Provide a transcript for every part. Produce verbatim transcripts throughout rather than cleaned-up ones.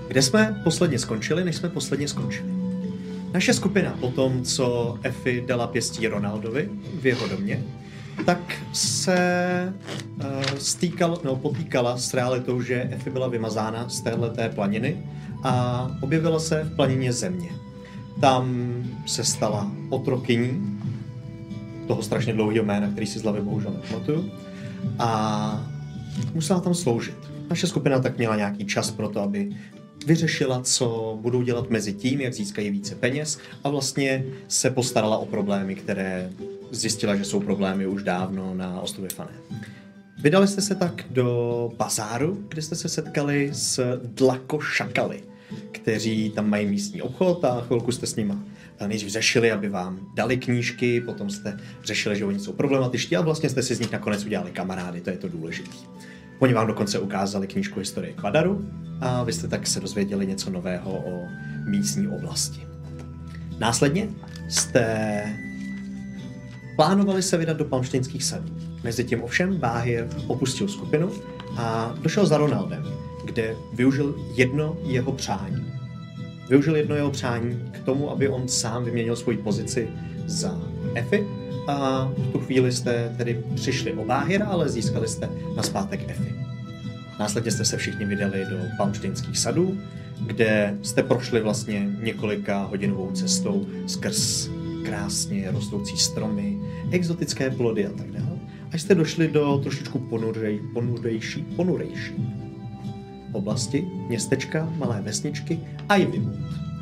Kde jsme posledně skončili, než jsme posledně skončili? Naše skupina po tom, co Effie dala pěstí Ronaldovi v jeho domě, tak se uh, stýkal, no, potýkala s realitou, že Effie byla vymazána z téhleté planiny a objevila se v planině Země. Tam se stala otrokyní toho strašně dlouhého jména, který si z hlavy bohužel nepamatuju, a musela tam sloužit. Naše skupina tak měla nějaký čas pro to, aby vyřešila, co budou dělat mezi tím, jak získají více peněz, a vlastně se postarala o problémy, které zjistila, že jsou problémy už dávno na ostrově Fané. Vydali jste se tak do bazáru, kde jste se setkali s dlakošakaly, kteří tam mají místní obchod, a chvilku jste s nima nejdřív řešili, aby vám dali knížky, potom jste řešili, že oni jsou problematičtí, a vlastně jste si z nich nakonec udělali kamarády, to je to důležité. Oni vám dokonce ukázali knížku historie Kvadaru a vy jste tak se dozvěděli něco nového o místní oblasti. Následně jste plánovali se vydat do Palmštejnských sadů. Mezitím ovšem Báhir opustil skupinu a došel za Ronaldem, kde využil jedno jeho přání. Využil jedno jeho přání k tomu, aby on sám vyměnil svoji pozici za Effie, a v tu chvíli jste tedy přišli o Báhira, ale získali jste nazpátek Effie. Následně jste se všichni vydali do Palmštejnských sadů, kde jste prošli vlastně několika hodinovou cestou skrz krásně rostoucí stromy, exotické plody a tak dále. Až jste došli do trošičku ponurej, ponurejší, ponurejší oblasti, městečka, malé vesničky Ivywood.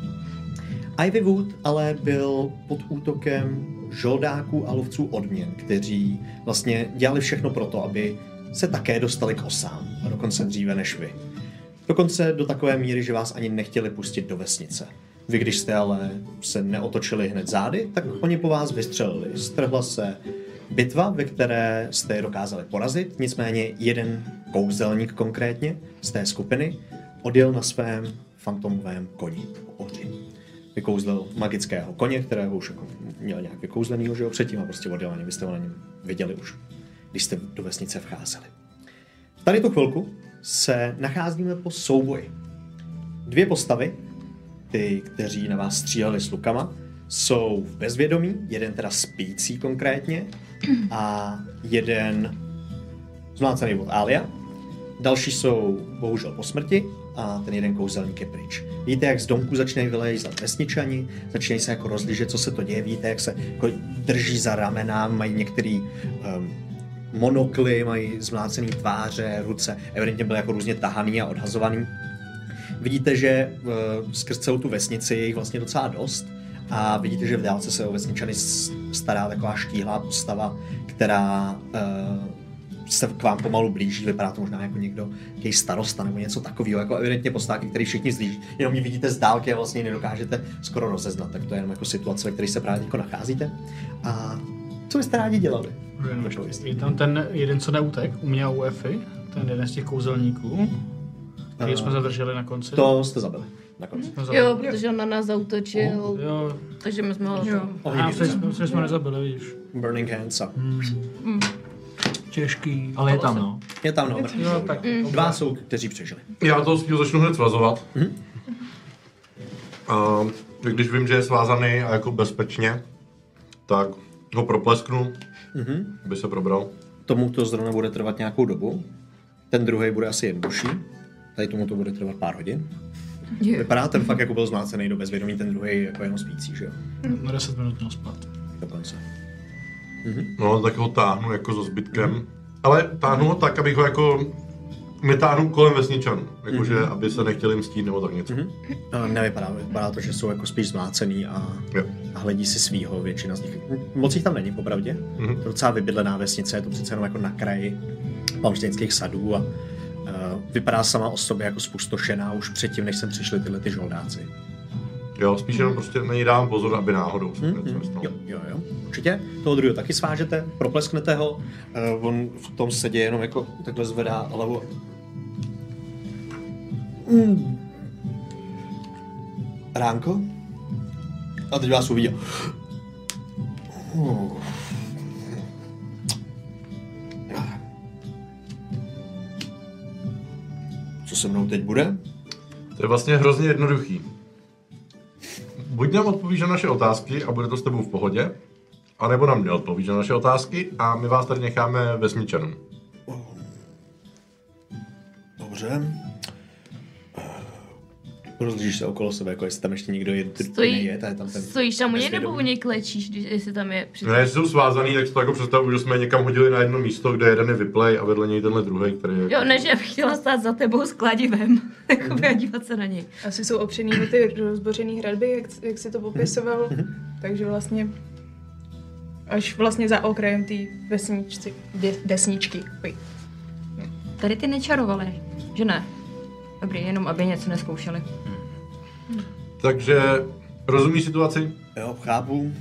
Ivywood ale byl pod útokem žoldáků a lovců odměn, kteří vlastně dělali všechno pro to, aby se také dostali k osám, a dokonce dříve než vy. Dokonce do takové míry, že vás ani nechtěli pustit do vesnice. Vy, když jste ale se neotočili hned zády, tak oni po vás vystřelili. Strhla se bitva, ve které jste je dokázali porazit, nicméně jeden kouzelník konkrétně z té skupiny odjel na svém fantomovém koni Oři. Vykouzlil magického koně, kterého už jako měl nějak vykouzlenýho, že jo, předtím, a prostě odjel na něm. Vy jste ho na něm viděli už, když jste do vesnice vcházeli. V tady tu chvilku se nacházíme po souboji. Dvě postavy, ty, kteří na vás stříleli s lukama, jsou v bezvědomí, jeden teda spící konkrétně a jeden zmlácený od Alia. Další jsou bohužel po smrti a ten jeden kouzelník je pryč. Víte, jak z domku začínají vylejzat vesničani, začínají se jako rozlížet, co se to děje, víte, jak se jako drží za ramena, mají některý um, monokly, mají zmlácený tváře, ruce, evidentně byly jako různě tahaný a odhazovaný. Vidíte, že uh, skrz celou tu vesnici je jich vlastně docela dost a vidíte, že v dálce se o vesničany stará taková štíhlá postava, která uh, se k vám pomalu blíží, vypadá to možná jako někdo, jaký starosta nebo něco takového, jako evidentně postáky, který všichni zlíží, jenom ji vidíte z dálky a vlastně nedokážete skoro rozeznat, tak to je jenom jako situace, ve které se právě jako nacházíte. A co byste rádi dělali? Je tam ten jeden, co neutek, u mě a u Effie, ten jeden z těch kouzelníků, který jsme zadrželi na konci. To jste zabili na konci. Hmm. Jo, protože on na nás zautočil, oh, jo. Takže my jsme ho... A jsme jsme nezabili, vidíš. Burning Hands. Hmm. Hmm. Těžký. Ale je tam, no. Je tam, no. Jo, tak, mm. Dva jsou, kteří přežili. Já to s tím začnu hned svazovat. Mm-hmm. Uh, když vím, že je svázaný a jako bezpečně, tak ho proplesknu, mm-hmm. aby se probral. Tomu to zrovna bude trvat nějakou dobu. Ten druhý bude asi jednodušší. Tady tomu to bude trvat pár hodin. Je. Vypadá ten fakt, jako byl zmlácený do bezvědomí, ten druhý jako jenom spící, že jo? Na deset minut měl spát. Dokonce. Mm-hmm. No, tak ho táhnu jako so zbytkem. Mm-hmm. Ale táhnu ho tak, abych ho jako netáhnu kolem vesničanů. Jakože, mm-hmm. aby se nechtěli mstít nebo tak něco. Mm-hmm. No, nevypadá, vypadá to, že jsou jako spíš zmlácený a, a hledí si svýho, většina z nich. Moc jich tam není, popravdě. Mm-hmm. To je docela vybydlená vesnice, je to přece jenom jako na kraji Palmštejnských sadů a uh, vypadá sama o sobě jako spustošená už předtím, než sem přišli tyhle ty žoldáci. Jo, spíš jenom prostě na ní dám pozor, aby náhodou se mm, něco nestalo. Jo, jo, jo, určitě. Toho druhého taky svážete, proplesknete ho, uh, on v tom sedě jenom jako takhle zvedá hlavu. Mm. Ránko? A teď vás uviděl. Uh. Co se mnou teď bude? To je vlastně hrozně jednoduchý. Buď nám odpovíš na naše otázky a bude to s tebou v pohodě, anebo nám neodpovíš na naše otázky a my vás tady necháme vesničanům. Dobře. Rozlížíš se okolo sebe, jako jestli tam ještě někdo je, Stojí, je, je tam ten stojíš tam u něj nebo u něj klečíš, když, jestli tam je při... Ne, jestli jsou svázaný, tak si to jako představuji, že jsme je někam hodili na jedno místo, kde jeden je vyplej a vedle něj tenhle druhý, který je... Jo, ne, že bych chtěla stát za tebou s kladivem, jakoby a dívat se na něj. Asi jsou opřený o ty rozbořený hradby, jak, jak si to popisoval, takže vlastně až vlastně za okrajem té vesničky, de, desničky. Oj. Tady ty nečarovali, že ne? Dobrý, jenom aby něco neskoušeli. Takže rozumíš situaci? Jo, chápu.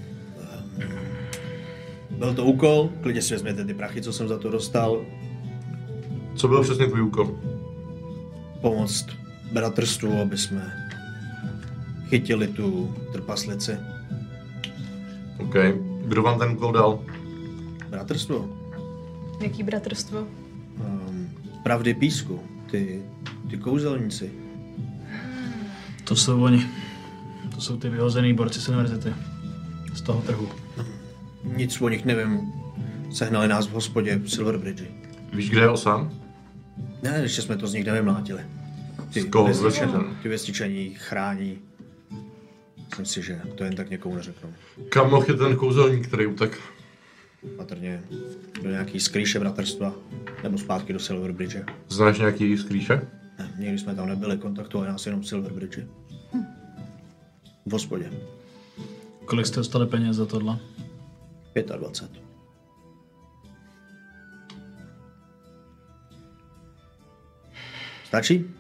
Byl to úkol, klidně si vezměte ty prachy, co jsem za to dostal. Co byl přesně tvůj úkol? Pomoct bratrstvu, aby jsme chytili tu trpaslici. OK. Kdo vám ten úkol dal? Bratrstvo? Jaký bratrstvo? Um, pravdy písku, ty, ty kouzelníci. To jsou oni. To jsou ty vyhozený borci z univerzity. Z toho trhu. Nic o nich nevím. Sehnali nás v hospodě v Silverbridge. Víš, kde je Osam? Ne, ještě jsme to z nich nevymlátili. Ty Z koho? vesničani, ty vesničani chrání. Myslím si, že to jen tak někomu neřeknou. Kam mohl je ten kouzelník, který utek? Patrně do nějaký skrýše bratrstva, nebo zpátky do Silverbridge. Znáš nějaký skrýše? Ne, někdy jsme tam nebyli, kontaktovali nás jenom v Silverbridge. V hospodě. Kolik jste dostali peněz za tohle? dvacet pět. Stačí?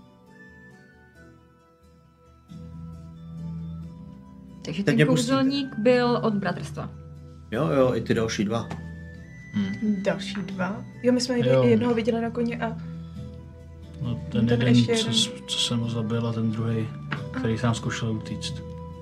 Takže Teď ten kouzelník byl od bratrstva. Jo, jo, i ty další dva. Hmm. Další dva? Jo, my jsme Jo. jednoho viděli na koni a... No ten, Ten jeden, ještě co, jeden. co jsem ho zabil a ten druhý, který sám zkoušel utíct.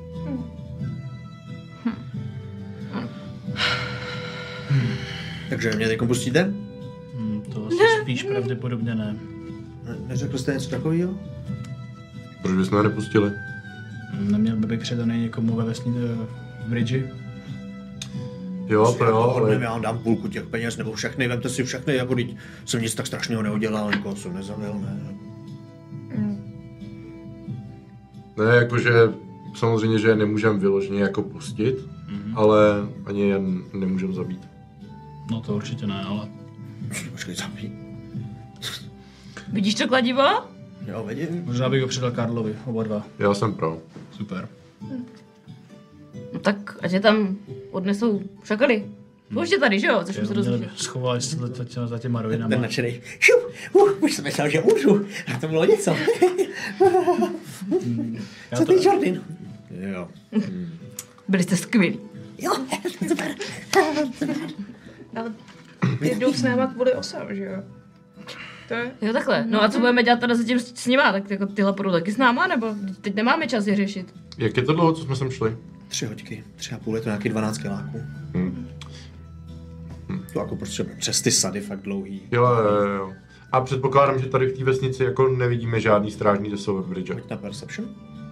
Takže mě teď pustíte? Hmm, to asi spíš pravděpodobně ne. Ne, neřekl jste něco takového? Proč bychom je nepustili? Neměl by být předaný někomu ve vesní v bridži? Jo, to jo, ale... Já vám dám půlku těch peněz, nebo všechny, vemte si všechny, jako teď jsem nic tak strašného neudělal, nikoho jsem nezabil, ne. Ne, jakože samozřejmě, že je nemůžeme vyloženě jako pustit, mm-hmm. ale ani je nemůžeme zabít. No to určitě ne, ale... Počkej, zabij. Vidíš to kladivo? Jo, vidím. Možná bych ho předal Karlovi, oba dva. Já jsem pro. Super. No tak, ať je tam odnesou šakaly. Už je tady, že jo? Což jsme se dozvěděli. Schovali se za, tě, za těma ruinama. Ten nadšenej. Šup, uh, už jsem myslel, že můžu. A to bylo něco. Co ty, Jordan? Jo. Hmm. Byli jste skvělí. Jo, super. Ale ty jdou s náma kvůli osam, že jo? To je... Jo, takhle. No a co budeme dělat tady zatím s nima? Tak jako tyhle půjdou taky s náma, nebo teď nemáme čas je řešit? Jak je to dlouho, co jsme sem šli? Tři hoďky, tři a půl, je to nějaký dvanáct kiláků. Hmm. To jako prostě přes ty sady fakt dlouhý. Jo, jo, jo. A předpokládám, že tady v té vesnici jako nevidíme žádný strážný ze Silverbridge. Pojď na perception.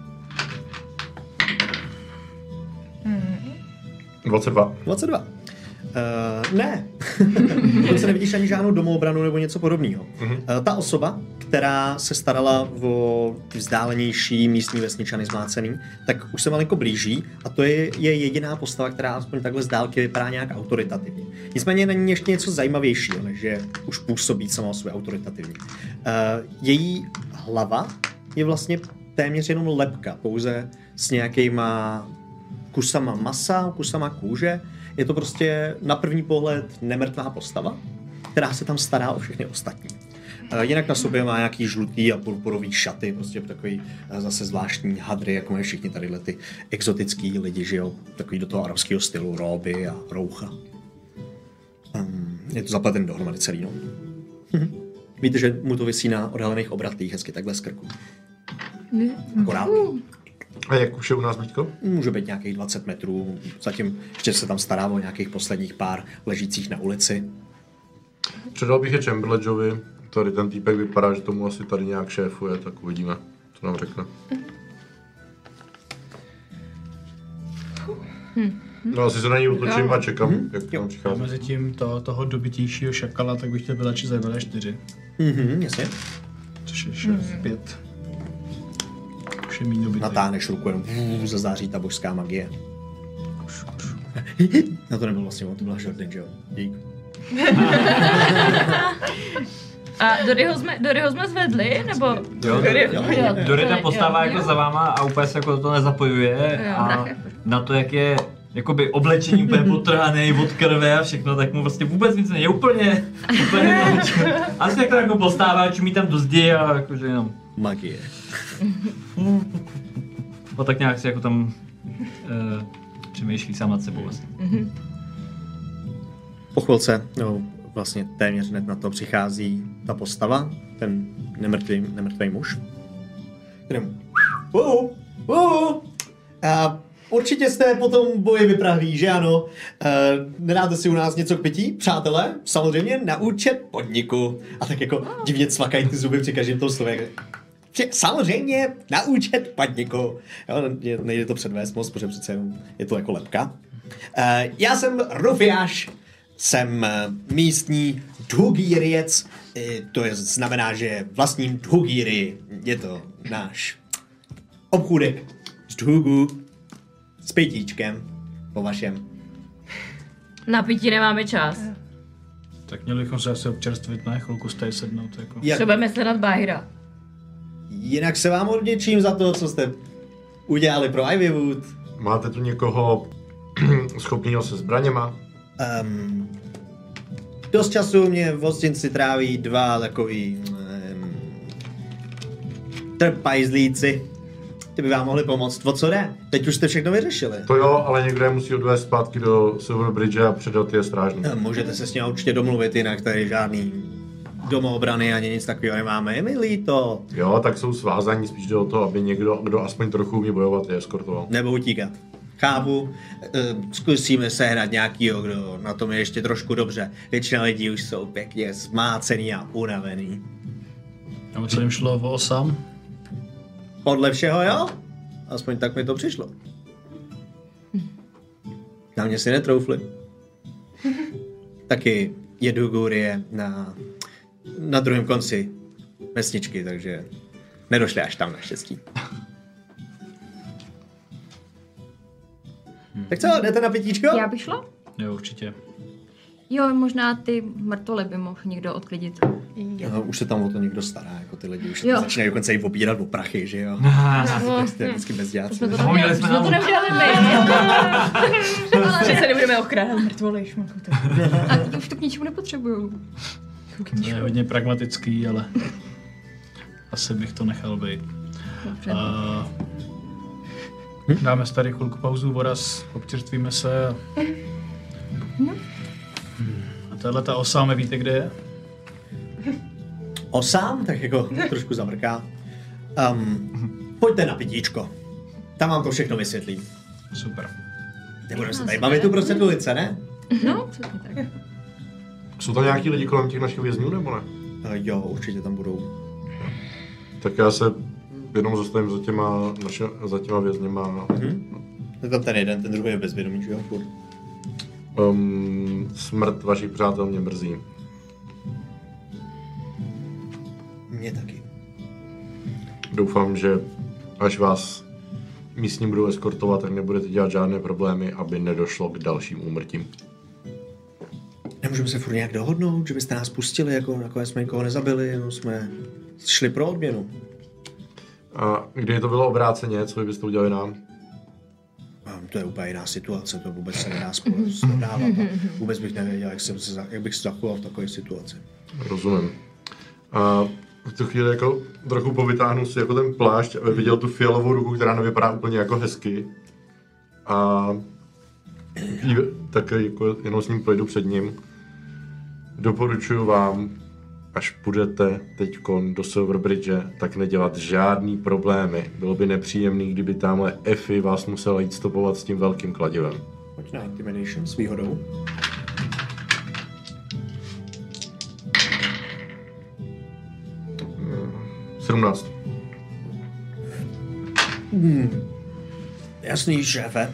dvacet dva. dvacet dva. Uh, ne. Dokonce nevidíš ani žádnou domoobranu nebo něco podobného. Uh, ta osoba, která se starala o ty vzdálenější místní vesničany zmlácený, tak už se malinko blíží a to je, je jediná postava, která aspoň takhle z dálky vypadá nějak autoritativně. Nicméně není ještě něco zajímavějšího, než že už působí sama o sobě autoritativně. Uh, její hlava je vlastně téměř jenom lebka, pouze s nějakýma kusama masa, kusama kůže. Je to prostě na první pohled nemrtvá postava, která se tam stará o všechny ostatní. Jinak na sobě má nějaký žlutý a purpurový šaty, prostě takový zase zvláštní hadry, jako mají všichni tadyhle ty exotický lidi, že jo, takový do toho arabského stylu, róby a roucha. Je to zapleten dohromady celý, no. Víte, že mu to visí na odhalených obratých hezky takhle z krku. Akorát. A jak už je u nás blízko? Může být nějakých dvacet metrů, zatím ještě se tam stará o nějakých posledních pár ležících na ulici. Předal bych je Chamberlainovi, tady ten týpek vypadá, že tomu asi tady nějak šéfuje, tak uvidíme, Co nám řekne? Hm. No asi se na ní otočím a čekám, Mhm. jak tam přichází. Mezi tím to, toho dobitějšího šakala, tak bych chtěl vyléčit za D čtyři. Mhm, jasně. Což je šest, pět. Už je míň dobitý. Natáhneš ruku, jenom vů, zazáří ta božská magie. No to nebyl vlastně, to byla Jordan, že jo? Dík. A Doryho jsme, Doryho jsme zvedli, nebo? Jo, Jo, Dory ta jo, postává jo. jako za váma a úplně se jako do toho nezapojuje Jo, a brácha. na to, jak je jakoby oblečení úplně potrhaný od krve a všechno, tak mu vlastně vůbec nic není, úplně, úplně asi tak to jako postává, čumí tam do zdi a jakože jenom, Magie. a tak nějak si jako tam uh, přemýšlí sám nad sebou vlastně. Po chvilce, no vlastně téměř hned na to přichází ta postava, ten nemrtvý, nemrtvý muž. Kterým... Wow, wow. A určitě jste po tom boji vyprahlí, že ano? Uh, nedáte si u nás něco k pití, přátelé? Samozřejmě na účet podniku. A tak jako divně cvakají ty zuby při každém tom slově. Samozřejmě na účet podniku. Jo, nejde to předvést moc, protože přece je to jako lepka. Uh, já jsem Rufiáš, jsem uh, místní Dhugíriec, uh, to je, znamená, že vlastním Dhugíry, je to náš obchůdek z Dhugu, s pitíčkem, po vašem. Na pití nemáme čas. Tak měli bychom se asi občerstvit, ne? Chvilku stej sednout, jako. Jak, Třeba sledovat Báhira. jinak se vám odděčím za to, co jste udělali pro Ivywood. Máte tu někoho schopného se zbraněma? Um, dost času mě v hostinci tráví dva takový um, trpajzlíci. Ty by vám mohli pomoct. O co jde? Teď už jste všechno vyřešili. To jo, ale někdo je musí odvést zpátky do Silverbridge a předat je strážný. Um, můžete se s ním určitě domluvit, jinak tady žádný domoobrany ani nic takového nemáme. Je mi líto. Jo, tak jsou svázaní, spíš jde o to, aby někdo, kdo aspoň trochu umí bojovat, je eskortoval. Nebo utíkat. Chápu, um, zkusíme sehnat nějakýho, kdo na tom je ještě trošku dobře. Většina lidí už jsou pěkně zmácený a unavený. A o co jim šlo o osam? Podle všeho, jo? Aspoň tak mi to přišlo. Na mě si netroufli. Taky je Dhugurie na, na druhém konci vesničky, takže nedošli až tam naštěstí. Tak co, jdete na pitíčko? Já bych šla? Jo, určitě. Jo, možná ty mrtvoly by mohl někdo odklidit. No, už se tam o to někdo stará, jako ty lidi už Jo. začínají dokonce i opírat o prachy, že jo? To je vždycky bezděláci. Jsme to Zapomněli neudělali, jsme jsme to na- neudělali my. Přece nebudeme okrádat mrtvoly, šmaku. A teď už to k ničemu nepotřebuju. To je hodně pragmatický, ale asi bych to nechal být. Dobře. A dáme si tady chvilku pauzu, voraz, občerstvíme se a... A tahle ta osáme, víte, kde je? Osám, tak jako trošku zamrká. Um, pojďte na pitíčko. Tam vám to všechno vysvětlím. Super. Nebudeme se tady bavit uprostřed ulice, ne? No, přesně tak. Jsou tam nějaký lidi kolem těch našich vězňů, nebo ne? Uh, jo, určitě tam budou. Tak já se jenom zastavím za těma, naše, za těma vězněma. Hm? Je tam ten jeden, ten druhý je bezvědomý, že jo? Furt. Um, smrt vašich přátel mě mrzí. Mě taky. Doufám, že až vás místní budou eskortovat, tak nebudete dělat žádné problémy, aby nedošlo k dalším úmrtím. Nemůžeme se furt nějak dohodnout, že byste nás pustili, jako nakonec jsme nikoho nezabili, jenom jsme šli pro odměnu. A kdy to bylo obráceně, co byste udělali nám? Um, to je úplně jiná situace, to vůbec se nedá srovnávat. Vůbec bych nevěděl, jak, jsem se, za- jak bych se zachoval v takové situaci. Rozumím. A v tu chvíli jako trochu povytáhnu si jako ten plášť, aby viděl tu fialovou ruku, která nevypadá úplně jako hezky. A jí- tak jako jenom s ním projdu před ním. Doporučuji vám, až půjdete teďkon do Silverbridge, tak nedělat žádný problémy. Bylo by nepříjemný, kdyby tamhle Effie vás musela jít stopovat s tím velkým kladivem. Pojď na Intimidation s výhodou. sedmnáct. Hmm. Jasný, šéfe.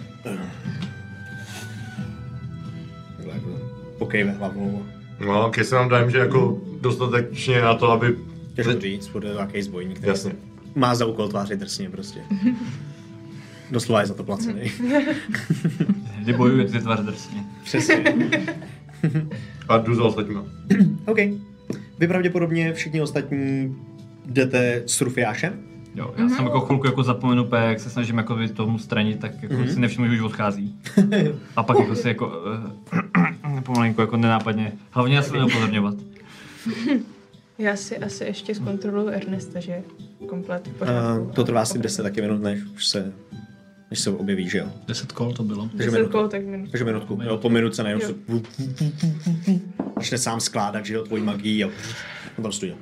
Pokejme hlavou. No, když se nám dajem, že jako dostatečně na to, aby... Těžko říct, bude to nějaký zbojník, který Jasně. má za úkol tvářit drsně prostě. Doslova je za to placený. Kdy bojuje, ty tvář drsně. Přesně. A jdu za ostatníma. OK. Vy pravděpodobně všichni ostatní jdete s Rufiášem. Jo, já jsem jako chvilku jako zapomenu, P, jak se snažím jako tomu stranit, tak jako mm-hmm. si nevšimnu, že už odchází. A pak jako si jako uh, pomalinko jako nenápadně. Hlavně já se budu upozorňovat. Já si asi ještě zkontroluji Ernesta, že je komplet v pořádku. Uh, to trvá asi deset taky minut, než už se, než se objeví, že jo? Deset kol to bylo. Takže deset minutku. kol, tak minutku. Takže minutku. Jo, po minutce najednou Jo. se... Začne sám skládat, že jo, tvojí magii a... On tam stojí.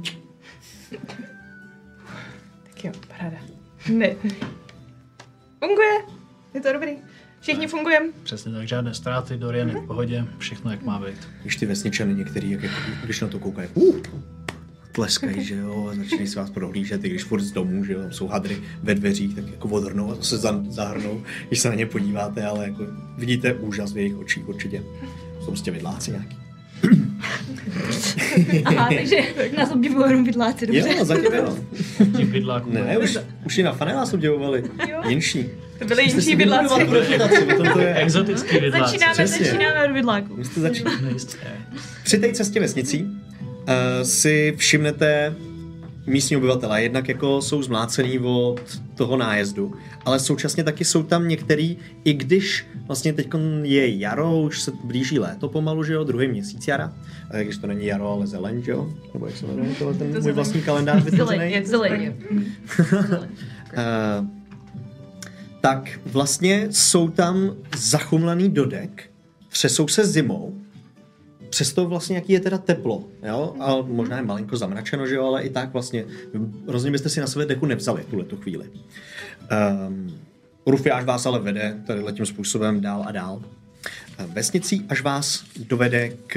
Tak jo, paráda. Ne. Funguje. Je to dobrý. Všichni fungujeme. Přesně tak, žádné ztráty, Dorian je v pohodě, všechno jak má být. Když ty vesničany některý, jak jako, když na to koukají, uh, tleskají, že jo, a začínají se vás prohlížet, i když furt z domů, že jo, tam jsou hadry ve dveřích, tak jako odhrnou a zase za- zahrnou, když se na ně podíváte, ale jako vidíte úžas v jejich očích určitě. Jsou prostě vidláci nějaký. Aha, takže nás obdivují jenom vidláci, dobře. Jo, zatím jo. Tím vidlákům. Ne, už, už i na fane vás obdivovali. Jo. Jinší. To byly Jste si jinší vidláci. vybudovali reputaci, o tom to je. Exotický vidláci. Začínáme, Přesně. začínáme od vidláků. Vy jste začít. Nejistě. Při té cestě vesnicí uh, si všimnete místní obyvatele. Jednak jako jsou zmlácený od toho nájezdu, ale současně taky jsou tam některý, i když vlastně teď je jaro, už se blíží léto pomalu, že jo, druhý měsíc jara, a když to není jaro, ale zeleň, že jo, nebo jak se jmenuje tohle ten můj vlastní kalendář vytvořený. Zeleně, zeleně. Uh, tak vlastně jsou tam zachumlaný dodek, třesou se zimou, přesto vlastně jaký je teda teplo, jo, a možná je malinko zamračeno, že jo, ale i tak vlastně rozhodně byste si na své deku nevzali tuhle tu chvíli. Um, Rufiáš vás ale vede tady tím způsobem dál a dál. Vesnicí až vás dovede k,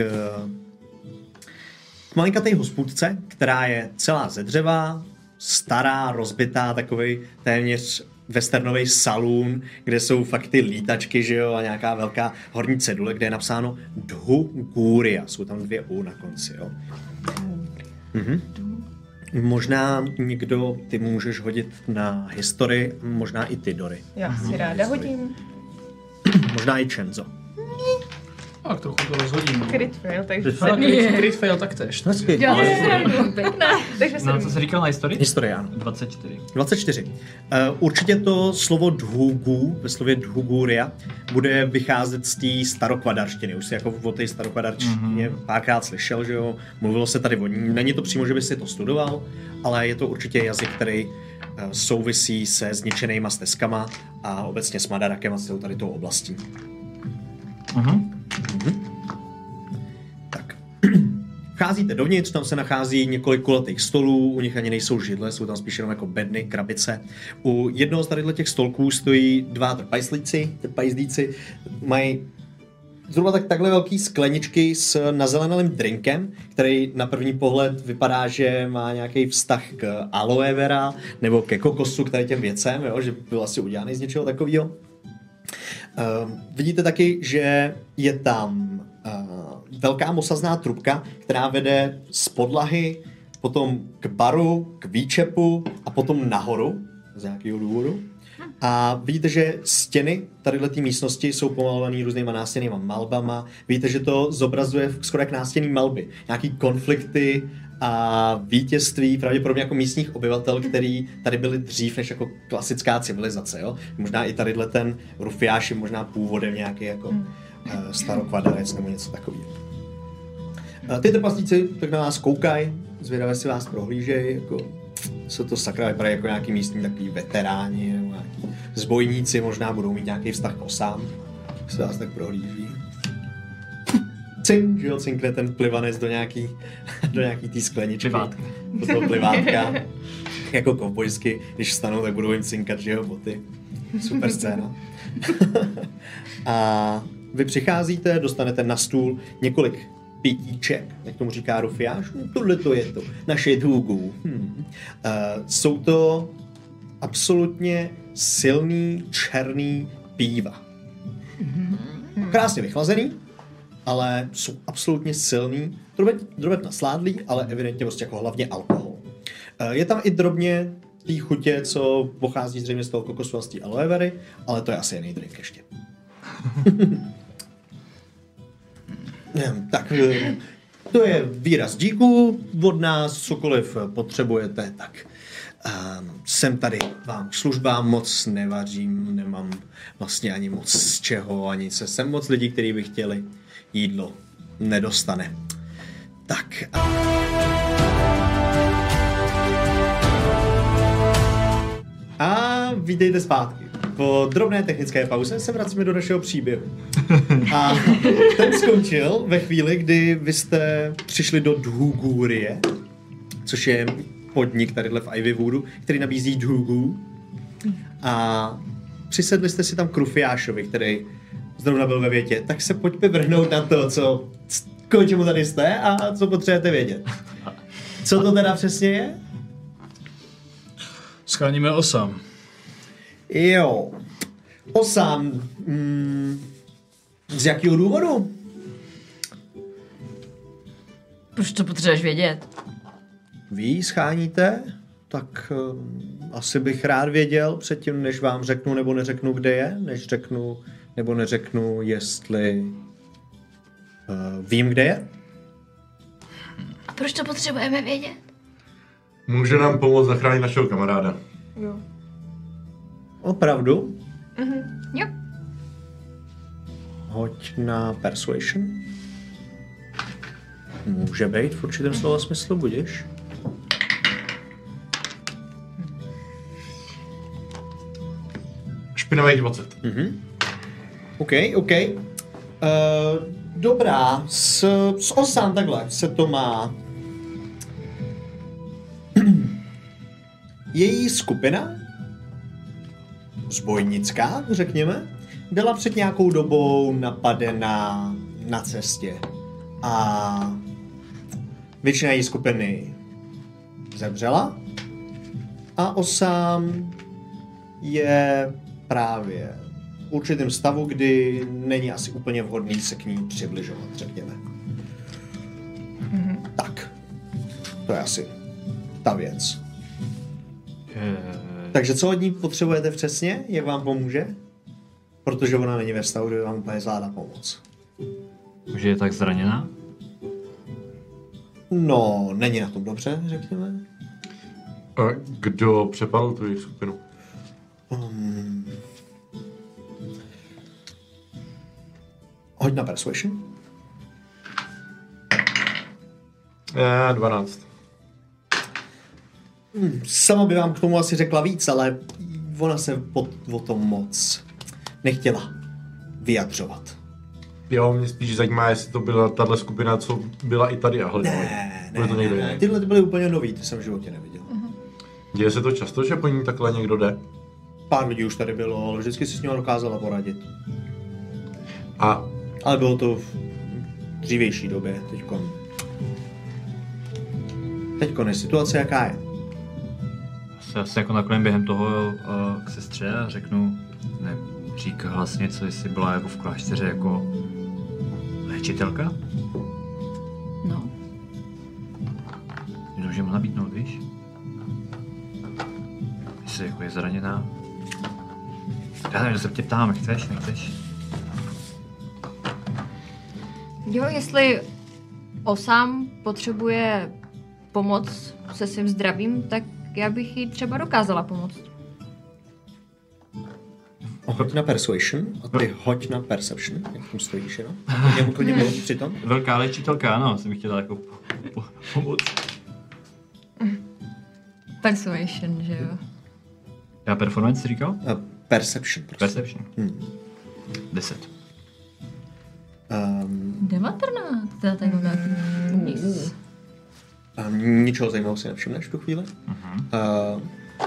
k malinkaté hospůdce, která je celá ze dřeva, stará, rozbitá, takovej téměř westernový salon, kde jsou fakt ty lítačky, že jo, a nějaká velká horní cedule, kde je napsáno Dhuguria. Jsou tam dvě U na konci, jo. Mhm. Možná někdo, ty můžeš hodit na historii, možná i ty, Dory. Já si ráda hodím. Možná i Čenzo. Tak trochu to rozhodím. Crit fail, takže Ale sedm. crit, crit fail taktéž. Děláme si srandu, pěkné. Takže No, co sedm. jsi říkal na historii? Historie, ano. dvacet čtyři. dvacet čtyři. Uh, určitě to slovo Dhugu, ve slově Dhuguria, bude vycházet z té starokvadarštiny. Už si jako o té starokvadarštině mm-hmm. párkrát slyšel, že jo, mluvilo se tady o ní. Není to přímo, že by si to studoval, ale je to určitě jazyk, který uh, souvisí se zničenýma stezkama a obecně s Madarakem a s celou tady tou oblastí. Mhm. Tak. Vcházíte dovnitř, tam se nachází několik kulatých stolů, u nich ani nejsou židle, jsou tam spíš jenom jako bedny, krabice. U jednoho z tady těch stolků stojí dva trpajslíci, trpajzdíci, mají zhruba tak takhle velký skleničky s nazelenalým drinkem, který na první pohled vypadá, že má nějaký vztah k aloe vera nebo ke kokosu, k tady těm věcem, jo, že byl asi udělaný z něčeho takového. Uh, vidíte taky, že je tam uh, velká mosazná trubka, která vede z podlahy potom k baru, k výčepu a potom nahoru z nějakého důvodu. A vidíte, že stěny tadyhle té místnosti jsou pomalované různýma nástěnnýma malbama. Vidíte, že to zobrazuje skoro jak nástěnný malby. Nějaký konflikty a vítězství pravděpodobně jako místních obyvatel, který tady byli dřív než jako klasická civilizace. Jo? Možná i tadyhle ten Rufiáš je možná původem nějaký jako uh, starokvadarec nebo něco takového. Uh, ty trpaslíci tak na nás koukají, zvědavě si vás prohlížejí, jako co to sakra vypadá jako nějaký místní takový veteráni nebo nějaký zbojníci, možná budou mít nějaký vztah k osám, se vás tak prohlíží. Cink, že jo, cinkne ten plivanec do nějaký, do nějaký tý skleničky. Plivátka. Do toho plivátka. Jako kovbojsky, když vstanou, tak budou jim cinkat, že jo, boty. Super scéna. A vy přicházíte, dostanete na stůl několik pitíček, jak tomu říká Rufiáš. Tohle to je to, naše Dhugu. Hmm. Uh, jsou to absolutně silný černý píva. Krásně vychlazený, ale jsou absolutně silný. Drobet, drobet nasládlý, ale evidentně prostě jako hlavně alkohol. Je tam i drobně té chutě, co pochází zřejmě z toho kokosu a z té aloe very, ale to je asi jiný drink ještě. Tak, to je výraz díku od nás, cokoliv potřebujete, tak um, jsem tady vám k službám, moc nevařím, nemám vlastně ani moc z čeho, ani se jsem moc lidí, kteří by chtěli jídlo, nedostane. Tak. A vítejte zpátky. Po drobné technické pauze se vracíme do našeho příběhu. A ten skončil ve chvíli, kdy vy jste přišli do Dhugurie, což je podnik tadyhle v Ivywoodu, který nabízí dhugu. A přisedli jste si tam k Rufiášovi, který zrovna byl ve větě. Tak se pojďme vrhnout na to, co, k čemu tady jste a co potřebujete vědět. Co to teda přesně je? Scháníme osam. Jo. Osam. Mm, z jakého důvodu? Proč to potřebuješ vědět? Vy scháníte? Tak um, asi bych rád věděl předtím, než vám řeknu nebo neřeknu, kde je, než řeknu nebo neřeknu, jestli uh, vím, kde je. A proč to potřebujeme vědět? Může nám pomoct zachránit našeho kamaráda. Jo. Opravdu? Mhm. Jo. Hoď na Persuasion. Může být v určitém slova smyslu, budeš? Špinavých dvacet. Mhm. OK, OK. Uh, dobrá, s, s osám takhle se to má. Její skupina, zbojnická, řekněme, byla před nějakou dobou napadená na cestě. A většina její skupiny zemřela. A osám je právě v určitém stavu, kdy není asi úplně vhodný se k ní přibližovat, řekněme. Mm-hmm. Tak, to je asi ta věc. Je... Takže co od ní potřebujete přesně? Jak vám pomůže? Protože ona není ve stavu, že vám úplně zvládá pomoct. Že je tak zraněná? No, není na tom dobře, řekněme. A kdo přepadl tu jejich skupinu? Um, hoď na Persuasion. Je, dvanáct. Hmm, sama by vám k tomu asi řekla víc, ale ona se o, o tom moc nechtěla vyjadřovat. Jo, mě spíš zajímá, jestli to byla tahle skupina, co byla i tady a hledala. Ne, Bude to ne, někde ne, jiný. tyhle ty byly úplně nový, ty jsem v životě neviděl. Děje se to často, že po ní takhle někdo jde? Pár lidí už tady bylo, ale vždycky si s ním dokázala poradit. A Ale bylo to v dřívější době, teďkon. Teďkon je situace jaká je. Se asi jako nakloním během toho uh, k sestře a řeknu, ne, říká hlasně, co jestli byla jako v klášteře jako léčitelka? No. Že to můžeme nabídnout, víš? Jestli jako je zraněná. Já nevím, že se tě ptám, chceš, nechceš? Jo, jestli osám potřebuje pomoc se svým zdravím, tak já bych jí třeba dokázala pomoct. Hoď na Persuasion a ty hoď na Perception, jak tam stojíš, jenom. Klidně mu klidně mluv přitom. Velká léčitelka, ano, jsem bych chtěla jako po, po, pomoct. Persuasion, že jo? Já performance jsi říkal? Uh, perception, prostě. Perception. Hmm. Deset. Um, devatenáct, to je tak nějaký nic. um, ničeho zajímavého si nevšimneš v tu chvíli? Uh-huh. Uh,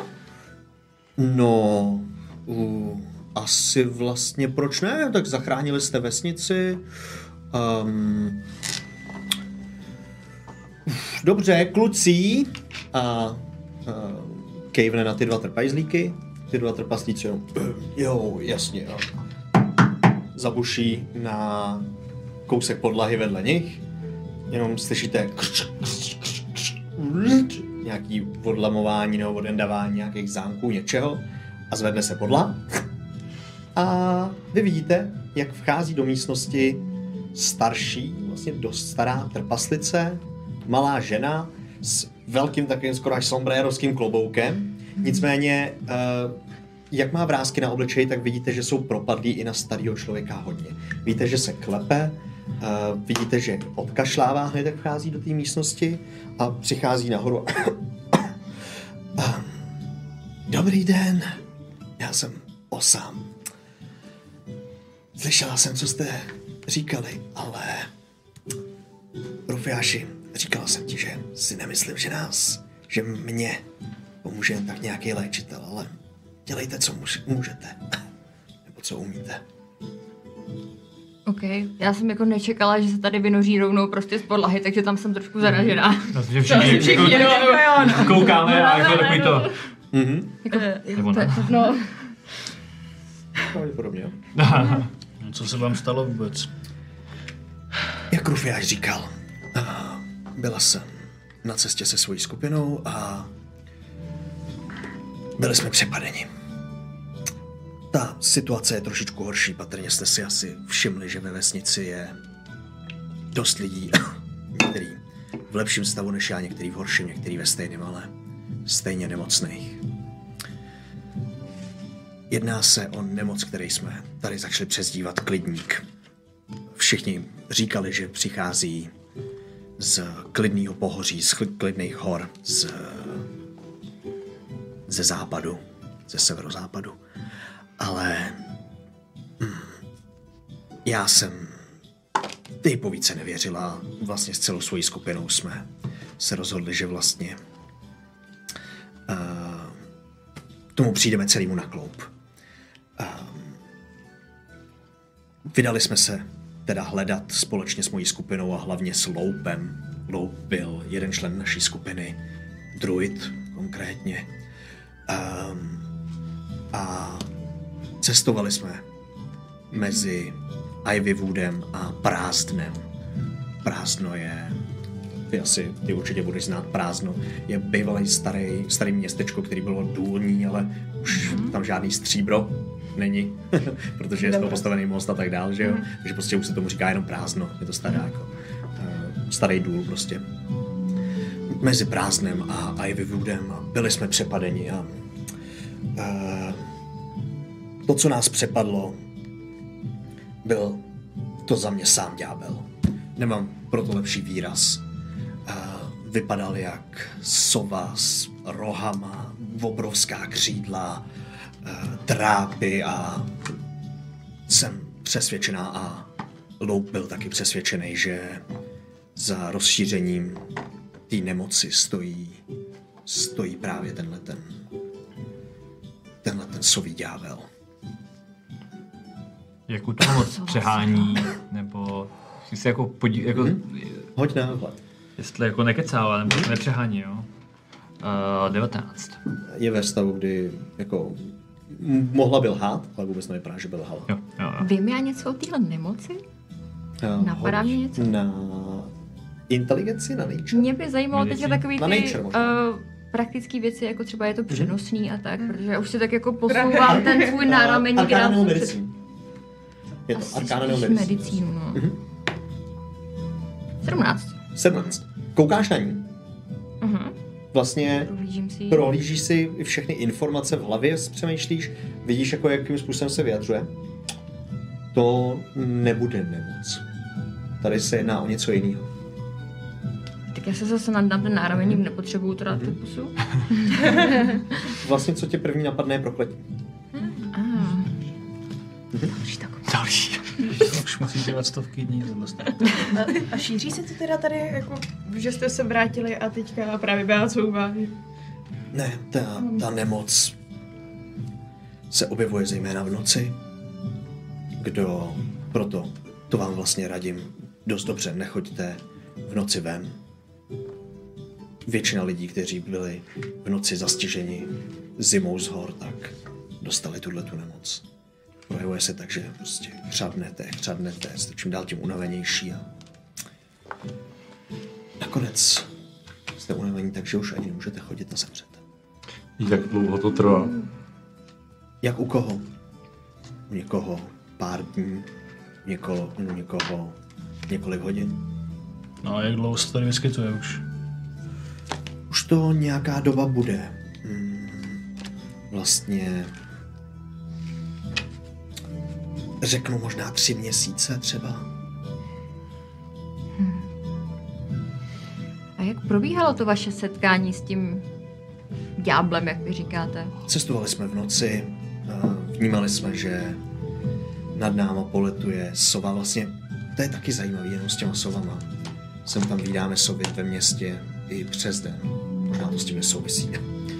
no, uh, asi vlastně proč ne? Tak zachránili jste vesnici. Um, dobře, kluci a uh, kejvne na ty dva trpajzlíky. Ty dva trpaslíci jenom, jo, jasně, jo. Zabuší na kousek podlahy vedle nich. Jenom slyšíte nějaký odlamování nebo odendavání nějakých zámků, něčeho a zvedne se podla. A vy vidíte, jak vchází do místnosti starší, vlastně dost stará trpaslice, malá žena s velkým takovým skoro až sombrérovským kloboukem. Nicméně, jak má vrásky na obličeji, tak vidíte, že jsou propadlí i na starého člověka hodně. Víte, že se klepe, vidíte, že odkašlává hned, jak vchází do té místnosti a přichází nahoru. Dobrý den, já jsem Osam. Slyšela jsem, co jste říkali, ale Rufiáši, říkala jsem ti, že si nemyslím, že nás, že mě pomůže jen tak nějaký léčitel, ale dělejte, co můžete, nebo co umíte. OK, já jsem jako nečekala, že se tady vynoří rovnou prostě z podlahy, takže tam jsem trošku zaražená. Že všichni, všichni jako, koukáme a jako takový to. Mhm. Jako, Nebo ne. no. Pravděpodobně. No, co se vám stalo vůbec? Jak Rufiáš říkal, byla jsem na cestě se svojí skupinou a byli jsme přepadeni. Ta situace je trošičku horší, patrně jste si asi všimli, že ve vesnici je dost lidí, některý v lepším stavu než já, některý v horším, některý ve stejném, ale stejně nemocných. Jedná se o nemoc, který jsme tady začali přezdívat klidník. Všichni říkali, že přichází z klidného pohoří, z klidných hor, z, ze západu, ze severozápadu. Ale hm, já jsem ty povídce nevěřila. Vlastně s celou svojí skupinou jsme se rozhodli, že vlastně uh, tomu přijdeme celému na kloup. Uh, vydali jsme se teda hledat společně s mojí skupinou a hlavně s Loupem. Loup byl jeden člen naší skupiny, druid konkrétně. Um, a cestovali jsme mezi Ivywoodem a Prázdnem. Prázdno je, ty asi, ty určitě budeš znát Prázdno, je bývalý starý, starý městečko, který bylo důlní, ale už mm-hmm. tam žádný stříbro není, protože je z toho postavený most a tak dál, že jo? Mm-hmm. Takže prostě už se tomu říká jenom Prázdno, je to stará jako uh, starý důl prostě. Mezi Prázdnem a Ivywoodem byli jsme přepadeni a uh, to, co nás přepadlo, byl to za mě sám ďábel. Nemám proto lepší výraz. Uh, vypadal jak sova s rohama, obrovská křídla, uh, drápy a jsem přesvědčená a Loup byl taky přesvědčený, že za rozšířením té nemoci stojí, stojí právě tenhle ten, tenhle ten sový ďábel. Jakou to moc přehání, nebo si jako podí, jako, mm-hmm. Hoď na hled. Jestli jako nekecává, nebo nepřehání, jo. Uh, devatenáct. Je ve stavu, kdy jako m- mohla by lhát, ale vůbec nevypadá, že by lhala. Jo, jo, jo. Vím já něco o téhle nemoci? Uh, Napadá mě něco? Na inteligenci, na nature? Mě by zajímalo teď takový na ty nature, uh, praktické věci, jako třeba je to přenosný a tak, protože já už si tak jako Právě. posouvám ten tvůj náramek. Arkána nebo medicín. Je to Asi arkána spíš nebo medicín. medicínu, no. Mhm. sedmnáct. sedmnáct. Koukáš na ní. Mhm. Vlastně Prohlížím si. prohlížíš si všechny informace v hlavě, přemýšlíš, vidíš, jako jakým způsobem se vyjadřuje. To nebude nemoc. Tady se jedná o něco jiného. Tak já se zase nadám ten náramek, nepotřebuju to dát tu pusu. Vlastně, co tě první napadne, je prokletí. Ah. Další takový. Další. Už musíš dělat stovky dní. Vlastně. A, a šíří se to teda tady, jako, že jste se vrátili a teďka právě byla couvá? Ne, ta, ta nemoc se objevuje zejména v noci. Kdo proto, to vám vlastně radím dost dobře, nechoďte v noci ven. většina lidí, kteří byli v noci zastiženi zimou z hor, tak dostali tuhletu nemoc. Projevuje se tak, že prostě chřadnete, chřadnete, jste čím dál tím unavenější a nakonec jste unavení tak, že už ani nemůžete chodit a zemřete. Jak dlouho to trvá? Jak u koho? U někoho pár dní, někoho, u někoho několik hodin. No a jak dlouho se tady vyskytuje už? Už to nějaká doba bude. Hmm, vlastně řeknu možná tři měsíce třeba. Hmm. A jak probíhalo to vaše setkání s tím ďáblem, jak vy říkáte? Cestovali jsme v noci, vnímali jsme, že nad náma poletuje sova. Vlastně to je taky zajímavý, jenom s těma sovama. Sem tam vídáme sovy ve městě i přes den. Možná to s tím nesouvisí.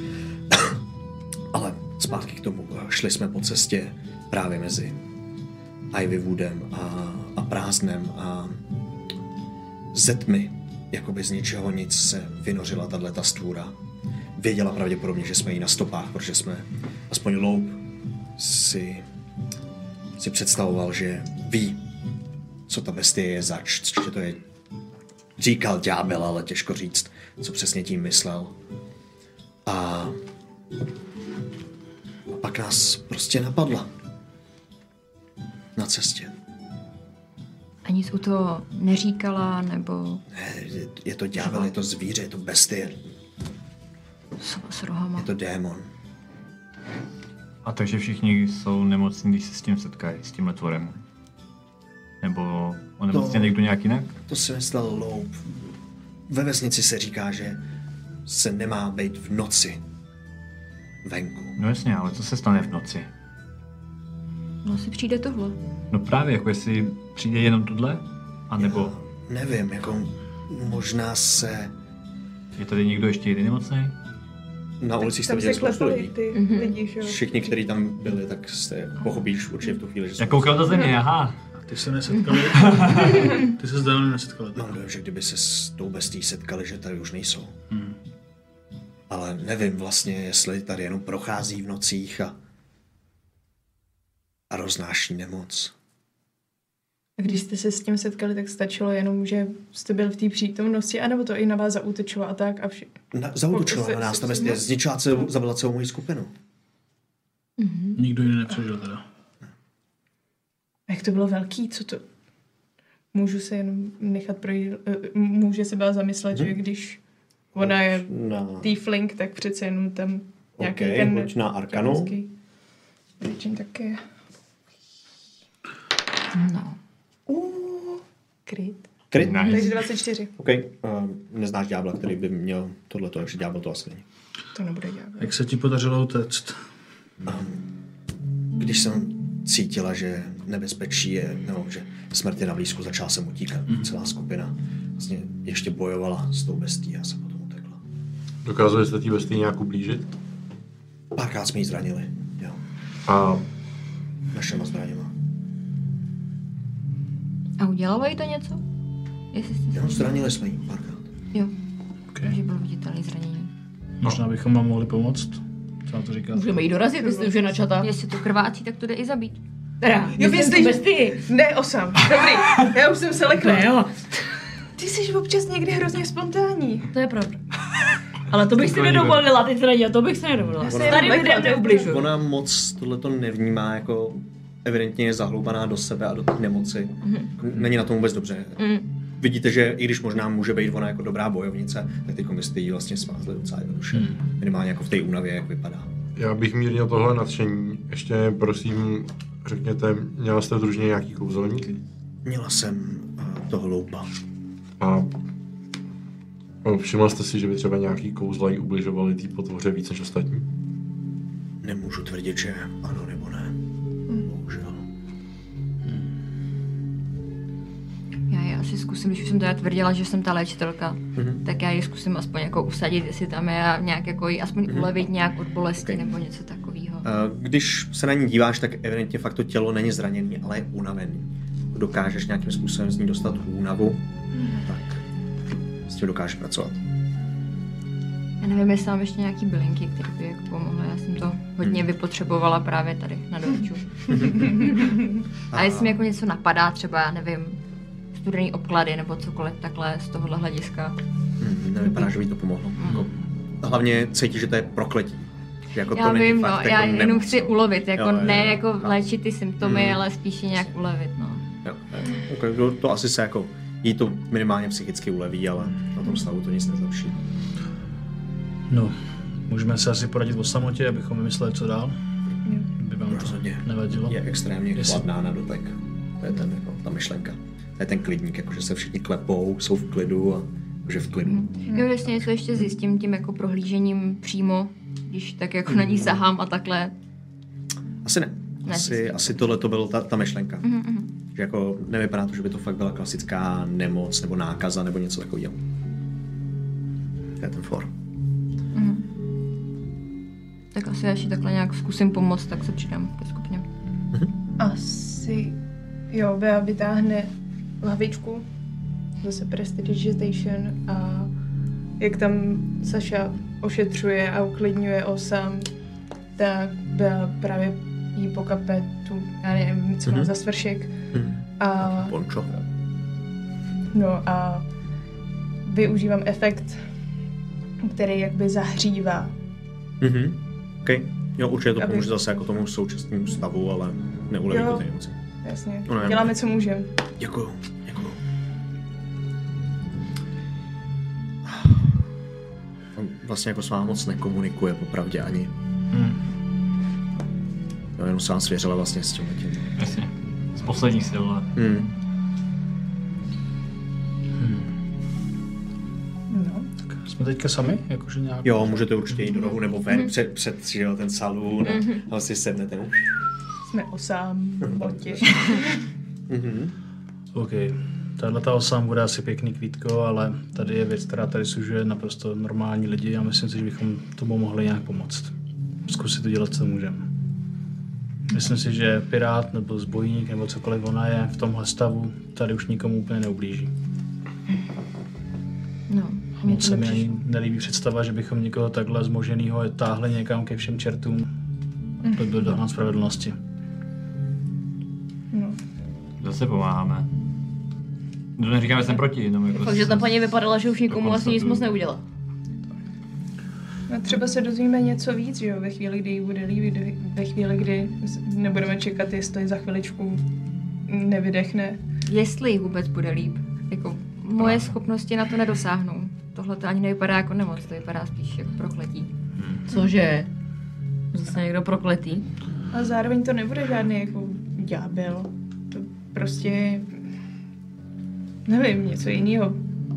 Ale zpátky k tomu. Šli jsme po cestě právě mezi Ivywoodem a, a Prázdnem a ze tmy, jakoby z ničeho nic, se vynořila tato stvůra. Věděla pravděpodobně, že jsme jí na stopách, protože jsme, aspoň Loup, si, si představoval, že ví, co ta bestie je zač, že to je, říkal ďábel, ale těžko říct, co přesně tím myslel. A, a pak nás prostě napadla na cestě. A nic u toho neříkala, nebo... Ne, je, je to ďábel, je to zvíře, je to bestie. Sova s rohama. Je to démon. A takže všichni jsou nemocní, když se s tím setkají, s tímhle tvorem? Nebo onemocněn To- někdo nějak jinak? To si myslel Loup. Ve vesnici se říká, že se nemá být v noci venku. No jasně, ale co se stane v noci? No asi přijde tohle. No právě, jako jestli přijde jenom tudle? A nebo Nevím, jako možná se je tady někdo ještě jiný nemocný? na ulici jste Tam viděli se spoustu klepali lidí. ty Mhm. lidi, že jo. Všichni, kteří tam byli, tak jste pochopíš určitě v tu chvíli, že Já koukal do země, aha. A ty se nesetkali? Ty se zdále nesetkali. mám dojem, že kdyby se s tou bestí setkali, že tady už nejsou. Hmm. Ale nevím vlastně, jestli tady jenom prochází v nocích a, a roznáší nemoc. A když jste se s tím setkali, tak stačilo jenom, že jste byl v té přítomnosti, anebo to i na vás zaútočilo a tak a vše. Na, zautočila Se- na nás se- ta bestie, zničila celou, zabila celou moji skupinu. Nikdo jiný nepřežil teda. A jak to bylo velký, co to... Můžu se jenom nechat projít, eh, může se byla zamyslet, že když ona je Na... tiefling, tak přece jenom tam nějaký OK, ten... hoď na Arkanu. ženský Religion taky. No. Uh, kryt. Kryt? Nice. Takže dvacet čtyři. OK, uh, neznáš ďábla, který by měl tohleto, takže ďábel to asi není. To nebude dělat. Jak se ti podařilo utéct? Když jsem cítila, že nebezpečí je, nebo že smrt je na blízku, začala jsem utíkat. Celá skupina vlastně ještě bojovala s tou bestí a jsem potom utekla. Dokázali jste té bestii nějak ublížit? Párkrát jsme ji zranili, jo, A našema zbraněma. A udělalo jí to něco? Jestli jste... Jo, zranili jsme ji párkrát. Jo, Okay. že bylo viditelné zranění. Možná bychom vám mohli pomoct. Co na to říkáte? Můžeme jí dorazit, jestli už je načata. Jestli to krvácí, tak to jde i zabít. Teda, Jo, myslím vy tu jste- bestii. Ne, osam. Dobrý. Já už jsem se lekla. Ne, jo, Ty jsi občas někdy hrozně spontánní. to je pravda. Ale to bych si Takový nedovolila, ty zraně, to bych si nedovolila. Já se Tady jenom lidem lekla, neubližuju. Ona moc tohleto nevnímá, jako evidentně je zahloubaná do sebe a do té nemoci. Není na tom vůbec dobře. Mm. Vidíte, že i když možná může být ona jako dobrá bojovnice, tak ty byste jí vlastně svázli docela jednoduše. Minimálně jako v té únavě, jak vypadá. já bych mírnil tohle nadšení. Ještě prosím, řekněte, měla jste v družině nějaký kouzelníky? Měla jsem uh, toho Loupa. A a všimla jste si, že by třeba nějaký kouzla jí ubližovali té potvoře víc než ostatní? Nemůžu tvrdit, že ano nebo ne. Bohužel. Já je asi zkusím, když už jsem teda tvrdila, že jsem ta léčitelka, Mhm. tak já ji zkusím aspoň jako usadit, jestli tam je a nějak jako ji aspoň ulevit nějak od bolesti Ok. nebo něco takového. Uh, když se na ní díváš, tak evidentně fakt to tělo není zraněný, ale je unavený. Dokážeš nějakým způsobem z ní dostat únavu, tak s tím dokážeš pracovat. Já nevím, jestli mám ještě nějaký bylinky, které by jako pomohly. Já jsem to hodně vypotřebovala právě tady na Dorču. A jestli mi jako něco napadá, třeba, já nevím, studený obklady nebo cokoliv takhle z tohohle hlediska. Hmm, nevypadá, že by to pomohlo. Hmm. Hlavně cítí, že to je prokletí. Že jako já to vím, fakt, no, jako já jenom nemoc, chci no. ulovit, jako jo, ne jo, jako jo. léčit ty symptomy, Hmm. ale spíše nějak ulevit, no. Jo, jo. Okay, to, to asi se jako, jí to minimálně psychicky uleví, ale na tom stavu to nic nezlepší. No, můžeme se asi poradit o samotě, abychom vymysleli, co dál. By vám to Rozhodně. nevadilo. Je extrémně Jestli- chladná na dotek. To je ten, jako, ta myšlenka. To je ten klidník, jako, že se všichni klepou, jsou v klidu a že v klidu. Jo, jestli něco ještě zjistím tím jako prohlížením přímo, když tak jako na ní sahám a takhle. Asi ne. Ne, Asi, zjistím. asi tohle to byla ta, ta myšlenka. Mhm, mhm. Že jako nevypadá to, že by to fakt byla klasická nemoc nebo nákaza nebo něco takového. To je ten for. Mhm. Tak asi až ji takhle nějak zkusím pomoct, tak se přidám ke skupině. Asi, jo, Bea vytáhne lavičku, zase Prestidigitation a jak tam Saša ošetřuje a uklidňuje Osam, tak Bea právě jí pokape tu, já nevím, co má Mhm. za svršek Mhm. a, Pončo. no a využívám efekt, který jakby zahřívá. Mhm. OK. Jo, určitě to Aby- pomůže zase jako tomu současnému stavu, ale neuleví Jo. to ty nemoci. Jasně, No, ne. děláme, co můžeme. Děkuju, děkuju. On vlastně jako s vámi moc nekomunikuje popravdě ani. Hmm. Jo, jenom se vám svěřila vlastně s tím tím. Jasně. Z posledních sil. ale- Hmm. No. Jsme teďka sami? Jakože nějak... Jo, můžete určitě jít do rohu nebo ven před, před že jo, ten salon a, a vlastně sednete. Jsme Osam, Motě. Mhm. OK. Tahle ta osám bude asi pěkný kvítko, ale tady je věc, která tady sužuje naprosto normální lidi a myslím si, že bychom tomu mohli nějak pomoct. Zkusit udělat, co můžeme. Myslím si, že pirát nebo zbojník nebo cokoliv ona je v tomhle stavu tady už nikomu úplně neublíží. No, mě Moc to se mi nepřišlo. ani nelíbí představa, že bychom někoho takhle zmoženýho táhli někam ke všem čertům. To byl dohnat spravedlnosti. No. Zase pomáháme. To neříkáme, že jsem proti, jenom jako... Fakt, že ta paní vypadala, že už nikomu asi nic moc neudělá. No třeba se dozvíme něco víc, že jo, ve chvíli, kdy jí bude líbit, ve chvíli, kdy nebudeme čekat, jestli za chviličku nevydechne. Jestli jí vůbec bude líp. Jako moje schopnosti na to nedosáhnou. Tohle to ani nevypadá jako nemoc, to vypadá spíš jako prokletí. Cože? Zase někdo prokletý. A zároveň to nebude žádný jako ďábel. To prostě, nevím, něco jiného.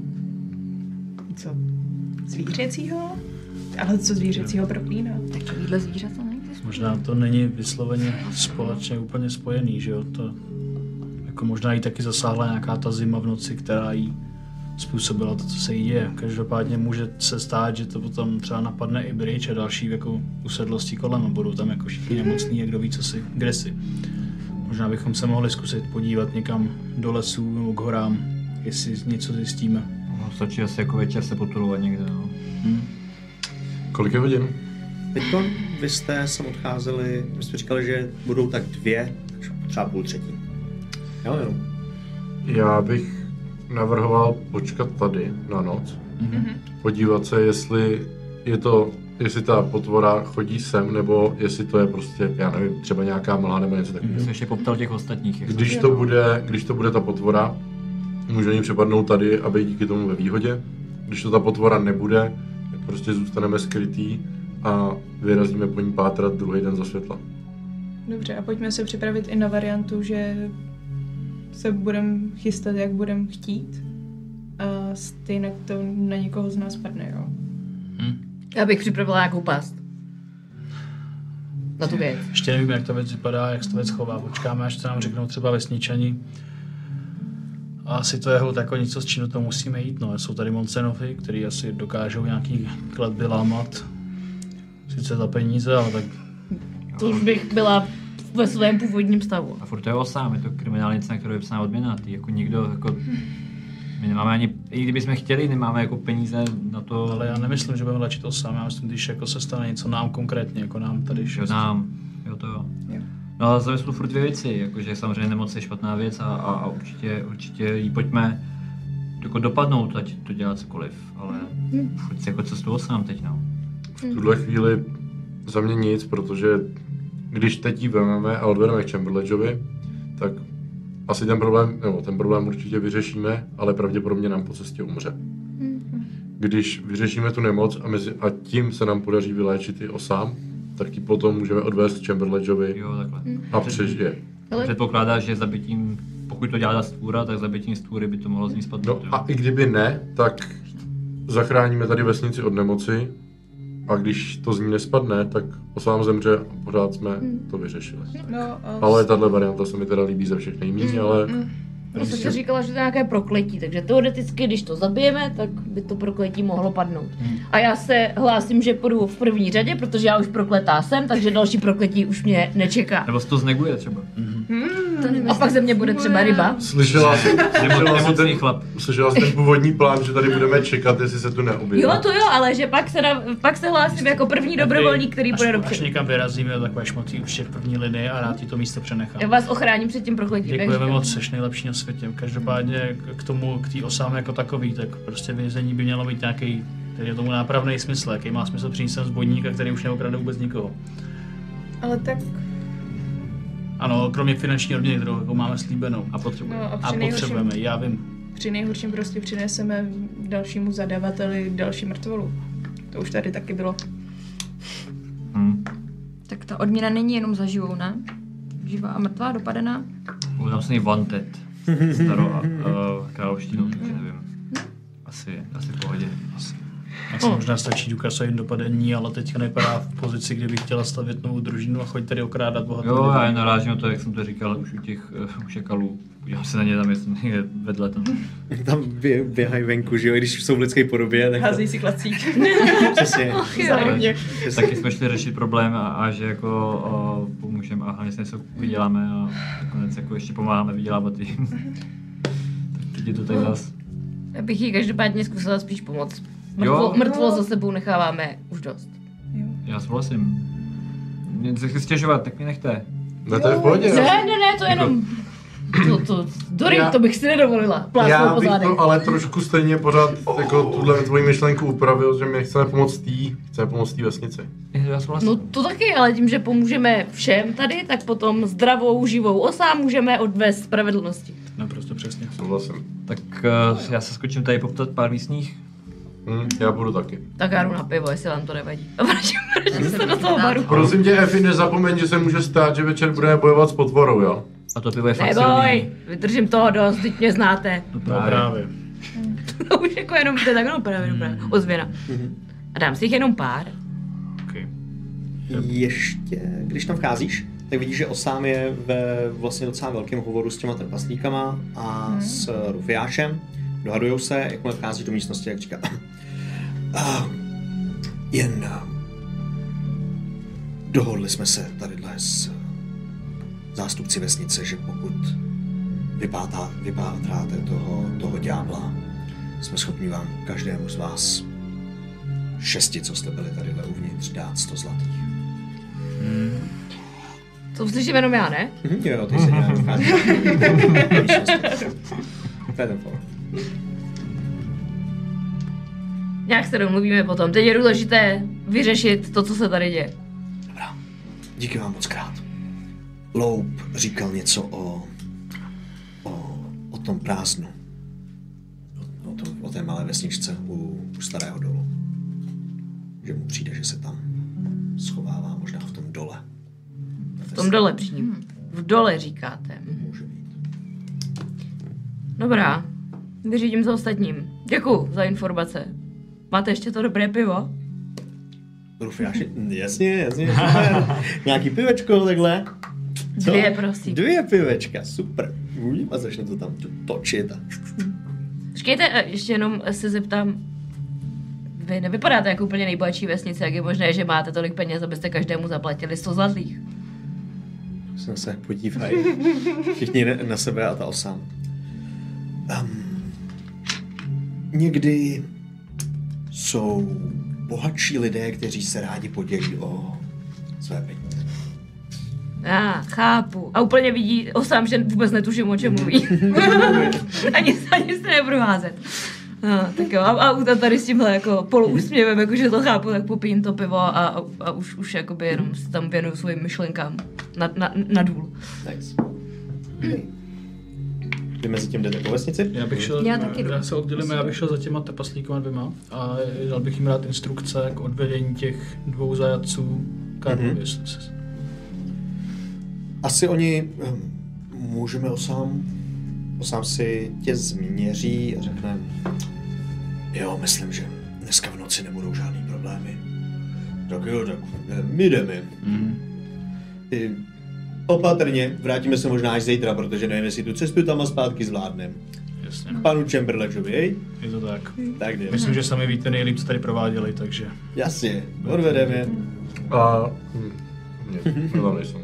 Co? Zvířecího? Ale co zvířecího proklíná? Takovýhle zvířata neexistuje. Možná to není vysloveně společně úplně spojený, že jo? To, jako možná jí taky zasáhla nějaká ta zima v noci, která jí způsobila to, co se jí děje. Každopádně může se stát, že to potom třeba napadne i Bridge a další jako usedlosti kolem a budou tam jako všichni nemocní a kdo ví, co si, kde si. Možná bychom se mohli zkusit podívat někam do lesů nebo k horám, jestli něco zjistíme. No, stačí asi jako večer se potulovat někde, no. Hm? Kolik je hodin? Teďko vy jste sem odcházeli, vy jste říkali, že budou tak dvě, třeba půl třetí. Jo, jo. Já bych navrhoval počkat tady na noc. Mhm. Podívat se, jestli je to, jestli ta potvora chodí sem, nebo jestli to je prostě, já nevím, třeba nějaká mlha nebo něco takového. Já jsem ještě poptal těch ostatních. Jak Když to bude, když to bude ta potvora, může ní přepadnout tady a být díky tomu ve výhodě. Když to ta potvora nebude, tak prostě zůstaneme skrytý a vyrazíme po ní pátrat druhý den za světla. Dobře, a pojďme se připravit i na variantu, že se budeme chystat, jak budeme chtít. A stejně to na někoho z nás padne, jo. Já bych připravila nějakou past. Na tu věc. Ještě nevím, jak ta věc vypadá, jak se ta věc chová. Počkáme, až to nám řeknou třeba vesničani. A asi to je hold jako něco, s čím do toho musíme jít. No. Jsou tady Monsenofy, který asi dokážou nějaký kletby lámat. Sice za peníze, ale tak To už bych byla ve svém původním stavu. A furt to je osám, je to kriminálnice, na kterou je psaná odměna. Ty jako nikdo, jako... My nemáme ani, i kdybychom chtěli, nemáme jako peníze na to. Ale já nemyslím, že budeme léčit osám, já myslím, když jako se stane něco nám konkrétně, jako nám tady šest. Nám, jo to jo. jo. No ale zamyslu furt dvě věci, jakože samozřejmě nemoc je špatná věc a, a, a určitě, určitě jí pojďme jako dopadnout, ať to dělá cokoliv, ale hmm. furt jako cestu osám teď, no. V tuhle chvíli za mě nic, protože když teď jí vezmeme a odvedeme k Chamberlainovi, tak asi ten problém, nebo ten problém určitě vyřešíme, ale pravděpodobně nám po cestě umře. Když vyřešíme tu nemoc a, mezi, a tím se nám podaří vyléčit i osám, tak ji potom můžeme odvést k Chamberlainovi jo, takhle. A přežije. Ale... Předpokládá, že zabitím, pokud to dělá stvůra, tak zabitím stvůry by to mohlo z ní spadnout. No a i kdyby ne, tak zachráníme tady vesnici od nemoci a když to z ní nespadne, tak osám zemře a pořád jsme to vyřešili. No, a... Ale tahle varianta se mi teda líbí ze všech nejméně, ale... Prostě jsi říkala, že to je nějaké prokletí, takže teoreticky, když to zabijeme, tak by to prokletí mohlo padnout. Hmm. A já se hlásím, že půjdu v první řadě, protože já už prokletá jsem, takže další prokletí už mě nečeká. Nebo se to zneguje třeba. Hmm. To a pak ze mě bude třeba ryba. Slyšela jsi, slyšela jsi ten, chlap. Slyšela jsi ten původní plán, že tady budeme čekat, jestli se tu neobjeví. Jo, to jo, ale že pak se, na, pak se hlásím jako první dobrovolník, který půjde dopředu. Až někam vyrazíme do takové šmotí určitě v první linii a rád ti to místo přenechám. Já vás ochráním před tím prokletím. Děkujeme moc, jsi nejlepší na světě. Každopádně k tomu, k té osámě jako takový, tak prostě vězení by mělo mít nějaký, který je tomu nápravný smysl, jaký má smysl přinést sem zbojníka, který už neokrade vůbec nikoho. Ale tak... Ano, kromě finanční odměny, kterou jako máme slíbenou. A potřebujeme. No, a, a potřebujeme, já vím. Při nejhorším prostě přineseme dalšímu zadavateli další mrtvolu. To už tady taky bylo. Hmm. Tak ta odměna není jenom za živou, ne? Živá a mrtvá, dopadená? Udám se jí wanted. Starou a uh, královštinu, takže nevím. Asi, asi v pohodě. Asi. Asi oh. možná stačí důkaz o jejím dopadení, ale teďka nepadá v pozici, kdyby chtěla stavět novou družinu a choď tady okrádat bohatou. Jo, já jen narážím na to, jak jsem to říkal už u těch uh, šakalů. Podívám se na ně tam, jestli je vedle tam. Tam bě, běhají venku, že jo, když jsou v lidské podobě. Tak hází si klacík. Přesně. Taky jsme šli řešit problém a, a že jako o, pomůžeme a hlavně se něco vyděláme a nakonec jako ještě pomáháme vydělávat jim. Tak teď je to tady zas. Já bych jí každopádně zkusila spíš pomoct. Mrtvo, mrtvo za sebou necháváme už dost. Jo. Já souhlasím. Mě se chci stěžovat, tak mi nechte. No to je v pohodě. Ne, ne, ne, to jenom... To, to, Dory, já, to bych si nedovolila. Já bych to ale trošku stejně pořád jako tuhle tvoji myšlenku upravil, že my chceme pomoct tý, chceme pomoct tý vesnici. No to taky, ale tím, že pomůžeme všem tady, tak potom zdravou, živou osám můžeme odvést spravedlnosti. Naprosto přesně. Souhlasím. Tak uh, já se skočím tady poptat pár místních. Hmm, já budu taky. Tak já jdu na pivo, jestli vám to nevadí. A vrátím, vrátím se do toho baru. Prosím tě, Efi, nezapomeň, že se může stát, že večer budeme bojovat s potvorou, jo? A to pivo je fakt Neboj, vydržím toho dost, teď mě znáte. No právě. právě. To už jako jenom, to je tak jenom právě, právě, ozvěna. A dám si jich jenom pár. Okay. Ještě, když tam vcházíš, tak vidíš, že Osám je ve vlastně docela velkém hovoru s těma trpaslíkama a hmm. s Rufiášem. Dohadujou se, jakmile vchází do místnosti, jak říká. Uh, jen uh, dohodli jsme se tadyhle s zástupci vesnice, že pokud vypátá, vypátráte toho, toho ďábla, jsme schopni vám každému z vás šesti, co jste byli tadyhle uvnitř, dát sto zlatých. Hmm. To slyším jenom já, ne? Mm, jo, ty se nějak vchází. To je ten for. Nějak se domluvíme potom. Teď je důležité vyřešit to, co se tady děje. Dobrá. Díky vám moc krát. Loup říkal něco o, o, o tom prázdnu. O, o, tom, o té malé vesničce u, u Starého dolu. Že mu přijde, že se tam schovává možná v tom dole. V tom dole přijím. V dole říkáte. Může být. Dobrá. Vyřídím za ostatním. Děkuju za informace. Máte ještě to dobré pivo? Rufiáši, jasně, jasně. Nějaký pivečko takhle. Co? Dvě, prosím. Dvě pivečka, super. A začne to tam točit. A... Počkejte, ještě jenom se zeptám. Vy nevypadáte jako úplně nejbohatší vesnice, jak je možné, že máte tolik peněz, abyste každému zaplatili sto zlatých? Jsem se podívají. Všichni na sebe a ta Osám. Um, někdy jsou bohatší lidé, kteří se rádi podělí o své peníze. Já ah, chápu. A úplně vidí osám, že vůbec netuším, o čem mluví. ani, ani se nebudu házet. No, tak jo, a, a tady s tímhle jako poloúsměvem, jakože to chápu, tak popijím to pivo a, a, a už, už jakoby jenom se tam věnuju svým myšlenkám na, na, na důl. Nice. Okay. Vy mezi tím jdete po vesnici? Já bych šel, Já taky jdu. já se oddělím, já bych šel za těma trpaslíkama dvěma a dal bych jim rád instrukce k odvedení těch dvou zajatců Karlovi, mm-hmm. jestli se... Asi oni, můžeme osám, osám si tě změří a řekne, jo, myslím, že dneska v noci nebudou žádný problémy. Tak jo, tak my jdeme. Mm. Ty, opatrně, vrátíme se možná až zítra, protože nevím, jestli tu cestu tam a zpátky zvládneme. Jasně. Panu Chamberlainovi, jej? Je to tak. Tak jdeme. Myslím, že sami víte nejlíp, co tady prováděli, takže... Jasně, odvedeme. A... Hm, ne, to tam nejsem.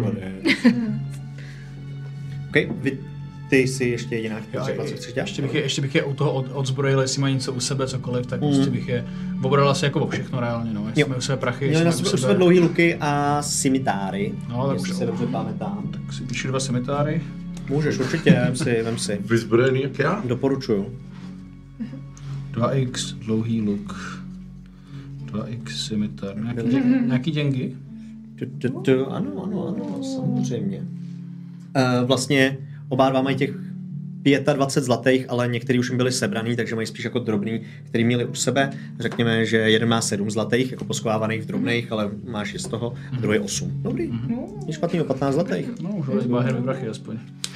OK, vy, ty jsi ještě jediná řekla, co chceš dělat? Ještě bych je, ještě bych je u toho od, odzbrojil, jestli mají něco u sebe, cokoliv, tak mm. prostě bych je obral asi jako o všechno reálně, no. Jestli mají u sebe prachy, měli jestli na mají u sebe dlouhý luky a scimitáry, no, tak jestli už se dobře pamětám. Tak si píšu dva scimitáry. Můžeš, určitě, vem si, vem si. Vyzbrojený jak já? Doporučuju. dva x, dlouhý luk. dva x scimitar. Nějaký, nějaký děngy? Tu, tu, tu, ano, ano, ano, samozřejmě. Uh, vlastně oba dva mají těch dvacet pět zlatých, ale některý už jim byli sebraný, takže mají spíš jako drobný, který měli u sebe. Řekněme, že jeden má sedm zlatých, jako poschovávaných v drobných, ale máš je z toho, a druhý osm. Dobrý, je špatný o patnáct zlatých. No, už ale báherný brachy aspoň.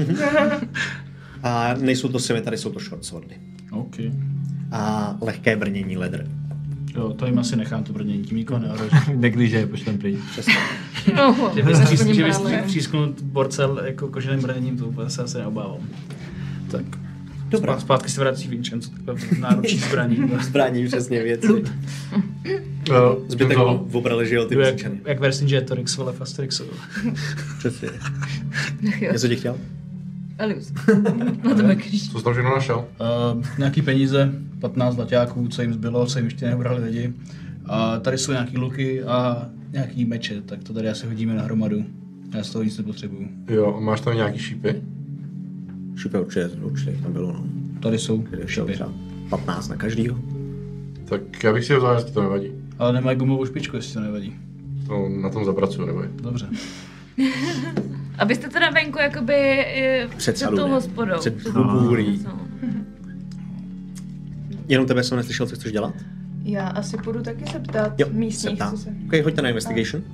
A nejsou to simi, jsou to short swordy. OK. A lehké brnění ledr. Jo, to jim asi nechám to brnění, tím nikoho neohroží. Neklíže je pošlem pryč. Přesně. No, Že bys třísk, že bys třísknul borcel jako koženým brněním, to úplně se asi neobávám. Tak. Dobrá. Zpátky se vrací Vincenzo, takhle náručí zbraní. Zbraní, přesně věci. No, Zbytek ho obrali, že jo, ty jak, příčany. jak Vercingetorix, vole, Fasterixu. Přesně. Něco ti chtěl? Elius. Na tebe kříž. Co jsi tam všechno našel? Uh, nějaký peníze, patnáct zlaťáků, co jim zbylo, co jim ještě neubrali lidi. A tady jsou nějaký luky a nějaký meče, tak to tady asi hodíme na hromadu. Já z toho nic nepotřebuju. Jo, a máš tam nějaký šípy? Šupy určitě, určitě tam bylo, no. Tady jsou šipy. patnáct na každýho. Tak já bych si ho vzal, jestli to nevadí. Ale nemají gumovou špičku, jestli to nevadí. To na tom zapracuju, neboj. Dobře. Abyste teda venku jakoby e, před, před tou hospodou. Před, před bůří. Jenom tebe jsem neslyšel, co chceš dělat? Já asi půjdu taky se ptát Jo, místních, se co se... Ok, hoďte na investigation.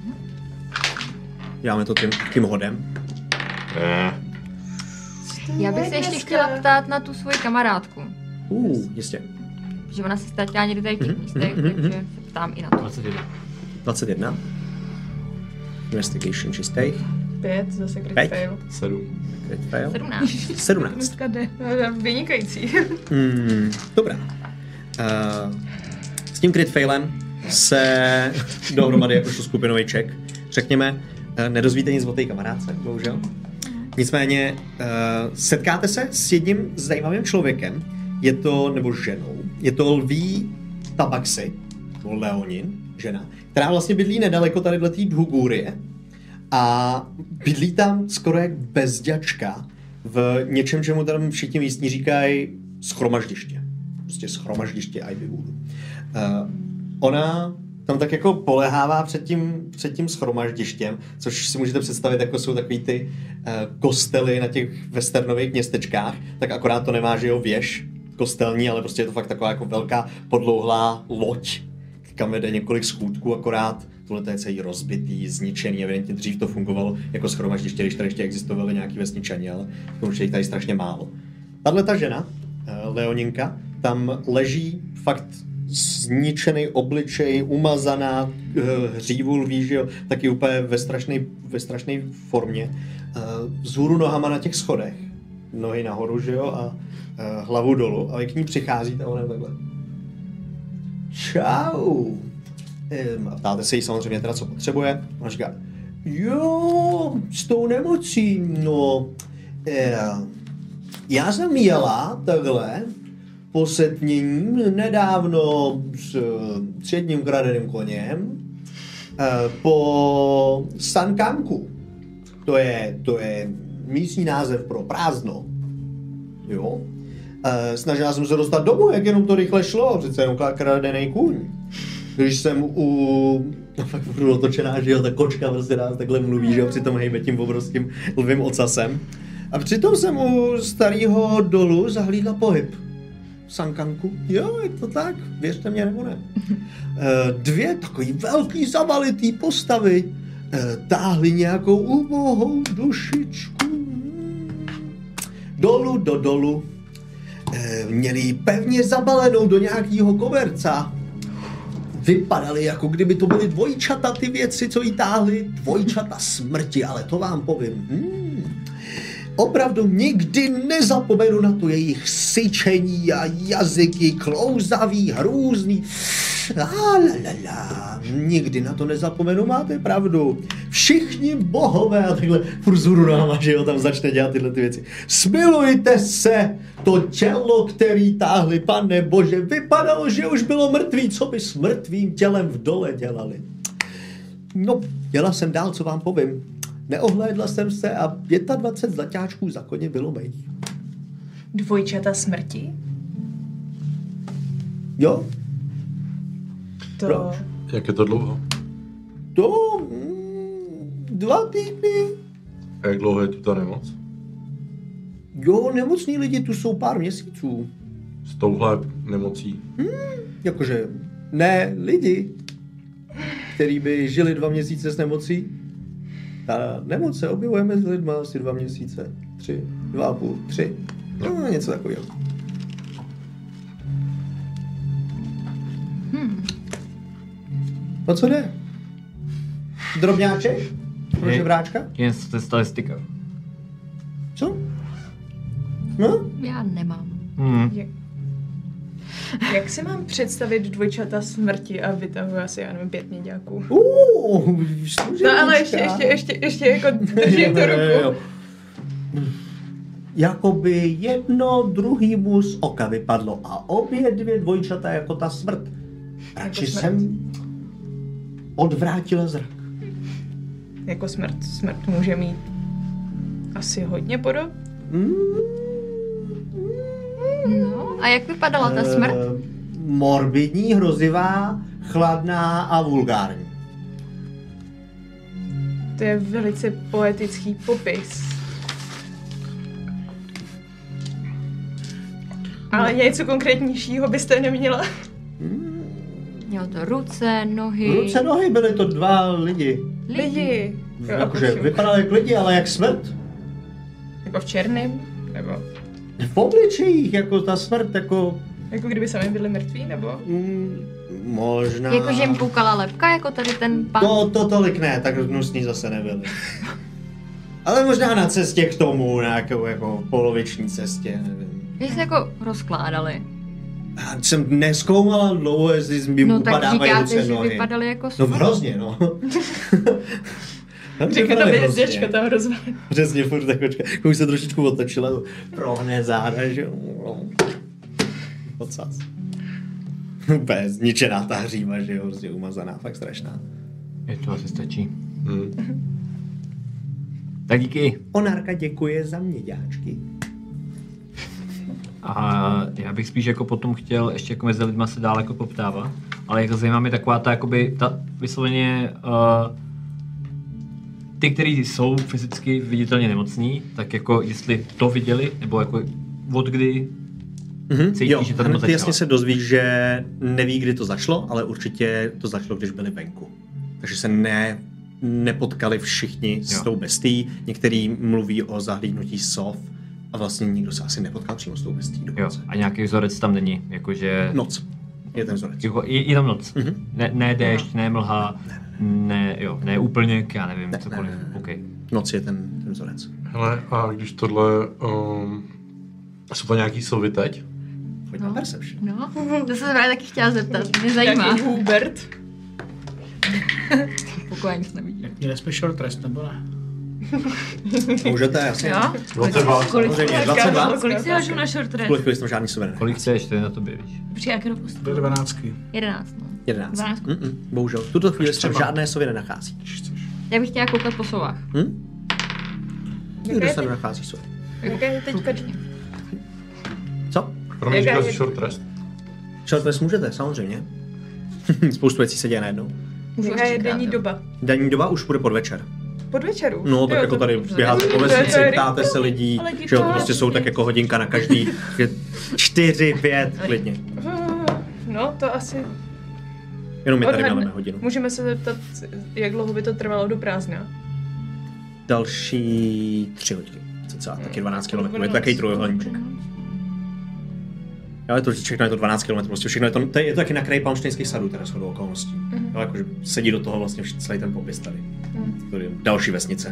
Děláme to tím, tím hodem. Ne. Já bych se ještě chtěla ptát na tu svoji kamarádku. Uh, jistě. Že ona se ztratila někdy tady v těch místech, takže se ptám i na to. dvacet jedna. dvacet jedna. Investigation čistých. Pět, zase crit Pět. fail. Sedm. Crit fail. sedmnáct. sedmnáct. Dneska jde. Vynikající. Hmm, dobrá. Uh, s tím crit failem se dohromady jakožto skupinový check, řekněme, uh, nedozvíte nic o té kamarádce, bohužel. Nicméně uh, setkáte se s jedním zajímavým člověkem, je to, nebo ženou, je to Lví Tabaxi, nebo Leonin, žena, která vlastně bydlí nedaleko tady v té Dhugúrie a bydlí tam skoro jak bezďačka v něčem, čemu tam všichni místní říkají schromaždiště. Prostě schromaždiště Ivywoodu. Uh, ona tam tak jako polehává před tím, před tím schromaždištěm, což si můžete představit, jako jsou takový ty uh, kostely na těch westernových městečkách, tak akorát to nemá, že jo, věž kostelní, ale prostě je to fakt taková jako velká podlouhlá loď, kam vede několik schůdků akorát. Tohle je celý rozbitý, zničený, evidentně dřív to fungovalo jako schromaždiště, když tady ještě existovaly nějaký vesničani, ale už je tady strašně málo. Tahle ta žena, uh, Leoninka, tam leží fakt zničený obličej, umazaná, hřívu lví, že jo, taky úplně ve strašné ve strašné formě. Vzhůru nohama na těch schodech, nohy nahoru, že jo, a hlavu dolů. A vy k ní přicházíte a ona je takhle. Čau. A ptáte se jí samozřejmě teda, co potřebuje. A říká, jo, s tou nemocí, no, já jsem jela takhle, posetněním nedávno s, s jedním kradeným koněm po Sankanku. To je, to je místní název pro prázdno. Jo? Snažila jsem se dostat domů, jak jenom to rychle šlo, přece jenom kradený kůň. Když jsem u... No fakt budu otočená, že jo, ta kočka prostě nás takhle mluví, že jo, přitom hejbe tím obrovským lvým ocasem. A přitom jsem u starého dolu zahlídla pohyb. Sankanku. Jo, je to tak, věřte mě nebo ne. Dvě takový velký zavalitý postavy táhly nějakou ubohou dušičku. Dolů do dolu. Měli ji pevně zabalenou do nějakého koberca. Vypadaly, jako kdyby to byly dvojčata ty věci, co jí táhly. Dvojčata smrti, ale to vám povím. Hmm. Opravdu nikdy nezapomenu na to jejich syčení a jazyky klouzavý, hrůzný. Alalala. Nikdy na to nezapomenu, máte pravdu. Všichni bohové a takhle furt zhůru nohama, že jo, tam začne dělat tyhle ty věci. Smilujte se, to tělo, který táhli, pane bože, vypadalo, že už bylo mrtvý, co by s mrtvým tělem v dole dělali. No, jela jsem dál, co vám povím. Neohlédla jsem se a dvacet pět zlaťáčků za koně bylo mých. Dvojčata smrti? Jo. To... Proč? Jak je to dlouho? To... Mm, dva týdny. A jak dlouho je tu ta nemoc? Jo, nemocní lidi tu jsou pár měsíců. S touhle nemocí? Hmm, jakože ne lidi, který by žili dva měsíce s nemocí. Ta nemoc se objevuje mezi lidma asi dva měsíce. Tři, dva a půl, tři. No, něco takového. Hmm. O co jde? Drobňáček? Pro žebráčka? Jen to je statistika. Co? No? Já nemám. Hmm. Jak... Jak si mám představit dvojčata smrti a vytahuji asi, já nevím, pět měďáků? Uh, No ale ještě, ještě, ještě, ještě jako držím tu ruku. Jakoby jedno druhýmu z oka vypadlo a obě dvě dvojčata jako ta smrt. Radši Jako smrt. jsem odvrátila zrak. Jako smrt. Smrt může mít asi hodně podob. Mm, No, a jak vypadala ta smrt? eh, morbidní, hrozivá, chladná a vulgární. To je velice poetický popis. Ale něco konkrétnějšího byste neměla. Mělo to ruce, nohy. Ruce, nohy, byly to dva lidi. Lidi. Jo, a Jakože prosím. vypadali jak lidi, ale jak smrt. Jako v černém? Nebo V obličejích, jako ta smrt, jako... jako kdyby sami byli mrtví, nebo? Mm, možná... Jakože jim koukala lebka, jako tady ten pan. To, to tolik ne, tak hnusný zase nebyli. Ale možná na cestě k tomu, na nějakou jako poloviční cestě, nevím. Že se jako rozkládali. Já jsem nezkoumala dlouho, jestli mi No tak upadávají říkáte, ruce, že nohy. vypadali jako No smrt. hrozně, no. Tam Říká vypadaly tam hrozně. jezděčka, tam rozvali. Přesně, furt ta kočka. Už se trošičku otočila, prohne záda, že jo. Ocas. Úplně zničená ta hříma, že jo, prostě umazaná, fakt strašná. Je to asi stačí. Hmm. Tak díky. Onárka děkuje za měďáčky. A já bych spíš jako potom chtěl ještě jako mezi lidma se dál jako poptávat, ale jako zajímá mě taková ta jakoby, ta vysloveně uh, ty, kteří jsou fyzicky viditelně nemocní, tak jako jestli to viděli, nebo jako od kdy Mm-hmm. cítí, Jo, že to hned začalo. jasně se dozví, že neví, kdy to začalo, ale určitě to začalo, když byli venku. Takže se ne, nepotkali všichni s Jo. tou bestií. Některý mluví o zahlídnutí sov a vlastně nikdo se asi nepotkal přímo s tou bestií Jo, dokonce. a nějaký vzorec tam není, jakože... Noc je ten vzorec. Jako, je, je tam noc. Mhm. Ne, ne déšť, ne mlha, ne, jo, ne úplněk, já nevím, Ne, cokoliv. ne, ne, ne. Okay. Noc je ten, ten vzorec. Hele, a když tohle... Um, jsou to nějaký sovy teď? Pojď na Perception. No, to se právě taky chtěla zeptat, mě zajímá. Jaký Hubert. Pokud nic nevidí. Jak měli jsme short rest, nebo ne? Můžete, jasně. Jo? dvacet dva. Kolik, Samozřejmě, dvacet dva. kolik si hážu na short rest? Kvůli chvíli jsem žádný suverén. Kolik chceš, to je na tobě, víš? Při jaké dopostu? Do dvanáctky. Jedenáct, no. jedenáct. dvanáct. Mm-mm, bohužel. V tuto chvíli se v žádné sově nenachází. Já bych chtěla koukat po sovách. Hm? Nikdo se nenachází sově. Jaká je teďka? Co? Pro mě Jaká říkal je- si short rest. Short rest můžete, samozřejmě. Spoustu věcí se děje najednou. Můžu Jaká je ještě denní krát, doba? Denní doba už bude podvečer. Pod večeru? No, tak Jo, jako to- tady běháte po to je vesnici, rychle. ptáte se lidí, Ale že jo, to díky. prostě jsou tak jako hodinka na každý, že čtyři, pět, klidně. No, to asi... Jenom my tady Odhadne- máme hodinu. Můžeme se zeptat, jak dlouho by to trvalo do prázdna? Další tři hodiny. Cca, taky dvanáct kilometrů. Je to takový trojuhelníček. Ale to všechno je to dvanáct kilometrů, prostě všechno je to, to je, je to taky na kraji Palmštejnských sadů, teda shodou okolností. Mhm. Jo, jakože sedí do toho vlastně vš- celý ten popis tady. Mhm. To je další vesnice.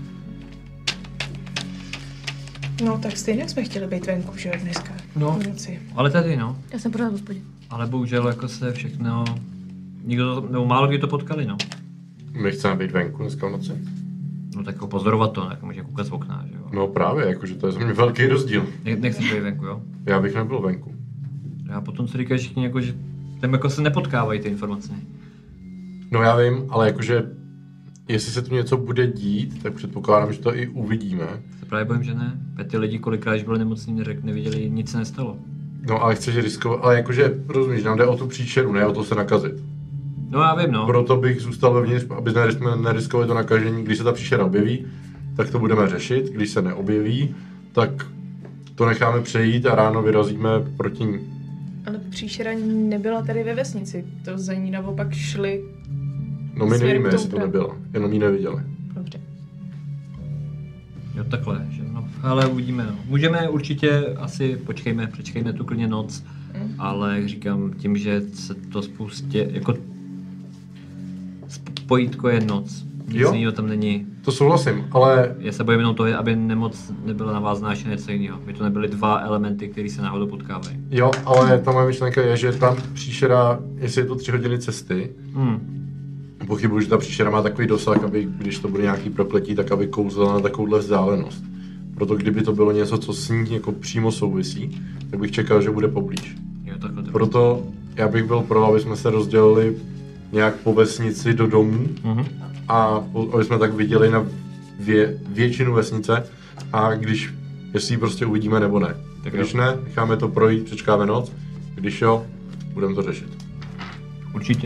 No, tak stejně jsme chtěli být venku, že jo, dneska. No. V noci. Ale tady, no. Já jsem pořád v hospodě. Ale bohužel jako se všechno... Nikdo, to- nebo málo kdy to potkali, no. My chceme být venku dneska v noci. No tak jako pozorovat to, tak může koukat z okna, že jo. No právě, jakože to je za mě velký rozdíl. Ne, nechceš být venku, jo. Já bych nebyl venku. Já potom co říkají všichni, jako, že tam jako se nepotkávají ty informace. No já vím, ale jakože jestli se tu něco bude dít, tak předpokládám, že to i uvidíme. Se právě bojím, že ne. Protože ty lidi kolikrát, když byli nemocní, neřek, neviděli, nic se nestalo. No ale chceš riskovat, ale jakože, rozumíš, nám jde o tu příšeru, ne o to se nakazit. No já vím, no. Proto bych zůstal vevnitř, aby jsme neriskovali to nakažení, když se ta příšera objeví, tak to budeme řešit, když se neobjeví, tak to necháme přejít a ráno vyrazíme proti ní. Ale příšera nebyla tady ve vesnici, to za ní naopak šli. No my Směrem nevíme, k jestli to tomu nebyla, jenom ji neviděli. Dobře. Jo, takhle, že no. Ale uvidíme, no. Můžeme určitě, asi počkejme, přečkejme tu klidně noc, Mm. ale jak říkám, tím, že se to spoustě, jako spojítko je noc. Nic Jo. jiného tam není. To souhlasím, ale Já se bojím jenom toho, aby nemoc nebyla navázaná ještě něco jiného. By to nebyly dva elementy, které se náhodou potkávají. jo, ale ta moje myšlenka je, že tam příšera, jestli je to tři hodiny cesty, Hmm. pochybuji, že ta příšera má takový dosah, aby když to bude nějaký prokletí, tak aby kouzla na takovouhle vzdálenost. Proto kdyby to bylo něco, co s ní jako přímo souvisí, tak bych čekal, že bude poblíž. Jo, takhle to. Proto já bych byl pro, aby jsme se rozdělili nějak po vesnici do domů Mhm. a po- aby jsme tak viděli na vě, většinu vesnice a když, jestli ji prostě uvidíme nebo ne. Tak Když jo. ne, necháme to projít, přečkáme noc, když jo, budeme to řešit. Určitě.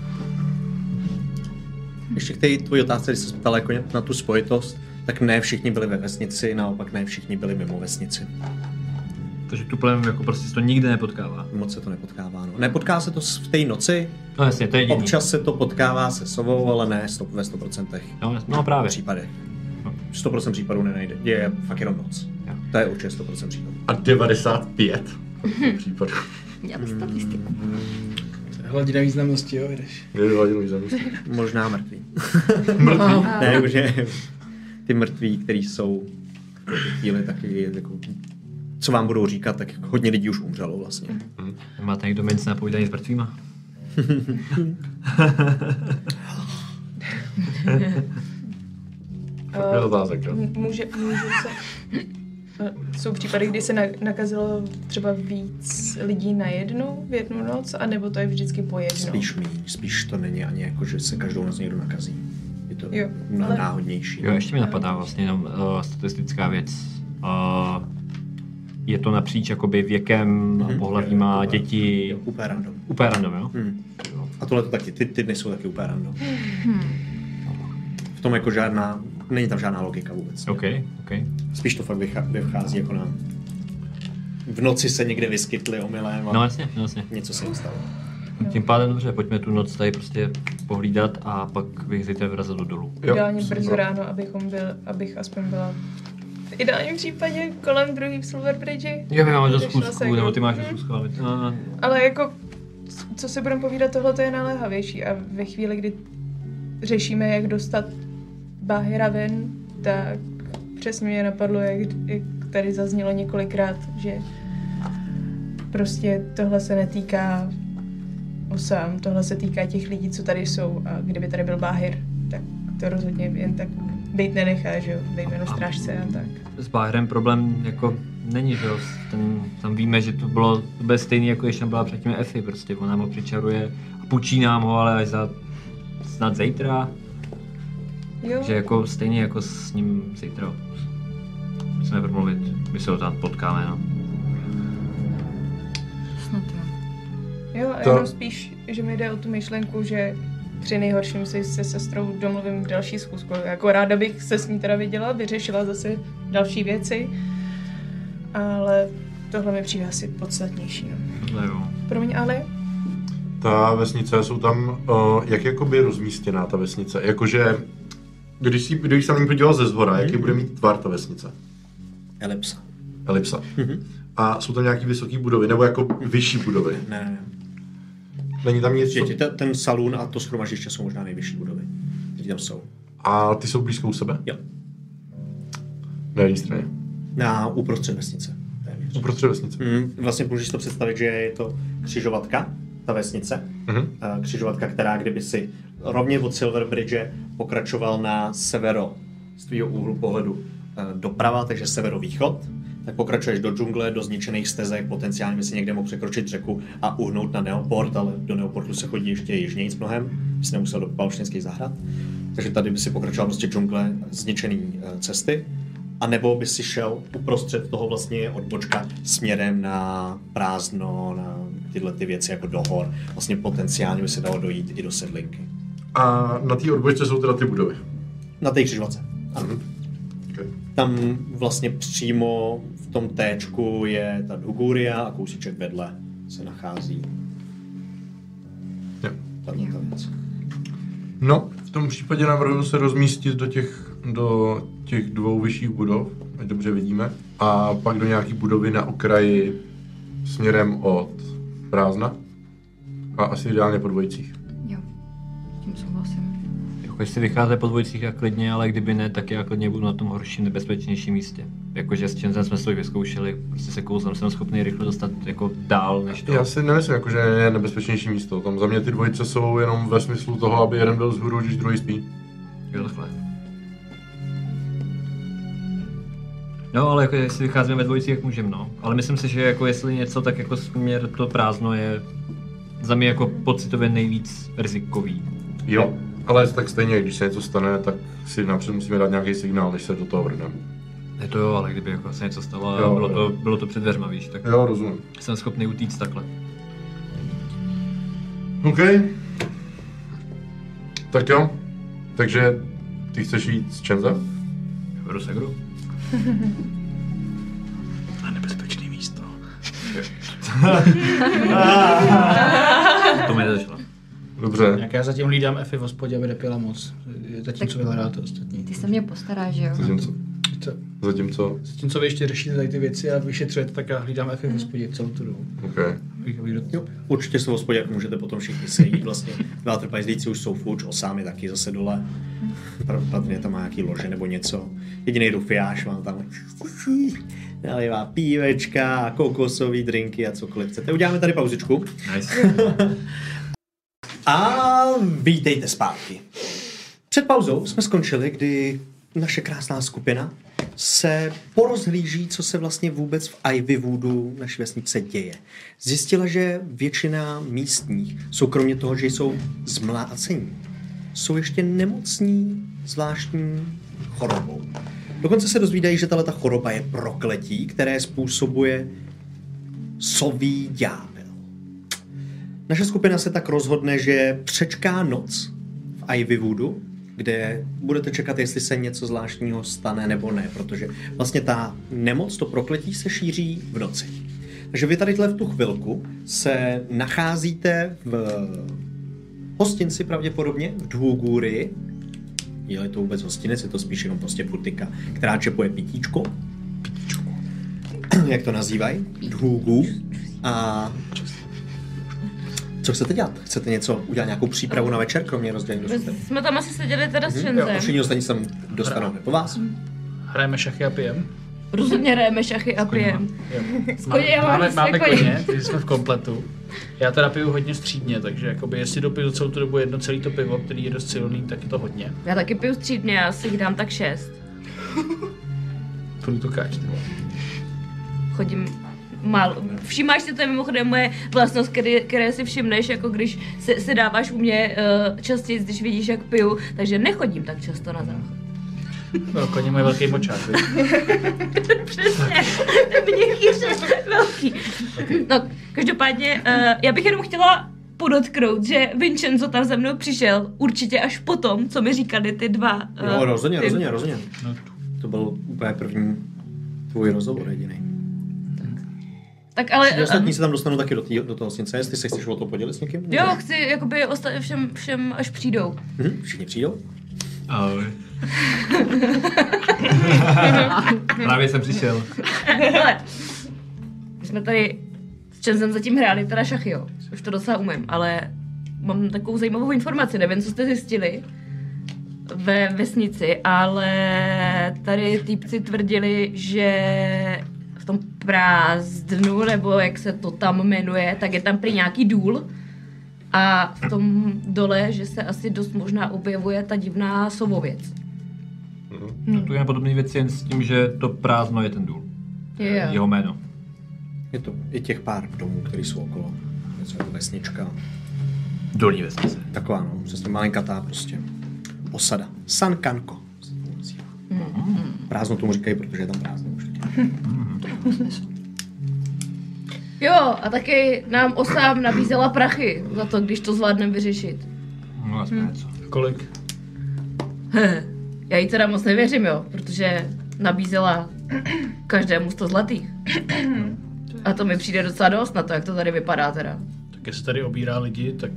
Ještě k té tvojí otázce, když jsi se ptal jako na tu spojitost, tak ne všichni byli ve vesnici, naopak ne všichni byli mimo vesnici. Takže tu plem jako prostě se to nikde nepotkává. Moc se to nepotkává. No. Nepotká se to s- v té noci, No jasně, to je jediný. občas se to potkává se sovou, ale ne sto, ve sto procent No, jas- no právě. případech. No. sto procent případů nenajde. Je fakt jenom noc. Jo. To je určitě sto procent případů. A devadesát pět případů. Dělat statistiku. Hladina významnosti, jo, jdeš. Je hladinu zamyslí. Možná mrtví. Mrtvý. ne, už je ty mrtví, kteří jsou v té chvíli taky jako, co vám budou říkat, tak hodně lidí už umřelo vlastně. Máte někdo mince na povídání s mrtvýma? Je to otázek, jo? M- Může, můžu se... Eh, Jsou případy, kdy se na, nakazilo třeba víc lidí na jednu v jednu noc, anebo to je vždycky po jedno? Spíš míň, spíš to není ani jako, že se každou noc někdo nakazí. Je to Jo, mnohem ale- náhodnější. Jo, ještě mi napadá vlastně jenom uh, statistická věc. Uh, je to napříč jakoby věkem a Mhm. pohlavíma Jo, děti. Jo, úplně random. Úplně random, jo? Hmm. A tohle to taky, ty, ty dny jsou taky úplně random. V tom jako žádná, není tam žádná logika vůbec. OK, OK. Spíš to fakt vychá- vychází jako na... V noci se někde vyskytli omylem a No jasně, no jasně. něco se jim stalo. Tím pádem dobře, pojďme tu noc tady prostě pohlídat a pak vyhřijte vrazat do dolů. Jo, Ideálně super. brzo ráno, abychom byl, abych aspoň byla v ideálním případě kolem druhý v Silverbridge. Jo, my máme do Řešila se schůzku, jako- nebo ty máš do Mhm. schůzku, ale... No, Ale jako, co si budeme povídat, tohle to je naléhavější a ve chvíli, kdy řešíme, jak dostat Báhyra ven, tak přesně mě napadlo, jak, jak tady zaznělo několikrát, že prostě tohle se netýká osám, tohle se týká těch lidí, co tady jsou a kdyby tady byl Báhyr, tak to rozhodně jen tak být nenechá, že jo, dejme na strážce a tak. S Báhrem problém jako není, že jo, ten, tam víme, že to bylo, to bylo stejný, jako když tam byla předtím Effie, prostě ona ho přičaruje a půjčí nám ho, ale až za snad zítra, Jo. že jako stejně jako s ním zítra musíme promluvit, my se ho tam potkáme, no. Snad jo. Jo, a To- jenom spíš, že mi jde o tu myšlenku, že při nejhorším si se sestrou domluvím další schůzku. Jako ráda bych se s ní teda viděla, vyřešila zase další věci, ale tohle mi přijde asi podstatnější. No. Tohle jo. Promiň, ale Ta vesnice, jsou tam, uh, jak jakoby rozmístěná ta vesnice? Jakože, když, si, když se na ní podíval ze zhora, jaký bude mít tvar ta vesnice? Elipsa. Elipsa. Mhm. A jsou tam nějaký vysoké budovy, nebo jako vyšší budovy? Ne, ne, ne. Není tam nic, Že co... ti te- ten salon a to shromaždiště jsou možná nejvyšší budovy. Ty tam jsou. A ty jsou blízko u sebe? Jo. Na jedné straně. Na uprostřed vesnice. téměř. Uprostřed vesnice. Mm, vlastně můžeš to představit, že je to křižovatka, ta vesnice. Mhm. Eh, Křižovatka, která kdyby si rovně od Silver Bridge pokračoval na severo z tvýho úhlu pohledu eh, doprava, takže severovýchod, tak pokračuješ do džungle, do zničených stezek, potenciálně by si někde mohl překročit řeku a uhnout na Neoport, ale do Neoportu se chodí ještě jižnějc mnohem, by si nemusel do Palštinských zahrad. Takže tady by si pokračoval prostě džungle, zničený eh, cesty. A nebo by si šel uprostřed toho vlastně odbočka směrem na prázdno, na tyhle ty věci jako do hor. Vlastně potenciálně by se dalo dojít i do sedlinky. A na té odbočce jsou teda ty budovy. Na té křižovatce. Ano. Mhm. Okay. Tam vlastně přímo v tom téčku je ta Duguria a kousíček vedle se nachází Jo. tato ta věc. No, v tom případě navrhuji se rozmístit do těch, do těch dvou vyšších budov, ať dobře vidíme, a pak do nějaký budovy na okraji směrem od prázdna a asi ideálně po dvojicích. Jo, s tím souhlasím. Jako jestli vychází po dvojicích, tak klidně, ale kdyby ne, tak já klidně budu na tom horším, nebezpečnějším místě. Jakože s čem jsme to vyzkoušeli, prostě se kouzlem jsem schopný rychle dostat jako dál než to. Já si nemyslím, jako, že je nebezpečnější místo. Tam za mě ty dvojice jsou jenom ve smyslu toho, aby jeden byl vzhůru, když druhý spí. Jo, takhle. No, ale jako jestli vycházíme ve dvojicích, jak můžeme, no. Ale myslím si, že jako jestli něco, tak jako směr to prázdno je za mě jako pocitově nejvíc rizikový. Jo, ale tak stejně, když se něco stane, tak si napřed musíme dát nějaký signál, než se do toho vrhneme. Je to jo, ale kdyby jako se něco stalo Jo, a bylo jo. to, bylo to před dveřma, víš, tak Jo, rozumím. jsem schopný utíct takhle. OK. Tak jo. Takže ty chceš jít z Čenza? Beru segru? Na nebezpečné místo. To mi nezašlo. Dobře. Jak já zatím hlídám Effie v hospodě, aby nepila moc. Zatímco vy hledáte ostatní. Ty se mě postaráš, že jo? Zatímco, Co? zatímco, Zatímco vy ještě řešíte tady ty věci a vyšetřujete, tak já hlídám Effie v hospodě celou tu dobu. OK. Abych ho viděl. Jo, určitě se v hospodě, jak můžete potom všichni sejít vlastně. Dva trpajzlíci už jsou fuč, osámy taky zase dole. Pravděpodobně tam má nějaký lože nebo něco. Jediný rufiáš vám tam nalivá pívečka, kokosový drinky a cokoliv chcete. Uděláme tady pauzičku. Nice. A vítejte zpátky. Před pauzou jsme skončili, kdy naše krásná skupina se porozhlíží, co se vlastně vůbec v Ivywoodu naší vesnice děje. Zjistila, že většina místních jsou kromě toho, že jsou zmlácení, jsou ještě nemocní zvláštní chorobou. Dokonce se dozvídají, že tato choroba je prokletí, které způsobuje soví ďábel. Naše skupina se tak rozhodne, že přečká noc v Ivywoodu, kde budete čekat, jestli se něco zvláštního stane nebo ne, protože vlastně ta nemoc, to prokletí se šíří v noci. Takže vy tady v tu chvilku se nacházíte v hostinci pravděpodobně, v Dhugurii. Je to vůbec hostinec, je to spíš jenom prostě butika, která čepuje pitíčko. Pitíčko. Jak to nazývají? Dhugu. A co chcete dělat? Chcete něco, udělat nějakou přípravu na večer, kromě rozdělení do skupiny? Jsme tam asi seděli teda s Jo, Čenzem. všichni ostatní se tam dostanou po vás. Hrajeme šachy a pijem. Rozhodně hrajeme šachy a pijem. S koně já mám máme, vlastně máme koně. koně, takže jsme v kompletu. Já teda piju hodně střídně, takže jakoby, jestli dopiju celou tu dobu jedno celé to pivo, který je dost silný, tak je to hodně. Já taky piju střídně, já si jich dám tak šest. Průtokáč, ty vole. Chodím málo. Všímáš si, to je mimochodem moje vlastnost, které, které si všimneš, jako když se, se dáváš u mě uh, častěji, když vidíš, jak piju, takže nechodím tak často na záchod. No, koně mají velký močák, Přesně, ten měkkýře velký. No, každopádně, uh, já bych jenom chtěla podotknout, že Vincenzo tam za mnou přišel určitě až potom, co mi říkali ty dva. Uh, Jo, rozhodně, ty... rozhodně, rozhodně. No. To byl úplně první tvůj rozhovor jediný. Tak ale... Všichni ostatní se tam dostanou taky do, tý, do toho hostince, jestli se chceš o to podělit s někým? Jo, chci jakoby osta- všem, všem až přijdou. Mhm, všichni přijdou? Ahoj. Právě jsem přišel. Hele, my jsme tady s Čenzem zatím hráli teda šachy, jo. Už to docela umím, ale mám takovou zajímavou informaci, nevím, co jste zjistili ve vesnici, ale tady týpci tvrdili, že v tom prázdnu, nebo jak se to tam jmenuje, tak je tam prý nějaký důl a v tom dole, že se asi dost možná objevuje ta divná sovověc. No, tu je podobný věc jen s tím, že to prázdno je ten důl. Jo. Jeho jméno. Je to i těch pár domů, které jsou okolo. Něco jako vesnička. Dolní vesnice. Taková, no, přesně malinkatá prostě. Osada. San Kanko se to nazývá. Mm. Prázdno tomu říkají, protože je tam prázdno určitě. Jo, a taky nám Osám nabízela prachy za to, když to zvládneme vyřešit. No aspoň hmm. něco. Kolik? Já jí teda moc nevěřím, jo, protože nabízela každému sto zlatých. A to mi přijde docela dost na to, jak to tady vypadá teda. Tak jestli tady obírá lidi, tak...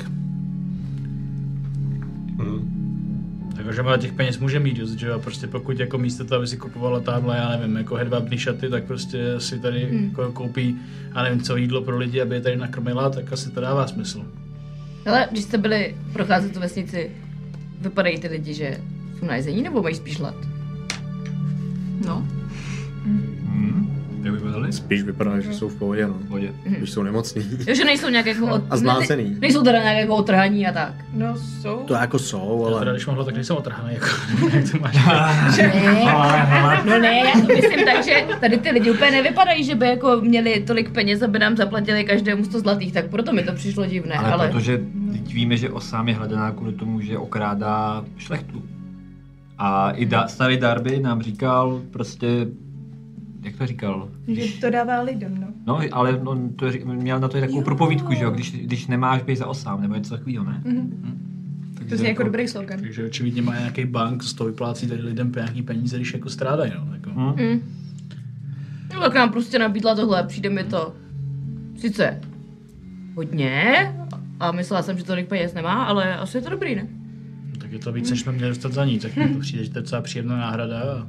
Hmm. Takže má těch peněz může mít dost, že jo? Prostě pokud jako místo toho, aby si kupovala tamhle, já nevím, jako hedvábný šaty, tak prostě si tady hmm. jako koupí, já nevím, co jídlo pro lidi, aby je tady nakrmila, tak asi to dává smysl. Hele, když jste byli procházet tu vesnici, vypadají ty lidi, že jsou na jezení, nebo mají spíš hlad? No. Hmm. Jak vypadali? Spíš vypadá, že jsou v pohodě, no. V pohodě. Když jsou nemocní. Jo, že nejsou nějak jako... Od... A zmlácený. Ne, nejsou teda nějak jako otrhaní a tak. No jsou. To jako jsou, Já teda, ale... když mohla, tak nejsem otrhaný, jako, jak to máš. Ne, no ne, já to myslím tak, že tady ty lidi úplně nevypadají, že by jako měli tolik peněz, aby nám zaplatili každému sto zlatých, tak proto mi to přišlo divné, ale, ale... protože teď víme, že Osám je hledaná kvůli tomu, že okrádá šlechtu. A i da, starý Darby nám říkal prostě, jak to říkal? Že to dává lidem, no. No, ale on to, měl na to takovou propovídku, že jo, když, když nemáš, běž za Osám, nebo něco takového, ne? Mm-hmm. To zní jako dobrý slogan. Takže očividně má nějaký bank, z toho vyplácí tady lidem nějaký peníze, když jako strádají, no. Jako. Hmm. Mm. No tak nám prostě nabídla tohle, přijde mi to sice hodně a myslela jsem, že tolik peněz nemá, ale asi je to dobrý, ne? No, tak je to víc, než jsme měli dostat za ní, tak mi to přijde, že to je docela příjemná náhrada. A...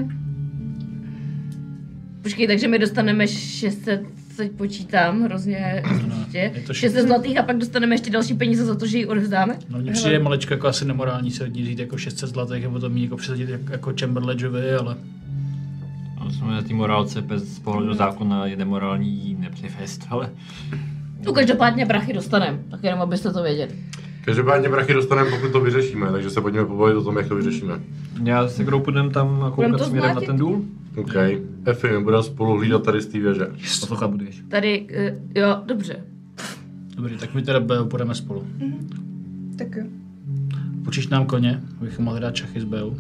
Počkej, takže my dostaneme šest set, teď počítám, hrozně ještě, je to šest set zlatých a pak dostaneme ještě další peníze za to, že ji odevzdáme? No mně přijde maličko jako asi nemorální se od ní říct jako šest set zlatých a potom jí jako přesadit jako, jako Chamberledgeovi, ale... No, jsme na té morálce bez pohledu zákona je nemorální jí nepřifest, ale... No každopádně prachy dostaneme, tak jenom abyste to věděli. Každopádně prachy dostaneme, pokud to vyřešíme, takže se pojďme pobavit o tom, jak to vyřešíme. Já se kdo půjdem tam a Budem to koukat směrem na zmlátit? ten důl? OK. Efi, my budeme spolu hlídat tady z té věže. Poslouchat budeš. Tady, uh, jo, dobře. Dobrý, tak my teda půjdeme spolu. Tak jo. Počíš nám koně, abychom mohli dát šachy s Beou.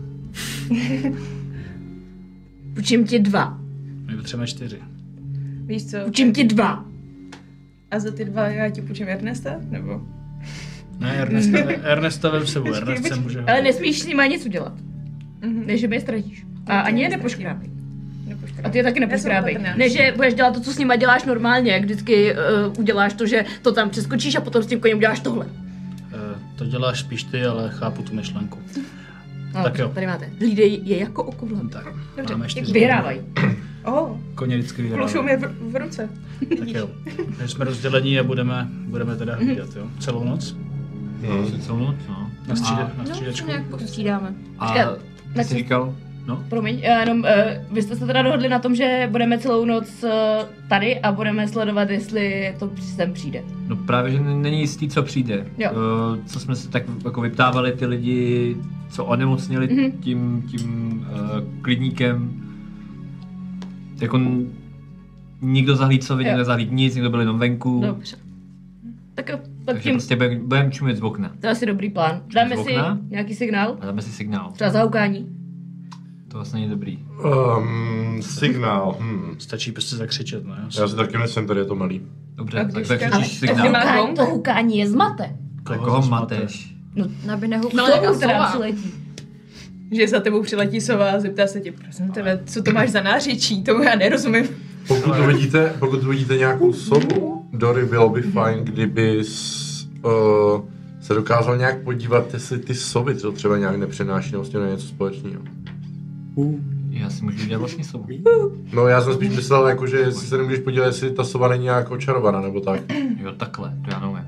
Půjčím ti dva. My potřebujeme čtyři. Víš co? Půjčím ti dva. A za ty dva já ti půjčím Ernesta? Nebo? Ne, Ernesta, Ernesta vem sebou, Počkej, Ernest se počkej. může... Ale nesmíš s nima nic udělat, Mhm. než že je ztratíš. A ani je nepoškrábej. Nepoškrábej. A ty je taky Já jsem nepoškrábej. opatrná. Ne, že budeš dělat to, co s nima děláš normálně, jak vždycky uh, uděláš to, že to tam přeskočíš a potom s tím koněm uděláš tohle. Eh, to děláš spíš ty, ale chápu tu myšlenku. No, Tak jo. Tady máte. Hlídej je jako okovlan. Tak, Dobře, máme čtyři. Vyhrávají. Oh, Koně vždycky klušou vyhrávají. mě v, v ruce. Tak jo. Takže jsme rozdělení a budeme, budeme teda hlídat, jo. Celou noc. No, asi celou noc, no. Na, stříde, A- na No, střídečku. nějak postřídáme. A Počkat, ty jsi na- říkal? No. Promiň, já jenom, uh, vy jste se teda dohodli na tom, že budeme celou noc uh, tady a budeme sledovat, jestli to sem přijde. No právě, že n- není jistý, co přijde. Jo. Uh, co jsme se tak jako vyptávali ty lidi, co onemocnili Mhm. tím, tím uh, klidníkem. Jako n- nikdo zahlídcovi, Jo. někdo zahlíd nic, někdo byl jenom venku. Dobře. Tak jo, tak Takže tím, prostě budeme budem čumět z okna. to je asi dobrý plán. Dáme z si okna? nějaký signál? A dáme si signál. Třeba zahoukání. To vlastně není dobrý. Um, signál. Hmm. Stačí prostě zakřičet, ne? Já si taky myslím, tady je to malý. Dobře, A tak když zakřičíš Ale signál. to nemá houkání, gong? to houkání je zmate. Koho, koho mateš? No, aby No, nehoupala to nějaká teda sova. přiletí. Že za tebou přiletí sova a zeptá se tě, prosím tebe, co to máš za nářečí, tomu já nerozumím. Pokud uvidíte, pokud uvidíte nějakou sovu, Dory, bylo by fajn, kdyby uh, se dokázal nějak podívat, jestli ty sovy to třeba nějak nepřenáší nebo s tím na něco společného. Já si můžu udělat vlastní sovu. No já jsem spíš myslel, jako, že jestli se nemůžeš podívat, jestli ta sova není nějak očarovaná nebo tak. Jo, takhle, to já nevím.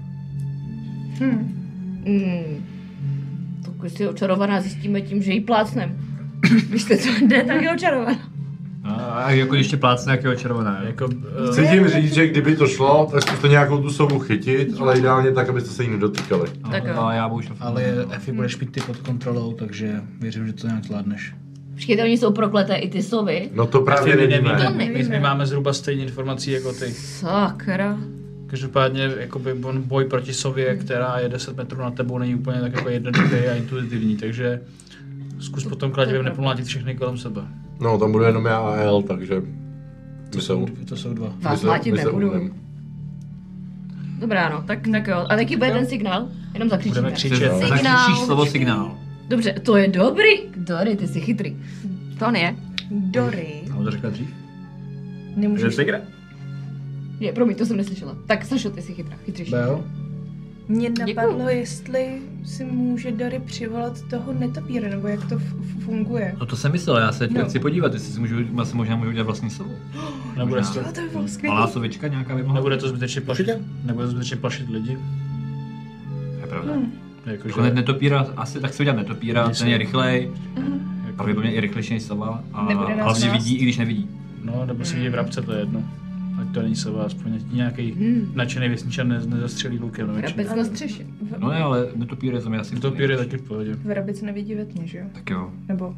Hmm. Pokud jsi očarovaná, zjistíme tím, že jí plácnem. Víš, to jde, tak je očarovaná. A jako když tě plácne, jak je očarovaná. Jako, uh, Chci tím říct, že kdyby to šlo, tak zkuste nějakou tu sovu chytit, ale ideálně tak, abyste se jí nedotýkali. No, Tak jo. no, já budu šel. ale Efi budeš mít ty pod kontrolou, takže věřím, že to nějak zvládneš. Počkejte, oni jsou prokleté i ty sovy. No to právě Efi, my nevíme. nevíme. nevíme. My, my máme zhruba stejné informací jako ty. Sakra. Každopádně jakoby on boj proti sově, která je deset metrů nad tebou, není úplně tak jako jednoduchý a intuitivní, takže zkus potom kladivem nepomlátit všechny kolem sebe. No tam bude jenom já a El, takže my se, To jsou dva. Vás se- mlátit my se nebudu. umím. Dobrá, no, tak, tak jo. A taky bude ten signál? Jenom zakřičíme. Budeme křičet. Zakřičíš slovo signál. Dobře, to je dobrý. Dory, ty jsi chytrý. To ne. Dory, No to řekla dřív. nemůžeš... Sigra. Je, promiň, to jsem neslyšela. Tak Sašo, ty jsi chytrá, chytřejší. Bel? Mě Děkuju. napadlo, jestli si může Dory přivolat toho netopíra, nebo jak to f- funguje. No to jsem myslel, já se teďka No. chci podívat, jestli si můžu, já si možná můžu udělat vlastní sovu. Nebude Možná. to, Jo, to by bylo skvělé. Malá sovička nějaká by mohla. nebude to zbytečně plašit, Určitě. nebude to zbytečně plašit lidi. Je pravda. Jakože, Jako net- netopíra, asi tak si udělám netopíra, ten je rychlej, jako, pravděpodobně i rychlejší než sova a Nebude nás hlavně mást. vidí, i když nevidí. no, nebo si vidí vrabce, to je jedno. Ať to není sova, aspoň ať nějaký Hmm. nadšený věsničan ne, nezastřelí lukem. No, Vrabec na střeše. No ne, ale netopír je za mě asi to pír je taky v pohodě. Vrabec nevidí ve tmě, že jo? Tak jo. Nebo...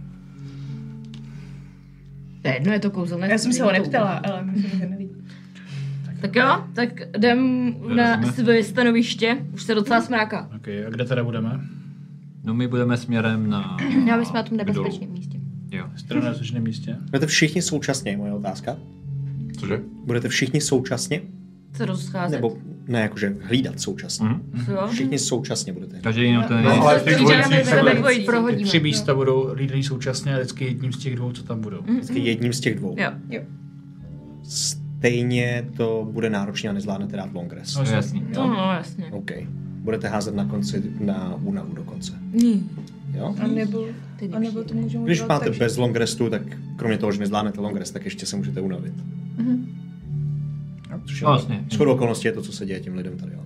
To je jedno, je to kouzelné. Já jsem se ho neptala, ale myslím, že nevidí. Tak jo, tak jdem na Jdeme. své stanoviště. Už se docela smráká. Ok, a kde teda budeme? No my budeme směrem na... Já jsme na tom k dolu. nebezpečném místě. Jo. Strana na bezpečném místě. Budete všichni současně, moje otázka. Cože? Budete všichni současně? Se rozcházet. Nebo ne, jakože hlídat současně. Mhm. Jo? Všichni současně budete. Každý jenom ten... No, ale v těch Střídáme dvojicích se se ve bude- dvojicích. Prohodíme. Tři místa budou lídrý současně a vždycky jedním z těch dvou, co tam budou. Vždycky jedním z těch dvou. Jo. Jo. Stejně to bude náročné a nezvládnete dát long rest. To je jasný. No, no, jasně. OK. Budete házet na konci na únavu dokonce. Ní. Jo? A nebo, Teď a nebo to můžeme Když udělat máte tak, že- bez long restu, tak kromě toho, že nezvládnete long rest, tak ještě se můžete unavit. Což je No, vlastně. shodou okolností je to, co se děje těm lidem tady. Jo.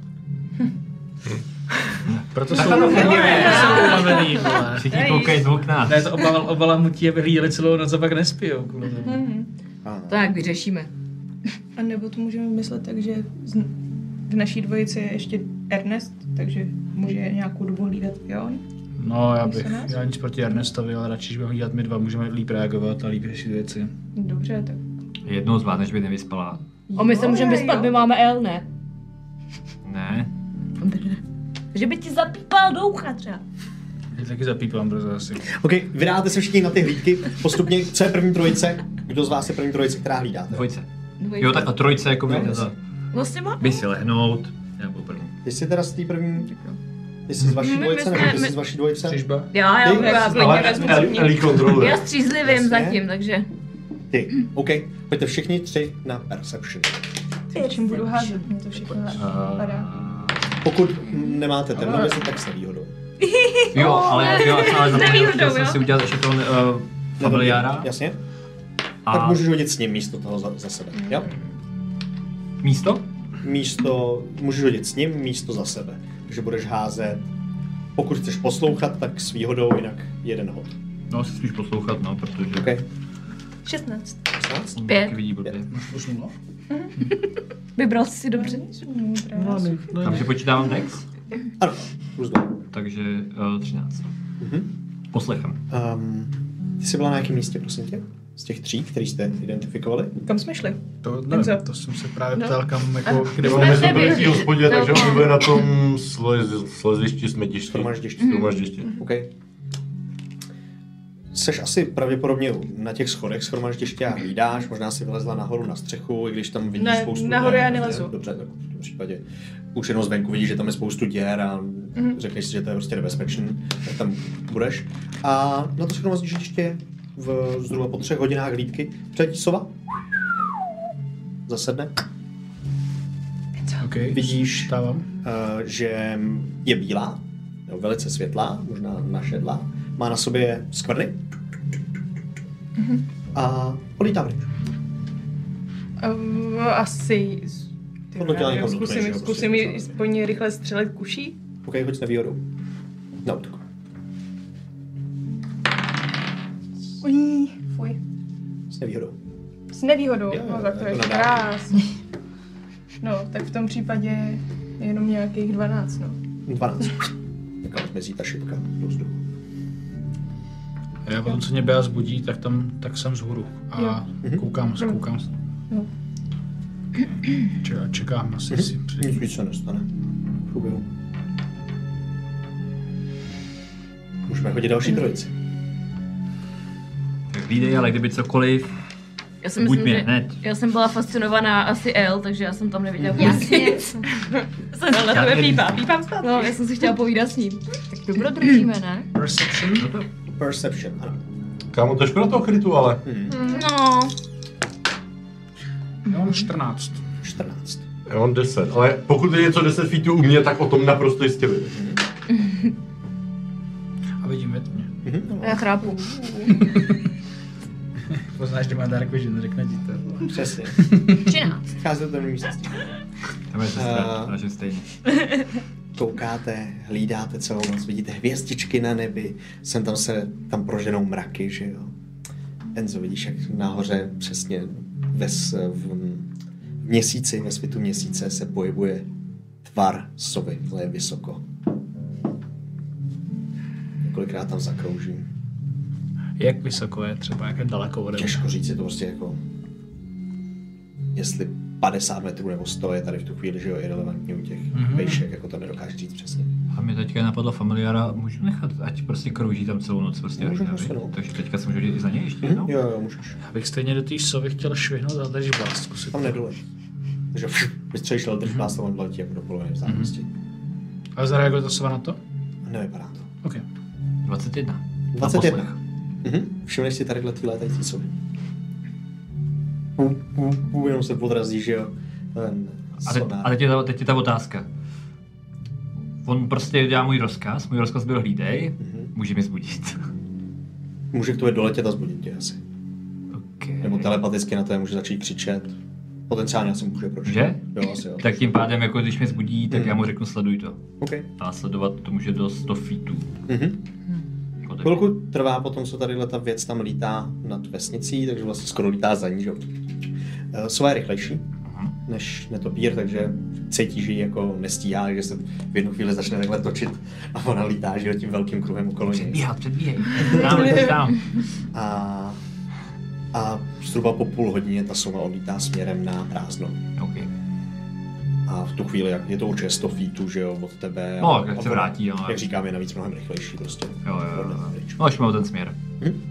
Proto jsou unavený, vole. Všichni koukají z okna. Ne, to obal, obalamutí je vyhlídali celou noc a pak nespijou. kvůli tomu. Mhm. Ano. To jak vyřešíme. A nebo to můžeme myslet tak, že z- v naší dvojici je ještě Ernest, takže může nějakou dobu hlídat i on. No, já Místo bych, nás? já nic proti Ernestovi, ale radši, že budeme hlídat my dva, můžeme líp reagovat a líp řešit věci. Dobře, tak. Jednou zvládneš, by nevyspala. O, my se Jo, můžeme jo. vyspat, my máme L, ne? Ne? Že by ti zapípal do ucha třeba. Já taky zapípám brzo asi. OK, vydáte se všichni na ty hlídky. Postupně, co je první trojice? Kdo z vás je první trojice, která hlídáte? Dvojce. Dvojka. Jo, tak a trojce, jako by... No, za- Vlastně má? By si lehnout. Já budu první. Ty jsi teda z té první... Ty jsi z vaší My- dvojice, my nebo jsme- ty jsi z vaší dvojice? Střižba? Jo, já, Ty? já, Ale- klidně Ale vezmu Eli- první. Eli kontroluje. Já střízlivým Jasně. zatím, takže... Ty, OK. Pojďte všichni tři na perception. Čím budu házet, mě to všechno napadá. Pokud nemáte termovizi, tak s nevýhodou. Jo, ale, jo, ale zapomněl, nevýhodou, chtěl jsem jo. si udělat ještě toho uh, familiára. Jasně? A Tak můžeš hodit s ním místo toho za, za sebe. Jo? místo? Místo, můžeš hodit s ním místo za sebe. Takže budeš házet, pokud chceš poslouchat, tak s výhodou, jinak jeden hod. No, si spíš poslouchat, no, protože... Okay. šestnáct. šestnáct? Pět. Taky vidí blbě. Plus nula? Vybral jsi si dobře. Takže počítám Dex, Ano, plus dva. takže uh, třináct. Mhm. Poslechem. Um, ty jsi byla na jakém místě, prosím tě? Z těch tří, který jste identifikovali? Kam jsme šli? To nevím, to jsem se právě ptal, kam, jako, kde No, máme. my jsme byli v té No, hospodě, takže no. oni byli na tom slez- slezišti, smetišti. Shromaždišti. Shromaždišti. OK. Seš asi pravděpodobně na těch schodech shromaždiště a hlídáš, možná si vylezla nahoru na střechu, i když tam vidíš Ne, spoustu nahoru děr. já nelezu. Dobře, tak v tom případě už jenom zvenku vidíš, že tam je spoustu děr a mm. řekneš si, že to je prostě nebezpečný, tak tam budeš. A na to shromaždiště v zhruba po třech hodinách hlídky přiletí sova, zasedne. Okay, Vidíš, Stávám. uh, že je bílá, jo, velice světlá, možná našedlá, má na sobě skvrny mm-hmm. a polítá pryč. Um, asi... Ty Podle těla vole, někam zkusím, dotkneš, jo, zkusím prostě ji něco. aspoň rychle střelit kuší. OK, hoď s nevýhodou. Na útok. Ují, fuj. S nevýhodou. S nevýhodou, Jo, jo, no tak to je jako na krásný. No, tak v tom případě je jenom nějakých dvanáct, no. dvanáct. Jaká zmizí ta šipka do vzduchu. A já potom, co mě Bea zbudí, tak tam, tak jsem vzhůru. A Jo. koukám, koukám. Jo. Čekám, čekám, asi si Nic přijde. víc se nestane. V průběhu. Můžeme chodit další trojici. Tak hlídej, ale kdyby cokoliv, Já si buď myslím, mě že hned. já jsem byla fascinovaná asi El, takže já jsem tam neviděla Jasně. nic. jsem Ale na tebe pípá, pípám zpátky. No, já jsem si chtěla povídat s ním. Tak dobrodružíme, ne? Perception? Perception, ano. Kámo, to je škoda toho krytu, ale... No, Já mám čtrnáct. čtrnáct. Já mám deset, ale pokud je něco deset feetů u mě, tak o tom naprosto jistě vím. A vidím ve tmě. Mhm. já chrápu. Poznáš, že má Dark Vision, řekne ti to. Přesně. třináct. Vcházíte do temné místnosti. Tam je sestra, Uh. takže stejně. Koukáte, hlídáte celou noc, vidíte hvězdičky na nebi, sem tam se tam proženou mraky, že jo. Enzo, vidíš, jak nahoře přesně ve, s- v, v měsíci, ve svitu měsíce se pohybuje tvar sovy, ale je vysoko. Několikrát tam zakrouží. Jak vysoko je třeba, jak je daleko ode mě? Těžko říct, je to prostě jako, jestli padesát metrů nebo sto je tady v tu chvíli, že jo, irrelevantní u těch Mhm. vejšek, jako to nedokáže říct přesně. A mě teďka napadlo familiára, můžu nechat, ať prostě krouží tam celou noc prostě. Můžeš až asi, tady. no. Takže teďka se můžu jít i za něj ještě Mhm. jednou? Jo, jo, můžeš. Já bych stejně do té sovy chtěl švihnout a drží blast zkusit. Tam nedoleží. Takže vystřelíš letr, mm-hmm. tam letí jako do poloviny vzdálenosti. Ale zareaguje to sova na to? Nevypadá to. OK. dvacet jedna. dvacet jedna. Na Mhm. Všimneš si tady ty létající sovy. Pum, pum, pum, jenom se podrazí, že jo. Ten A teď, sonár. a teď, je ta, teď je ta otázka. On prostě dělá můj rozkaz, můj rozkaz byl hlídej, Mhm. může mě zbudit. Může k tobě doletět a zbudit tě asi. Okay. Nebo telepaticky na to může začít křičet. Potenciálně asi může, proč? Že? Jo, asi jo. Tak tím pádem, jako když mě zbudí, tak Mhm. já mu řeknu sleduj to. OK. A sledovat to může do sto feetů. Mhm. Jako tak. Chvilku trvá potom, co tady ta věc tam lítá nad vesnicí, takže vlastně skoro lítá za ní, že jo. Eh, Sova je rychlejší Mhm. než netopír, takže cítí, že ji jako nestíhá, že se v jednu chvíli začne takhle točit a ona lítá, že jo, tím velkým kruhem okolo něj. Předbíhat, předbíhej. Tam, teď tam. A, a zhruba po půl hodině ta sova odlítá směrem na prázdno. Okay. A v tu chvíli, jak je to určitě sto feetů, že jo, od tebe. No, a- jak a se to, vrátí, ale- Jak říkám, je navíc mnohem rychlejší prostě. Jo, jo, jo, Odletá jo. pryč. No, až měl ten směr. Hm?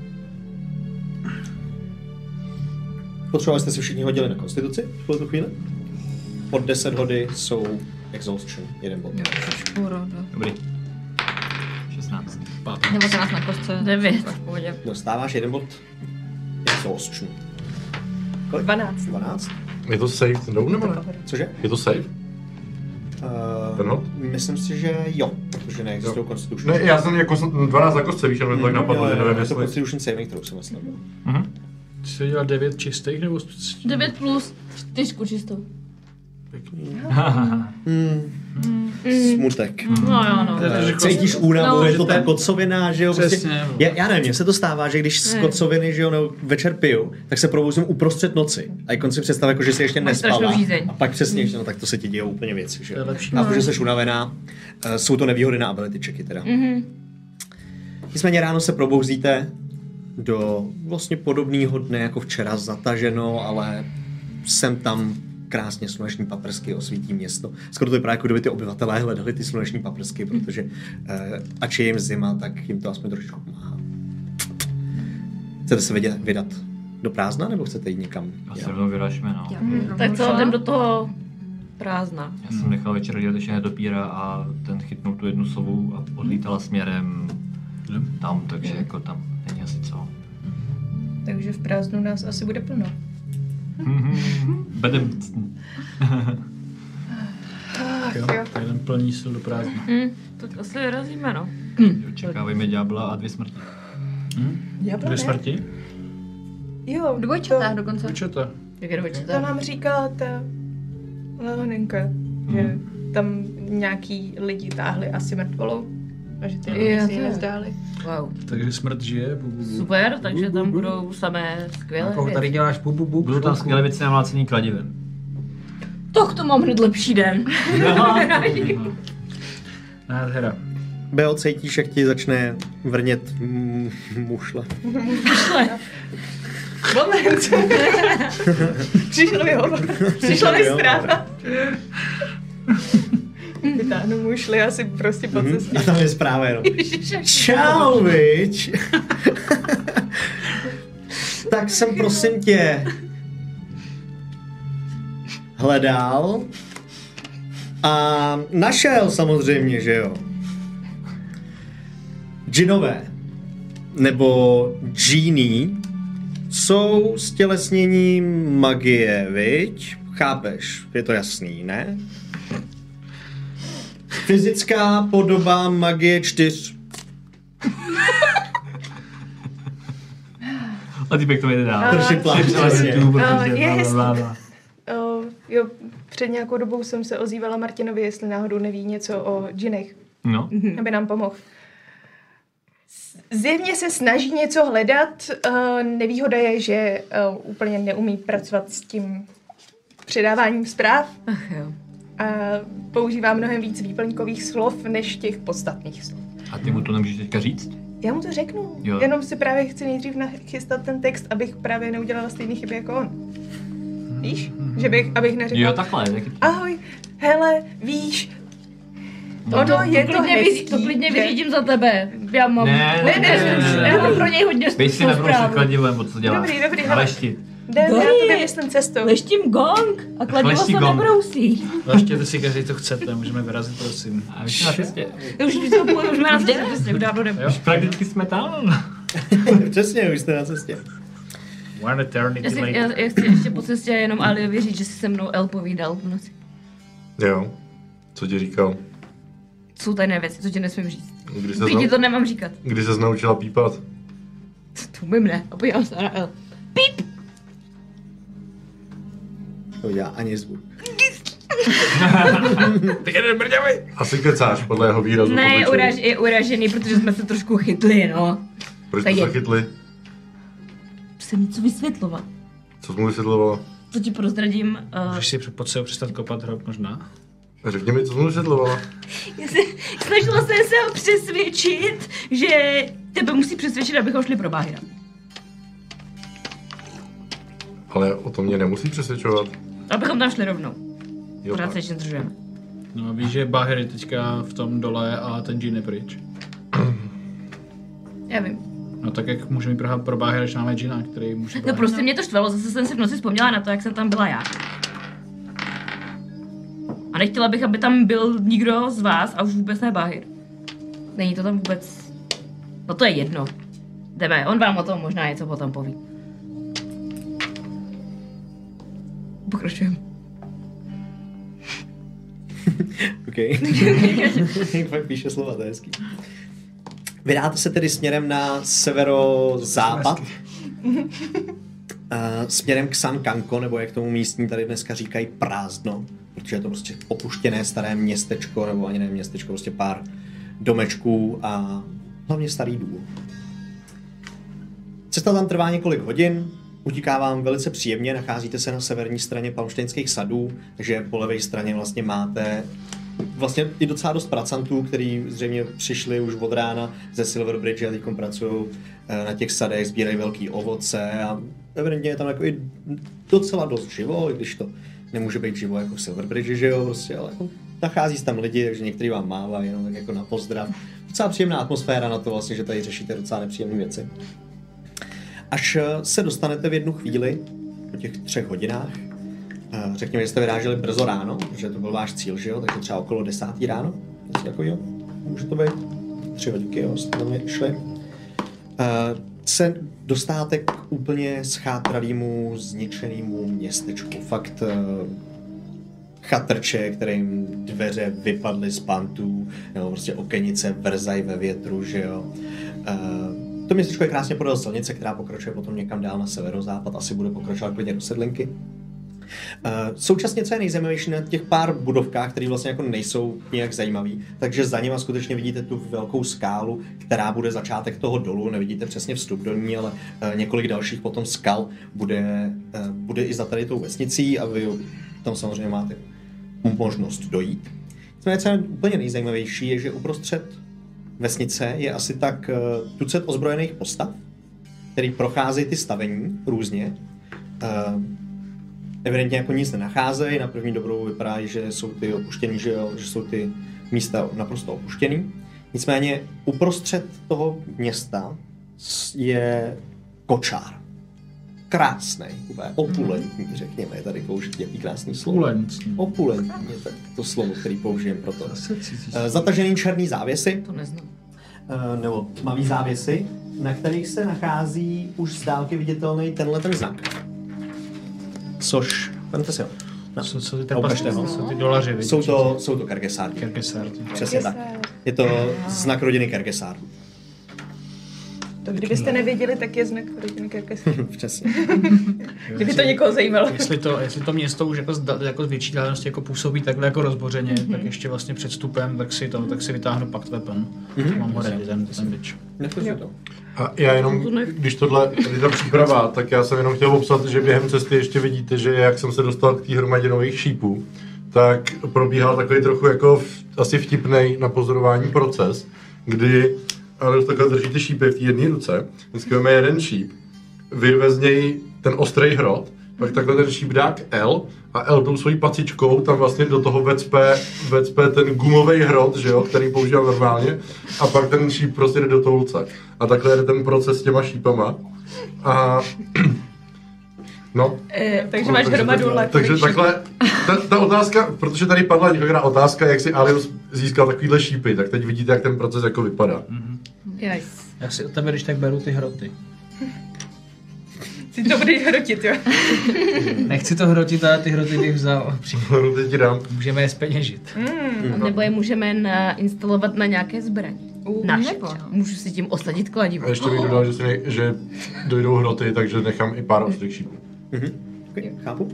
Potřebovali jste si všichni hodili na konstituci v tuto chvíli? Od deset hody jsou exhaustion, jeden bod. Jo, škůro, no. Dobrý. šestnáct. Nebo se nás na kostce. Devět. Tak v pohodě. Dostáváš jeden bod exhaustion. Kolik? dvanáct. dvanáct? Je to save throw nebo ne? Cože? Je to save? Uh, Ten hod? myslím si, že jo, protože neexistují constitution. Ne, já jsem jako jsem dvanáct za kostce, víš, jenom tak napadlo, jo, že jo, nevím, je to jestli... constitution saving throw, jsem myslel. Mhm. Ty jsi dělal devět čistých nebo... devět plus čtyřku čistou. Pěkný. Mm. Mm. Smutek. No jo, no. Uh, cítíš únavu, No. je to ta kocovina, že jo? Prostě, Přesně. já, já nevím, mně se to stává, že když z Ne. kocoviny, že jo, no, večer piju, tak se probouzím uprostřed noci. A jako si představ, jako, že si ještě Máš nespala. strašnou žízeň. A pak přesně, že no, tak to se ti dějou úplně věci, že To jo? je lepší. Chápu, že jsi unavená. Uh, jsou to nevýhody na ability checky teda. Mhm. Nicméně ráno se probouzíte do vlastně podobného dne jako včera, zataženo, ale sem tam krásně sluneční paprsky osvítí město. Skoro to vypadá, jako kdyby ty obyvatelé hledali ty sluneční paprsky, protože eh, ač je jim zima, tak jim to aspoň trošičku pomáhá. Chcete se vydat, vydat do prázdna, nebo chcete jít někam? Asi rovnou vyražme, no. Já bych rovnou Tak co, šla. jdem do toho prázdna. Já jsem nechal večer dělat ještě netopíra a ten chytnul tu jednu sovu a odlítala směrem tam, takže jako tam není asi co. Takže v prázdnu nás asi bude plno. Bedem. Ach, Jo, jo. tak jdem plní sil do prázdna. Hm, tak asi vyrazíme, no. Očekávejme ďábla a dvě smrti. Hm? Ďábla Dvě ne? smrti? Jo, Dvojčatá to, dokonce. Určitě. Jak je to dvojčata? nám říkala ta Lehoninka, že tam nějaký lidi táhli asi mrtvolou a že ty lidi Jo, si ji to je. nezdáli. Wow. Takže smrt žije. Bu, bu, bu. Super, takže tam budou samé skvělé Jako věci. tady děláš bu, bu, bu, Budou tam skvělé věci namlácený kladivem. Tak to mám hned lepší den. Nádhera. Beo, cítíš, jak ti začne vrnět mm, mušle. Moment! Přišel mi hovor. Přišla mi Jo, zpráva. Vytáhnu mu šli asi prostě po cestě. A tam je zpráva jenom. Čau, vič. Tak jsem prosím tě hledal a našel samozřejmě, že jo. Džinové nebo džíní jsou stělesněním magie, viď? Chápeš? Je to jasný, ne? Fyzická podoba magie čtyř. A týpek to jde dál. Držím plán, přesně. Oh, yes. Oh, jo, před nějakou dobou jsem se ozývala Martinovi, jestli náhodou neví něco o džinech, No. aby nám pomohl. Zjevně se snaží něco hledat. Uh, nevýhoda je, že uh, úplně neumí pracovat s tím předáváním zpráv Ach jo. a používá mnohem víc výplňkových slov než těch podstatných slov. A ty mu to nemůžeš teďka říct? Já mu to řeknu, Jo. jenom si právě chci nejdřív nachystat ten text, abych právě neudělala stejné chyby jako on. Víš? Že bych, abych neřekla, Jo, takhle. taky- ahoj, hele, víš, No. ono je to klidně, hezký, vyří, to klidně že- vyřídím za tebe. Já mám Ne, hodně, ne, ne, ne, ne. já mám pro něj hodně Bej si stručnou nebrousit zprávu. kladivo, nebo co děláš? Dobrý, dobrý, Na hele. leštit. Jdem, já Dobrý. to vymyslím cestou. Leštím gong a kladivo Leští se gong. nebrousí. Zaštěte si každý to chcete, můžeme vyrazit, prosím. A už jsme na cestě. Už už jsme už jsme na cestě, prostě už dávno jdeme. Už prakticky jsme tam. Přesně, už jste na cestě. One Já, eternity si, later. já, já chci ještě po cestě jenom Aliovi říct, že si se mnou El povídal v noci. Jo. Co ti říkal? Jsou tajné věci, co ti nesmím říct. Kdy se, Byť ti zna... to nemám říkat. Kdy se naučila pípat? To umím ne. A podívám se na El. Píp! To dělá ani zvuk. Ty jeden brďavej! Asi kecáš podle jeho výrazu. Ne, je, obličeje. uraž, je uražený, protože jsme se trošku chytli, no. Proč tak to je- se chytli? Jsem něco vysvětlovat. Co jsi mu vysvětlovala? Co ti prozradím? Uh, Můžeš si pod sebou přestat kopat hrob možná? Řekni mi, co jsi mu vysvětlovala? já se, snažila jsem se ho přesvědčit, že tebe musí přesvědčit, abychom šli pro Báhira. Ale o tom mě nemusí přesvědčovat. Abychom tam šli rovnou. Jo, Pořád tak. se ještě zdržujeme. No a víš, že Bahir je teďka v tom dole a ten džin je pryč. Já vím. No tak jak můžeme prohrát pro Bahira, když máme džina, který může No prostě mě to štvalo, zase jsem si v noci vzpomněla na to, jak jsem tam byla já. A nechtěla bych, aby tam byl nikdo z vás a už vůbec ne Báhir. Není to tam vůbec... No to je jedno. Jdeme, on vám o tom možná něco potom poví. Pokračujeme. OK. Fakt píše slova, to je hezký. Vydáte se tedy směrem na severozápad. směrem k San Kanko, nebo jak tomu místní tady dneska říkají prázdno, protože je to prostě opuštěné staré městečko, nebo ani ne městečko, prostě pár domečků a hlavně starý důl. Cesta tam trvá několik hodin, utíká vám velice příjemně, nacházíte se na severní straně Palmštejnských sadů, takže po levé straně vlastně máte vlastně i docela dost pracantů, kteří zřejmě přišli už od rána ze Silverbridge a teď pracují na těch sadech, sbírají velký ovoce a evidentně je tam jako i docela dost živo, i když to nemůže být živo jako v Silverbridge, že jo, prostě, ale jako nachází se tam lidi, takže někteří vám mávají jenom tak jako na pozdrav. Docela příjemná atmosféra na to vlastně, že tady řešíte docela nepříjemné věci. Až se dostanete v jednu chvíli, po těch třech hodinách, řekněme, že jste vyráželi brzo ráno, protože to byl váš cíl, že jo, takže třeba okolo desátý ráno, jestli jako jo, může to být tři hodinky, jo, jste tam šli. Se dostáte k úplně schátralému, zničenému městečku. Fakt chatrče, kterým dveře vypadly z pantů, nebo prostě okenice vrzají ve větru, že jo. To městečko je krásně podél silnice, která pokračuje potom někam dál na severozápad, asi bude pokračovat klidně do Sedlinky. Uh, současně, co je nejzajímavější na těch pár budovkách, které vlastně jako nejsou nějak zajímavý, takže za nima skutečně vidíte tu velkou skálu, která bude začátek toho dolu, nevidíte přesně vstup do ní, ale uh, několik dalších potom skal bude, uh, bude i za tady tou vesnicí a vy tam samozřejmě máte možnost dojít. Co je úplně nejzajímavější, je, že uprostřed vesnice je asi tak uh, tucet ozbrojených postav, který procházejí ty stavení různě. Uh, Evidentně jako nic nenacházejí, na první dobrou vypadá, že jsou ty opuštěný, že, jo, že jsou ty místa naprosto opuštěný. Nicméně uprostřed toho města je kočár. Krásný, úplně opulentní, řekněme, je tady použít jaký krásný slovo. Opulentní. Opulentní je tak to slovo, který použijem pro to. Zatažený černý závěsy. To neznám. Nebo tmavý závěsy, na kterých se nachází už z dálky viditelný tenhle ten znak. Což, vemte si ho. No. Co, co ty trpačte, no? Jsou ty dolaři, vidíš? Jsou to, jsou to Kergesárdi. Kergesárdi. Přesně tak. Je to znak rodiny Kergesárdu. To kdybyste nevěděli, tak je znak rodiny Kergesárdu. Přesně. Kdyby to někoho zajímalo. Jestli to, jestli to město už jako z, jako z větší dálnosti jako působí takhle jako rozbořeně, mm-hmm. tak ještě vlastně před vstupem, tak si, to, tak si vytáhnu Pact Weapon. Mm-hmm. Mám ho ready, ten, ten bič. to. A já jenom, když tohle, tady ta příprava, tak já jsem jenom chtěl popsat, že během cesty ještě vidíte, že jak jsem se dostal k té hromadě nových šípů, tak probíhal takový trochu jako v, asi vtipnej na pozorování proces, kdy ale takhle držíte šípy v té jedné ruce, vždycky máme jeden šíp, vyrve z něj ten ostrý hrot, pak takhle ten šíp dá k L a L tou svojí pacičkou tam vlastně do toho vecpe, vecpe ten gumový hrot, že jo, který používám normálně, a pak ten šíp prostě jde do toulce. A takhle jde ten proces s těma šípama. A no. E, takže máš hromadu let. Takže takhle, ta, ta otázka, protože tady padla několikrát otázka, jak si Alius získal takovýhle šípy, tak teď vidíte, jak ten proces jako vypadá. Mm-hmm. Yes. Já si od tebe, když tak beru ty hroty. Ty to budeš hrotit, jo? Nechci to hrotit, ale ty hroty bych vzal. Hroty ti dám. Můžeme je zpeněžit. Mm. Nebo je můžeme nainstalovat na nějaké zbraně. Uh, Naše. nebo. Můžu si tím osadit kladivo. A ještě bych dodal, že, si ne, že dojdou hroty, takže nechám i pár ostrých šípů. Mhm. Okay, chápu.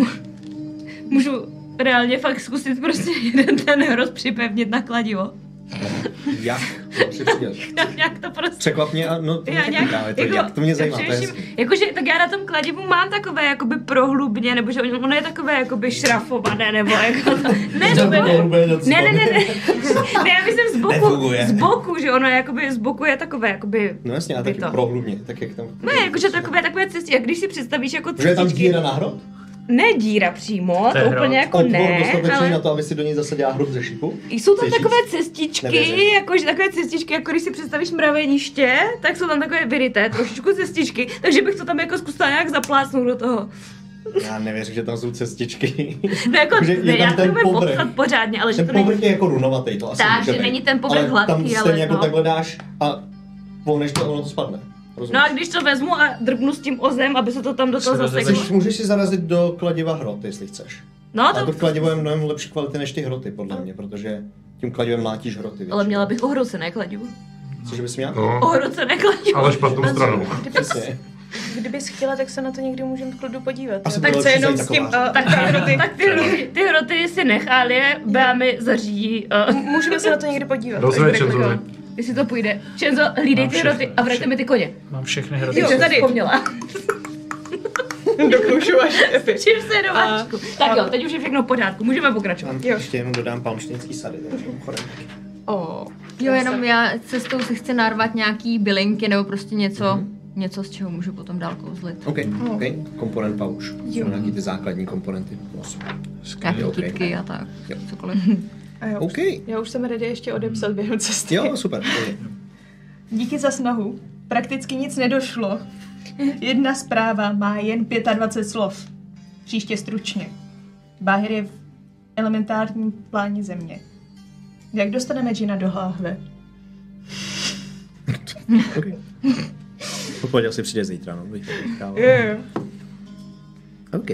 Můžu reálně fakt zkusit prostě jeden ten hrot připevnit na kladivo. Jak? No, nějak to prostě... Překvap mě a no to mě nějak, právě, to, jako, jak, to mě zajímá. Jakože, tak já na tom kladivu mám takové jakoby prohlubně, nebo že ono je takové jakoby šrafované, nebo jako to... Ne, to ne, ne, ne, ne, ne, ne, já myslím z boku, Nefunguje. z boku, že ono je jakoby, z boku je takové jakoby... No jasně, a taky to. prohlubně, tak jak tam... Ne, jakože takové, takové cesty, jak když si představíš jako Že je tam cestičky... díra na hrot? Ne díra přímo, To je to hrot. úplně jako Otvor ne, dostatečný ale... na to, aby si do něj zasadila hrot ze šípu? Jsou tam Chceš takové říct? cestičky, Nevěřím. jakože takové cestičky, jako když si představíš mraveniště, tak jsou tam takové vyryté trošičku cestičky, takže bych to tam jako zkusila nějak zaplácnout do toho. Já nevěřím, že tam jsou cestičky. No jako, Že je ne, tam já to ten umím povrch. popsat pořádně, ale že Ten to není... povrch je jako runovatý, to asi Tak, může že být. není ten povrch ale hladký, tam ale stejně jako no. takhle dáš a pohneš to a ono to spadne. Rozumíš? No a když to vezmu a drgnu s tím o zem, aby se to tam do toho Se zaseklo. Chceš, můžeš si zarazit do kladiva hrot, jestli chceš. No A to... to kladivo je mnohem lepší kvality než ty hroty, podle mě, protože tím kladivem mlátíš hroty. Většinou. Ale měla bych ohrocené kladivo. Cože bys měl? No, Ohrocené kladivo. ale špatnou stranou. Přesně. Kdybys chtěla, tak se na to někdy můžeme v klidu podívat. Asi Tak bylo co lepší jenom zajít s tím... taková. Uh, tak ty hroty. Tak ty hroty, ty hroty si nechal je, Bea mi zařídí. Uh, Můžeme se na to někdy podívat. Rozumím, až bude čem to klid. je. jestli to půjde. Čenzo, hlídej Mám ty všechno, hroty a vraťte všechno. mi ty koně. Mám všechny hroty. Jo, jsem tady. Vzpomněla. Doklučováš Efi. Čím se nováčku. Tak jo, teď už je všechno v pořádku, můžeme pokračovat. Tam ještě jenom dodám palmštěnský sady. takže mimochodem. Oh. Jo, jenom já cestou si chci narvat nějaký bylinky nebo prostě něco, mm-hmm. něco, z čeho můžu potom dál kouzlit. OK, OK. Komponent pauš. Jsou nějaký ty základní komponenty. Nějaký ok. kytky a tak, Jo. cokoliv. A já, OK. už, já už jsem ready ještě odepsat během cesty. Jo, super. Díky za snahu. Prakticky nic nedošlo. Jedna zpráva má jen dvacet pět slov. Příště stručně. Báhir je v elementárním pláně země. Jak dostaneme Gina do láhve? OK. Pokud asi přijde zítra, no. Bych to říkal. Jo, jo. OK.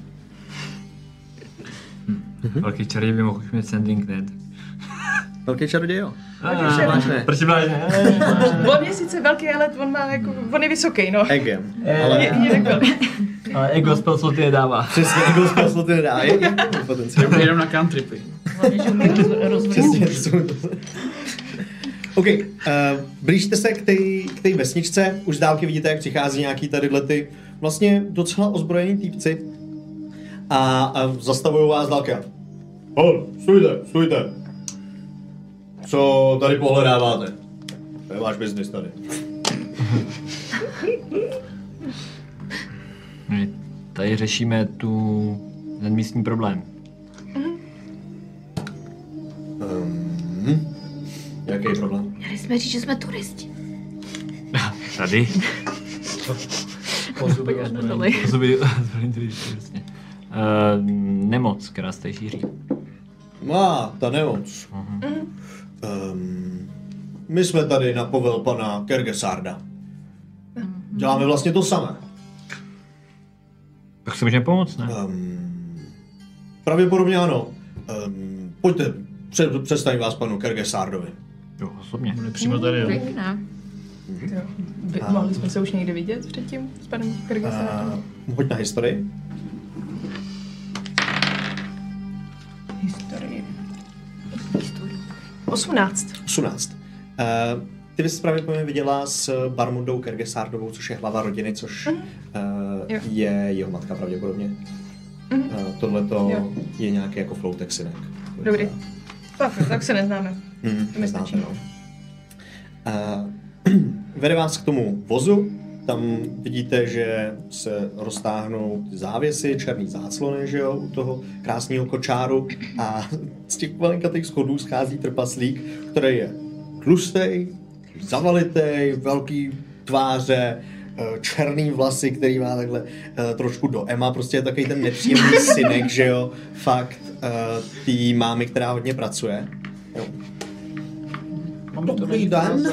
Velký čaroděj by mohl už mít sending net. Velký čaroděj, jo. Ah, vážné. Proč vážně? On je sice velký, ale on má jako, on je vysoký, no. Egem. Je, Ale je tak velký. Ale ego spell sloty je dává. přesně, ego spáslo ty nedá. Je, je potenciál. Jenom na cantripy. Hlavně, že umí roz- rozvrhnout. Přesně. OK, uh, blížte se k té k tej vesničce, už z dálky vidíte, jak přichází nějaký tadyhle ty vlastně docela ozbrojení týpci a, a zastavují vás z dálky. Hol, stůjte, stůjte. Co tady pohledáváte? To je váš biznis tady. My tady řešíme tu ten místní problém. Um, jaký problém? Měli jsme říct, že jsme turisti. Tady? Pozuby Pojďme ozbrojený. dole. Zuby, vlastně. Uh, nemoc, která se tady šíří. Má, ta nemoc. Um, my jsme tady na povel pana Kergesarda. Děláme vlastně to samé. Tak si můžeme pomoct, ne? Um, pravděpodobně ano. Um, pojďte, před, představím vás panu Kergesardovi. Jo, osobně. Byli přímo tady, jo. Pěkná. Jo. By, mohli jsme se už někdy vidět předtím s panem Kyrgyzstánem? Uh, hoď na historii. Historii. osmnáct. osmnáct. Uh, ty bys pravděpodobně viděla s Barmundou Kergesardovou, což je hlava rodiny, což uh, Jo. je jeho matka pravděpodobně. Uh, tohleto Jo. je nějaký jako floutek synek. Dobrý. Tak, tak se neznáme. Mm, To mi stačí. no. Uh, vede vás k tomu vozu, tam vidíte, že se roztáhnou ty závěsy, černý záclony, že jo, u toho krásného kočáru a z těch malinkatých schodů schází trpaslík, který je tlustej, zavalitej, velký tváře, černý vlasy, který má takhle uh, trošku do ema, prostě je takový ten nepříjemný synek, že jo, fakt uh, tý mámy, která hodně pracuje. Jo. Dobrý den.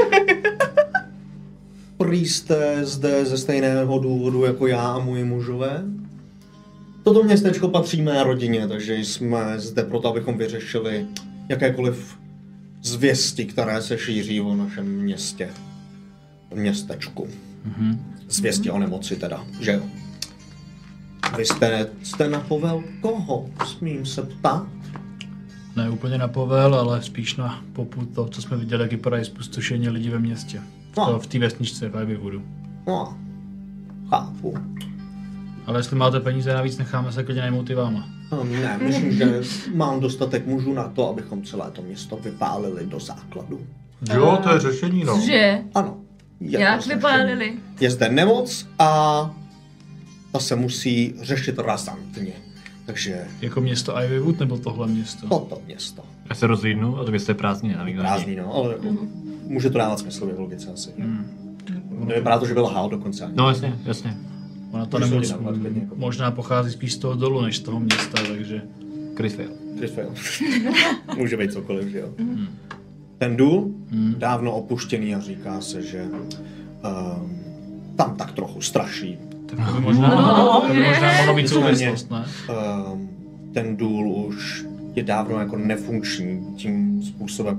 Prý jste zde ze stejného důvodu jako já a moji mužové? Toto městečko patří mé rodině, takže jsme zde proto, abychom vyřešili jakékoliv zvěsti, které se šíří o našem městě. Městečku. Mhm. Zvěsti o nemoci teda, že jo? Vy jste, jste na povel koho? Smím se ptát? Ne úplně na povel, ale spíš na popud to, co jsme viděli, jak vypadají zpustošení lidí ve městě. V, to, No. v té vesničce v Ivyvoodu. No, chápu. Ale jestli máte peníze navíc, necháme se klidně najmout i váma. No, ne, myslím, že mám dostatek mužů na to, abychom celé to město vypálili do základu. Jo, to je řešení, no. Cože? Ano. je Jak to vypálili? Je zde nemoc a ta se musí řešit razantně. Takže Jako město Ivywood nebo tohle město? toto město. Já se rozlídnu a to město je prázdný, nevím. Prázdný, no, ale jako, může to dávat smysl v logice asi. Nevypadá to, že byl hál dokonce ani. No jasně, jasně. Ona ta Můžeš nemoc to dělat klidně, jako. možná pochází spíš z toho dolu, než z toho města, takže... Chris fail. Chris fail. Může být cokoliv, že jo. Ten důl, dávno opuštěný a říká se, že um, tam tak trochu straší. Tak to by možná, to by možná mohla být souvislost, ne? Um, ten důl už je dávno jako nefunkční tím způsobem.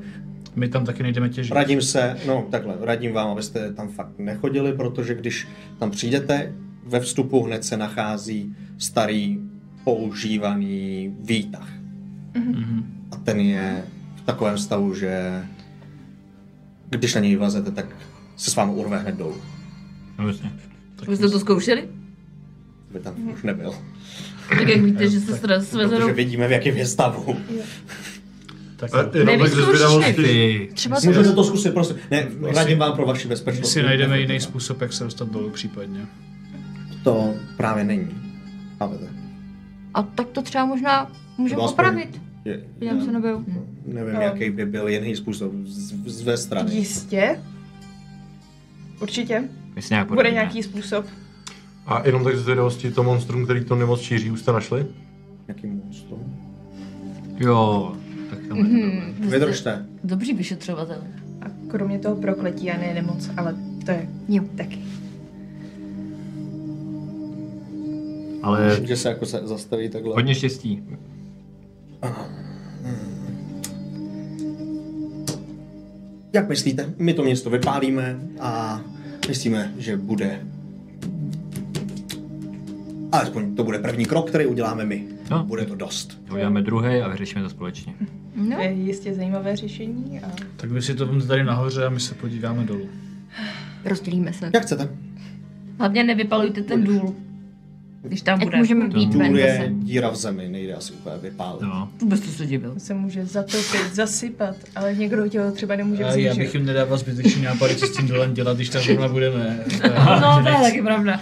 My tam taky nejdeme těžit. Radím se, no takhle, radím vám, abyste tam fakt nechodili, protože když tam přijdete, ve vstupu hned se nachází starý používaný výtah. Mm-hmm. A ten je v takovém stavu, že když na něj vlezete, tak se s vámi urve hned dolů. No jasně. Vy jste to zkoušeli? By tam už nebyl. Tak jak víte, že se stres svezou? Protože vidíme, v jakém je stavu. Tak A jenom tak ze Nevyzkoušíš, zvědavosti. Ty. Třeba Můžete to zkusit, prosím. Ne, radím vám pro vaši bezpečnost. si najdeme jiný způsob, jak se dostat dolů případně. To právě není. Chápete? A tak to třeba možná můžeme Nebo aspoň- opravit. Je, Podívám se nebyl. nevím, No. jaký by byl jiný způsob z, z své strany. Jistě. Určitě. My si nějak Bude poradíme. nějaký způsob. A jenom tak ze zvědavosti, to monstrum, který to nemoc šíří, už jste našli? Jaký monstrum? Jo, tak tam Mhm, vy jste Vydržte. Dobří vyšetřovatel. A kromě toho prokletí a ne nemoc, ale to je Jo. taky. Ale Že se jako se zastaví takhle. hodně štěstí. Jak myslíte? My to město vypálíme a myslíme, že bude... Alespoň to bude první krok, který uděláme my. No. Bude to dost. Uděláme druhý a vyřešíme to společně. No, To je jistě zajímavé řešení. A... Tak vy si to vemte tady nahoře a my se podíváme dolů. rozdělíme se. Jak chcete? Hlavně nevypalujte ten důl. Když tam Jak bude. můžeme být ven Důl je zase. díra v zemi, nejde asi úplně vypálit. No. Vůbec to se divil. To se může zatopit, zasypat, ale někdo těho třeba nemůže A vzít. já že? bych jim nedával zbytečný nápady, co s tím dolem dělat, když tam zrovna budeme. No, to je taky pravda.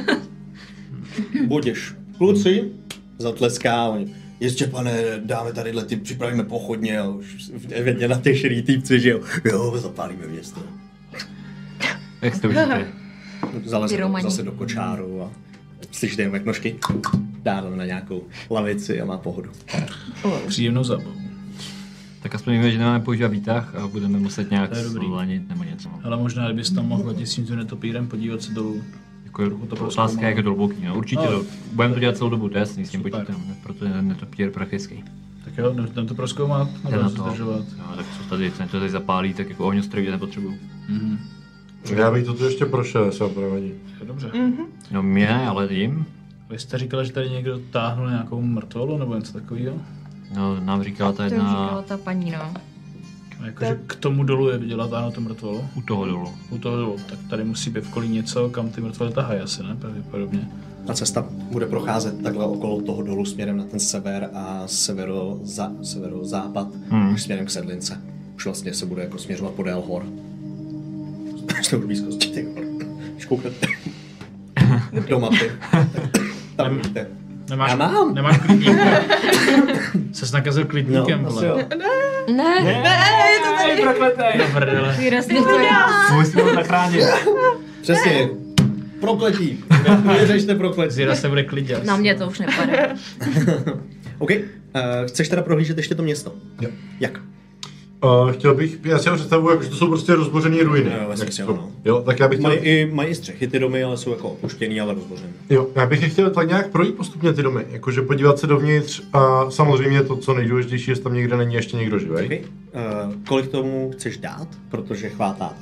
Budiš. Kluci zatleská, oni, ještě pane, dáme tadyhle, ty připravíme pochodně a už evidentně na ty šedý týpci, že jo, jo, zapálíme město. Jak jste užijete? Zaleze do, Pyromani. zase do kočáru a slyšíte jen jak nožky dávám na nějakou lavici a má pohodu. Příjemnou zábavu. Tak aspoň víme, že nemáme používat výtah a budeme muset nějak To je dobrý. zlanit nebo něco. Ale možná, kdybys tam mohl letět s tím netopírem, podívat se dolů. Jako to to otázka, jak je to hluboký. No, určitě No. to, budeme to dělat celou dobu, to je jasný, s tím Super. počítám, proto je ten netopír praktický. Tak jo, jdem to prozkoumat, Jde nebudeme na se to. zdržovat. Jo, tak co tady, co to tady zapálí, tak jako ohňostroj nepotřebuju. Mhm. Já bych to tu ještě prošel, jestli vám to nevadí. To je dobře. No mě, ale jim. Vy jste říkali, že tady někdo táhnul nějakou mrtvolu nebo něco takového? No, nám říkala ta To jim říkala jedna ta paní, no. A jakože k tomu dolu je dělat táhnout tu mrtvolu? u toho dolu. U toho dolu. Tak tady musí být v kolí něco, kam ty mrtvoly tahají asi, ne? Pravděpodobně. Ta cesta bude procházet takhle okolo toho dolu směrem na ten sever a severo, za, severozápad Hmm. až směrem k Sedlince. Už vlastně se bude jako směřovat podél hor. Jste už blízkosti těch hor. Když kouknete do mapy, tak tam vidíte. Nemáš, Já mám. Nemáš klidníka. Se nakazil klidníkem, No, asi vole. jo. Ne, ne, je to tady. Do prdele. Výrazně to já. Musíme ho zachránit. Přesně. Prokletí. Vyřešte prokletí. Zíra se bude klidit. Na mě to už nepadá. OK. Uh, chceš teda prohlížet ještě to město? Jo. Jak? Uh, chtěl bych, já si ho představuji, jako, že to jsou prostě rozbořené ruiny. Jo, vlastně Jak si to- ano. jo, tak já bych chtěl, Mají i, mají i střechy ty domy, ale jsou jako opuštěný, ale rozbořený. jo, já bych je chtěl tak nějak projít postupně ty domy, jakože podívat se dovnitř a samozřejmě to, co nejdůležitější, jestli tam někde není ještě někdo živej. Okay. Uh, kolik tomu chceš dát? Protože chvátáte.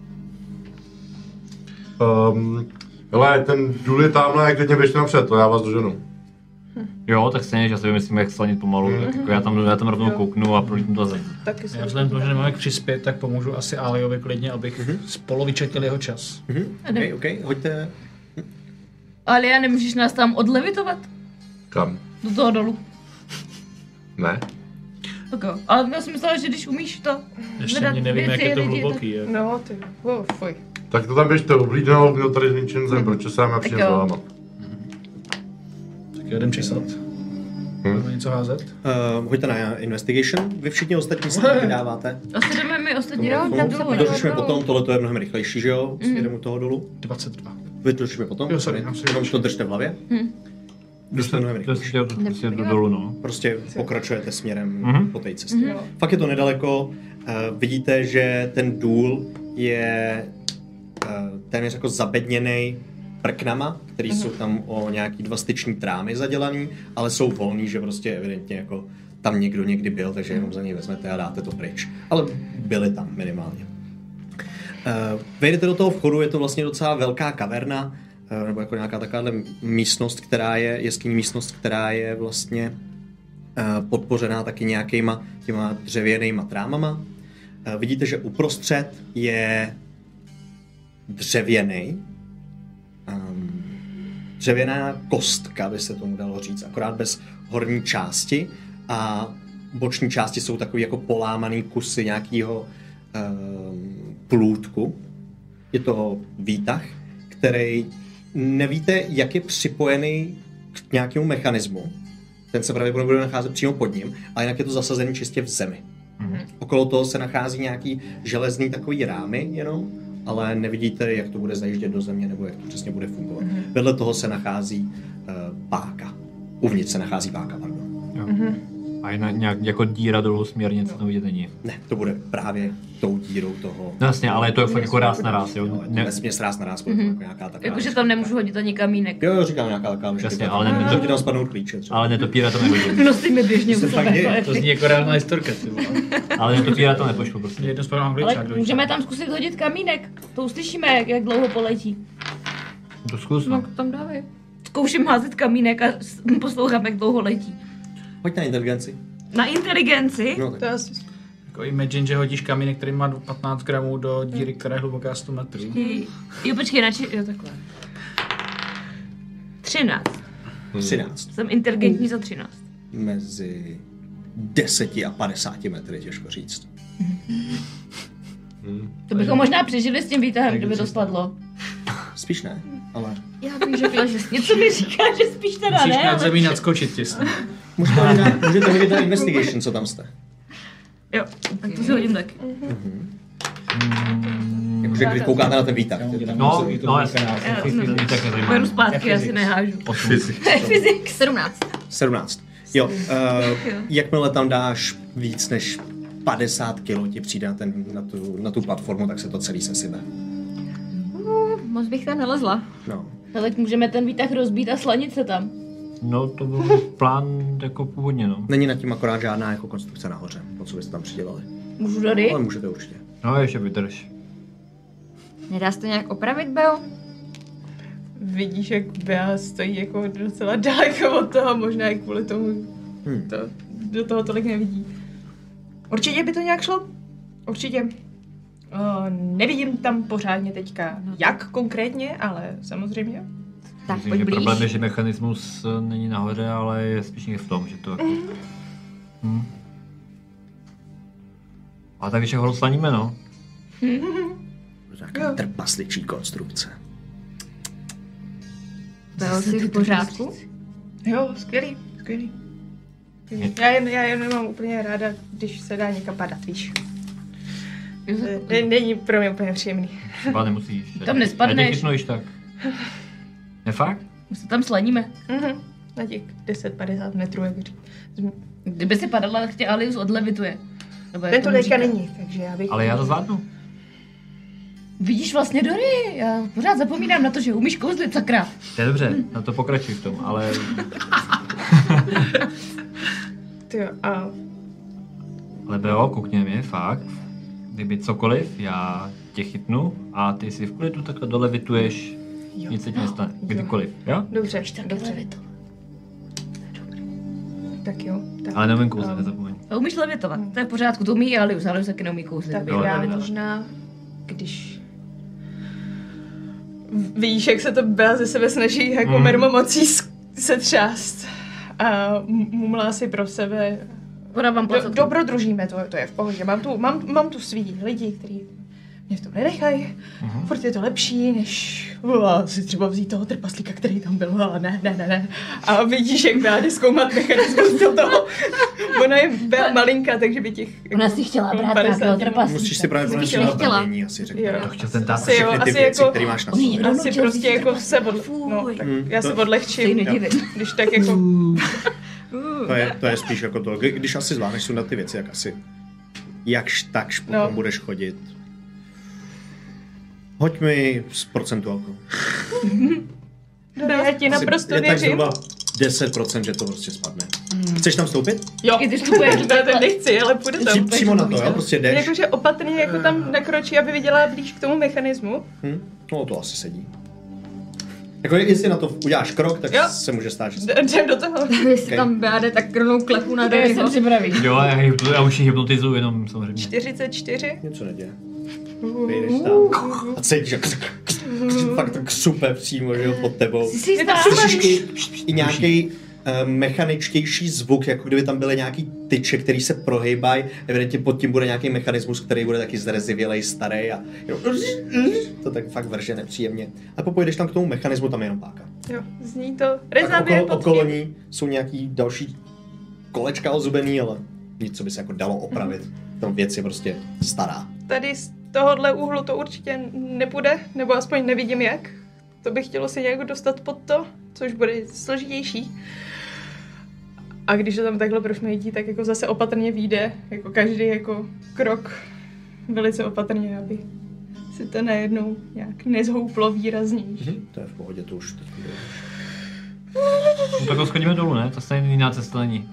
Um, hele, ten důl je tamhle, jak klidně běžte napřed, to já vás doženu. Jo, tak stejně, že si vymyslím, jak slanit pomalu, Mhm. tak jako já tam, já tam rovnou kouknu a prolítnu to zem. Taky se Já vzhledem k tomu, že nemáme jak přispět, tak pomůžu asi Aliovi klidně, abych Mhm. spolovičetil jeho čas. Mhm. OK, OK. Hoďte. Ale já nemůžeš nás tam odlevitovat Kam? do toho dolu. Ne? Tak jo. Ale já jsem myslela, že když umíš to Ještě zvedat ani nevíme, jak věci, je to lidi, hluboký. Je. No, ty, oh, fuj. Tak to tam běžte, oblídnout, měl tady zničen zem, proč se já přijde jo. za váma. Tak jo, jdem česat. Hm. Máme něco házet? Uh, hoďte na investigation. Vy všichni ostatní se taky dáváte. Asi jdeme my ostatní Jo, na tam dolu. se jo. Dořešíme potom, tohle to je mnohem rychlejší, že jo? Mm. Jedeme u toho dolu. dvacet dva. Vytočíme potom. Jo, sorry, já si Jenom vytočím. to držte v hlavě. Hm. Vy jste mnohem To je rychlejší. prostě, prostě do dolu, no. Prostě pokračujete směrem Mhm. po té cestě. Jo. Fakt je to nedaleko. Uh, vidíte, že ten důl je uh, téměř jako zabedněný prknama, který jsou tam o nějaký dva styční trámy zadělaný, ale jsou volný, že prostě evidentně jako tam někdo někdy byl, takže jenom za něj vezmete a dáte to pryč. Ale byli tam minimálně. Uh, vejdete do toho vchodu, je to vlastně docela velká kaverna, uh, nebo jako nějaká taková místnost, která je, jeskyní místnost, která je vlastně uh, podpořená taky nějakýma těma dřevěnýma trámama. Uh, vidíte, že uprostřed je dřevěný, um, dřevěná kostka, by se tomu dalo říct, akorát bez horní části a boční části jsou takový jako polámaný kusy nějakého um, plůtku. Je to výtah, který nevíte, jak je připojený k nějakému mechanismu. Ten se pravděpodobně bude nacházet přímo pod ním, a jinak je to zasazený čistě v zemi. Mm-hmm. Okolo toho se nachází nějaký železný takový rámy jenom, ale nevidíte, jak to bude zajíždět do země, nebo jak to přesně bude fungovat. Mm-hmm. Vedle toho se nachází uh, páka. Uvnitř se nachází páka, pardon. Jo. Mm-hmm. A je na, nějak jako díra dolů směrnice, to vidět není. Ne, to bude právě tou dírou toho... No jasně, ale je to fakt jako ráz na ráz, jo? jo ne... Nesměs ráz na ráz, bude mm-hmm. jako nějaká taková... Jakože tam nemůžu hodit ani kamínek. Jo, jo, říkám nějaká taková... Jasně, ale ne... To ti tam spadnou klíče třeba. Ale netopíra to nehodím. Nosíme běžně u sebe. To zní jako reálná historka, ty vole. Ale netopíra to nepošlu prostě. Jedno spadnou angličák. Ale můžeme tam zkusit hodit kamínek. To uslyšíme, jak, jak dlouho poletí. To zkus, No, no. tam dávej. Zkouším házet kamínek a s- poslouchám, jak dlouho letí. Pojď na inteligenci. Na inteligenci? No, tak. To asi... Jako imagine, že hodíš kamínek, který má patnáct gramů do díry, která je hluboká sto metrů. Jo, počkej, nači... Jo, takhle. třináct. třináct. Jsem inteligentní za třináct. Mezi deseti a padesáti metry, těžko říct. To bychom možná přežili s tím výtahem, kdyby to spadlo. Spíš ne, ale... Já bych řekla, že něco mi říká, že spíš teda Musíš ne, nad ale... zemí nadskočit těsně. Můžete hodit na, můžete hodit na investigation, co tam jste. Jo, tak to si hodím taky. Jakože když koukáte na ten výtah. No, no, jasně. Já- Mě tak nezajímá. Beru zpátky, já si nehážu. Fyzik. sedmnáct. sedmnáct. Jo, uh, jakmile tam dáš víc než padesát kilo, ti přijde na, ten, na, tu, na tu platformu, tak se to celý sesype. Uh, moc bych tam nelezla. No. No tak můžeme ten výtah rozbít a slanit se tam. No, to byl plán jako původně, no. Není nad tím akorát žádná jako konstrukce nahoře, po co byste tam přidělali. Můžu tady? Ale můžete určitě. No, ještě vydrž. Nedá se to nějak opravit, Beo? Vidíš, jak Bea stojí jako docela daleko od toho, možná i kvůli tomu Hmm. to, do toho tolik nevidí. Určitě by to nějak šlo. Určitě. Uh, nevidím tam pořádně teďka, No. jak konkrétně, ale samozřejmě. Tak, Myslím, pojď že blíž. problém je, že mechanismus eh, není nahoře, ale je spíš někde v tom, že to jako... Hm. A tak ještě ho rozslaníme, no. Taková trpasličí konstrukce. Beo, jsi v pořádku? Jo, skvělý, skvělý. Já jen, já jen nemám úplně ráda, když se dá někam padat, víš. Ne, není pro mě úplně příjemný. Třeba nemusíš. Tam nespadneš. Já tě chytnu již tak. Je fakt? My se tam slaníme. Mhm. Na těch deset padesát metrů, jak říct. Kdyby si padala, tak tě Alius odlevituje. Nebo jak Ten to tomu teďka říká. není, takže já bych... Ale já to zvládnu. Vidíš vlastně, Dory, já pořád zapomínám na to, že umíš kouzlit, sakra. To je dobře, na to pokračuj v tom, ale... Tyjo, a... Ale Beo, koukni na mě, fakt. Kdyby cokoliv, já tě chytnu a ty si v klidu takhle dolevituješ, Jo. nic se ti nestane, kdykoliv, jo? Dobře, Tak dobře. levito. Tak jo. Tak, Ale neumím kouzlit, Um, nezapomeň. A umíš levitovat, to je v pořádku, to umí i Alius, Alius taky neumí kouzlit. tak aby jo, já levitoval. možná, když... Vidíš, jak se to Bea ze sebe snaží jako Mm. mm. mermomocí s- se třást. A m- mumlá si pro sebe... Podávám Do, placatku. dobrodružíme, to, to je v pohodě. Mám tu, mám, mám tu svý lidi, kteří mě v tom nenechají. Mhm. Furt je to lepší, než uh, si třeba vzít toho trpaslíka, který tam byl. A ne, ne, ne, ne. A vidíš, jak Bea jde zkoumat mechanismus do toho. Ona je Bea malinká, takže by těch... Ona jako si chtěla brát padesát nějakého kilo. trpaslíka. Musíš si právě Spíš vnést nechtěla. naplnění, asi řeknu. Jo. To chtěl ten táta. Asi jo, Všechny ty asi věci, jako... které máš na Oni sobě. někdo Asi nutil prostě vzít jako se trpaslíka. odle... No, Fuj. tak Mm, já to- se Se odlehčím, nedivím. když tak jako... To je, to je spíš jako to, kdy- když asi zvládneš sundat ty věci, jak asi jakž takž potom No. budeš chodit. Hoď mi z procentuálkou. Dobrý, já ti naprosto je tak věřím. zhruba deset procent, že to prostě spadne. Hmm. Chceš tam vstoupit? Jo, I ty vstupuješ do to téhle. nechci, ale půjdu Při, tam. přímo na to, jo? Prostě jdeš. Jakože opatrně jako tam nakročí, aby viděla blíž k tomu mechanismu. Hm? No to asi sedí. Jako jestli na to uděláš krok, tak Jo. se může stát, že se... D- Jdem do toho. Jestli Okay. tam báde, tak krnou klepu na Já dveře. jsem připravý. Jo, já, hypno, já už ji hypnotizuju jenom samozřejmě. čtyřicet čtyři. Něco neděje. Vyjdeš tam a cítíš, že fakt tak super přímo, že jo, pod tebou. Jsi si stá. Slyšíš i, i nějaký uh, mechaničtější zvuk, jako kdyby tam byly nějaký tyče, který se prohejbají. Evidentně pod tím bude nějaký mechanismus, který bude taky zrezivělej, starý a jo, to tak fakt vrže nepříjemně. A popojdeš tam k tomu mechanismu, tam je jenom páka. Jo, zní to. Tak Rezabě okolo, pod okolo tím. ní jsou nějaký další kolečka ozubený, ale nic, co by se jako dalo opravit. Ta věc je prostě stará. Tady z tohohle úhlu to určitě nepůjde, nebo aspoň nevidím jak. To bych chtělo se nějak dostat pod to, což bude složitější. A když to tam takhle prošmejdí, tak jako zase opatrně vyjde, jako každý jako krok velice opatrně, aby si to najednou nějak nezhouplo výrazněji. Mhm. To je v pohodě, to už teď bude. No tak ho schodíme dolů, ne? To stejně jiná cesta není.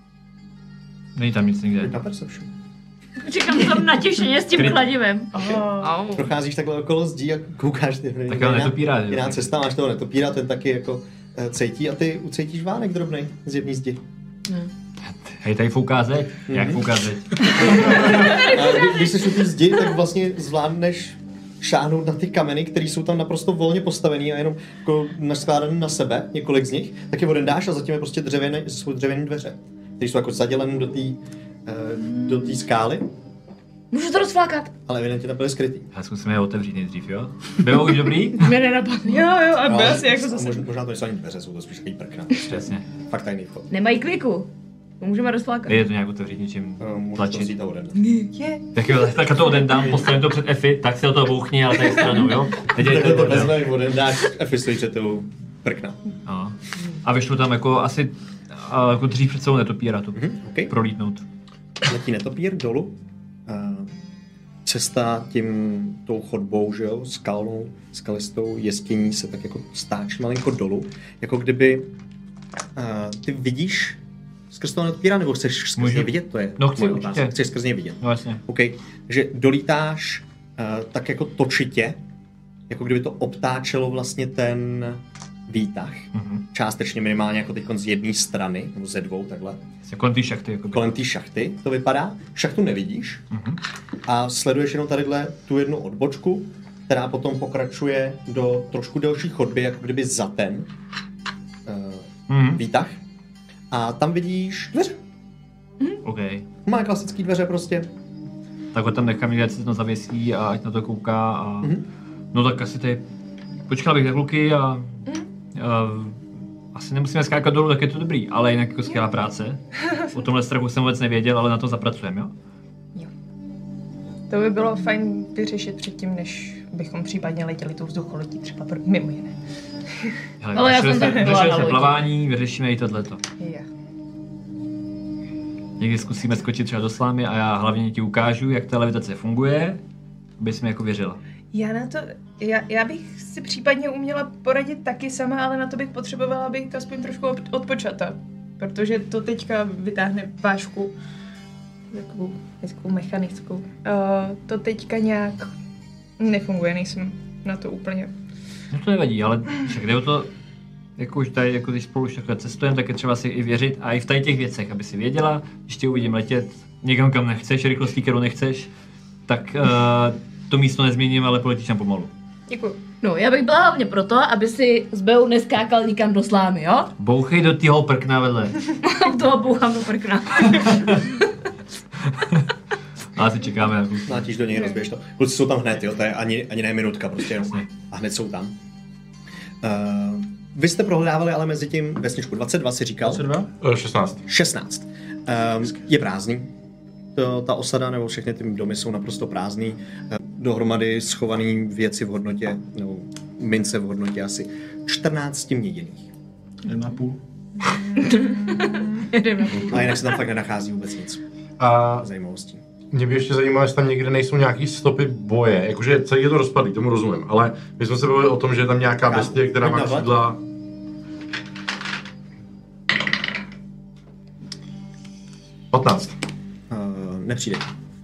Není tam nic nikde. Na perception. Čekám tam natěšeně s tím Kryt. kladivem. Au. Procházíš takhle okolo zdí a koukáš, ty Tak ale netopíra, jo. jiná cesta, máš toho netopíra, ten taky jako eh, cejtí a ty ucejtíš vánek drobnej z jedné zdi. Hej, tady fouká zeď. Jak fouká zeď? A kdy- když jsi u té zdi, tak vlastně zvládneš šáhnout na ty kameny, které jsou tam naprosto volně postavený a jenom jako naskládaný na sebe, několik z nich, tak je odendáš a zatím je prostě dřevěné, jsou dřevěné dveře, které jsou jako zadělené do té eh, do té skály, Můžu to rozflákat? ale evidentně tam byly skrytý. Já zkusíme je otevřít nejdřív, jo? Bylo už dobrý? Mě nenapadne. Jo, jo, a No, byl asi jako a zase. možná, možná to nejsou ani dveře, jsou to spíš takový prkna. Přesně. Fakt tajný vchod. Nemají kliku. To můžeme rozflákat. Jde to nějak otevřít něčím Eh, Můžeš to tlačit. vzít a odendat. Je. Tak jo, tak to odendám, postavím to před Efi, tak si o to bouchni, ale tady stranou, jo? Nedělej Takhle to to bordel. vezmeš, odendáš a fistojí před tebou prkna. No. A vyšlo tam jako asi a jako dřív před sebou netopíra to Mhm, OK. prolítnout. Letí netopír dolů. Uh, cesta tím, tou chodbou, že jo, skalnou, skalistou jeskyní se tak jako stáčí malinko dolů. Jako kdyby uh, ty vidíš skrz toho netopíra, nebo chceš skrz Můžu? něj vidět? To je No, chci moje určitě. otázka. Chceš skrz něj vidět. No jasně. OK, že dolítáš uh, tak jako točitě, jako kdyby to obtáčelo vlastně ten výtah. Mhm. Částečně minimálně jako teď z jedné strany, nebo ze dvou takhle. Vlastně kolem té šachty, jako Kolem té šachty to vypadá. Šachtu nevidíš Mhm. a sleduješ jenom tadyhle tu jednu odbočku, která potom pokračuje do trošku delší chodby, jako kdyby za ten uh, Mhm. výtah. A tam vidíš dveře. OK. Má klasický dveře prostě. Tak ho tam nechám někde, ať se to zavěsí a ať na to kouká a... Mhm. No tak asi tady... Počkal bych na kluky a... a asi nemusíme skákat dolů, tak je to dobrý, ale jinak jako skvělá práce. O tomhle strachu jsem vůbec nevěděl, ale na to zapracujeme, jo? To by bylo fajn vyřešit předtím, než bychom případně letěli tou vzducholodí, třeba pro, mimo jiné. Hele, Ale já vyřešili jsem jsme- tak byla vyřešili na jsme lodi. plavání, vyřešíme i tohleto. Je. Někdy zkusíme skočit třeba do slámy a já hlavně ti ukážu, jak ta levitace funguje, abys mi jako věřila. Já na to, já, já bych si případně uměla poradit taky sama, ale na to bych potřebovala být aspoň trošku od- odpočata. Protože to teďka vytáhne vážku, takovou hezkou mechanickou. Uh, to teďka nějak nefunguje, nejsem na to úplně. No to nevadí, ale však jde o to, jako už tady, jako když spolu už takhle cestujeme, tak je třeba si i věřit a i v tady těch věcech, aby si věděla, když tě uvidím letět někam, kam nechceš, rychlostí, kterou nechceš, tak uh, to místo nezměním, ale poletíš tam pomalu. Děkuju. No, já bych byla hlavně proto, aby si s Beou neskákal nikam do slámy, jo? Bouchej do toho prkna vedle. Toho bouchám do prkna. A asi čekáme na kluky. Nátíš do něj, rozbiješ to. Kluci jsou tam hned, jo, to je ani, ani ne minutka prostě jenom. Jasně. A hned jsou tam. Uh, vy jste prohledávali ale mezi tím vesničku dvacet dva si říkal? dvacet dva? Eh, šestnáct. šestnáct. Um, je prázdný. To, ta osada nebo všechny ty domy jsou naprosto prázdný. Eh, Dohromady schovaný věci v hodnotě, nebo mince v hodnotě asi čtrnáct měděných. Jedna půl. A jinak se tam fakt nenachází vůbec nic A zajímavostí. mě by ještě zajímalo, jestli tam někde nejsou nějaký stopy boje. Jakože celý je to rozpadlý, tomu rozumím. Ale my jsme se bavili o tom, že je tam nějaká bestie, která má Pojď na křídla. patnáct. Uh, nepřijde.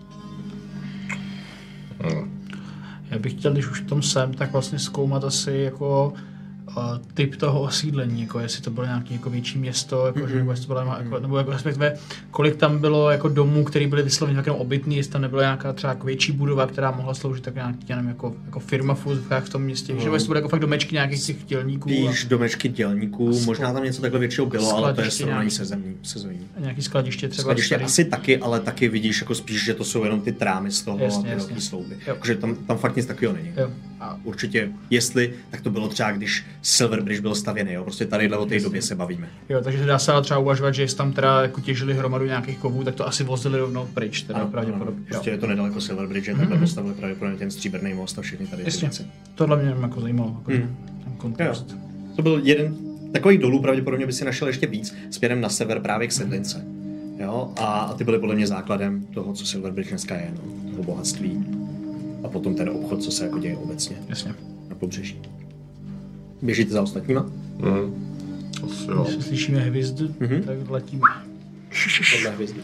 Já bych chtěl, když už v tom jsem, tak vlastně zkoumat asi jako uh, typ toho osídlení, jako jestli to bylo nějaké jako větší město, jako, mm-hmm. nebo jestli to bylo jako, nebo jako respektive kolik tam bylo jako domů, které byly vysloveně jako obytný, jestli tam nebyla nějaká třeba jako větší budova, která mohla sloužit tak nějaký, já nevím, jako, jako firma v v tom městě, víš, nebo jestli to bylo jako fakt domečky nějakých těch dělníků. Víš, domečky dělníků, Skl- možná tam něco takhle většinou bylo, ale to je srovnání nějaký. se zemí, se zemí. A nějaký skladiště třeba. Skladiště starý. asi taky, ale taky vidíš jako spíš, že to jsou jenom ty trámy z toho Jasně, a ty jasně. velký slouby. Jo. Takže tam, tam fakt nic takového není. Jo. A určitě, jestli, tak to bylo třeba, když Silver Bridge byl stavěný, jo? Prostě tady o té době se bavíme. Jo, takže dá se ale třeba uvažovat, že jestli tam teda jako těžili hromadu nějakých kovů, tak to asi vozili rovnou pryč, teda Ano, pravděpodobně. ano, prostě je to nedaleko Silver Bridge, mm-hmm. takhle postavili pravděpodobně ten stříbrný most a všechny tady ty Jasně. věci. Tohle mě jako zajímalo, jako Mm. ten kontrast. To byl jeden takový dolů, pravděpodobně by si našel ještě víc, směrem na sever právě k Sedlince. Jo? A, a ty byly podle mě základem toho, co Silver Bridge dneska je, no? Toho bohatství. A potom ten obchod, co se jako děje obecně Jasně. na pobřeží. Běžíte za ostatníma? Mm. Asi jo. Když slyšíme hvězdy, Mhm. tak letíme. Podle hvězdy.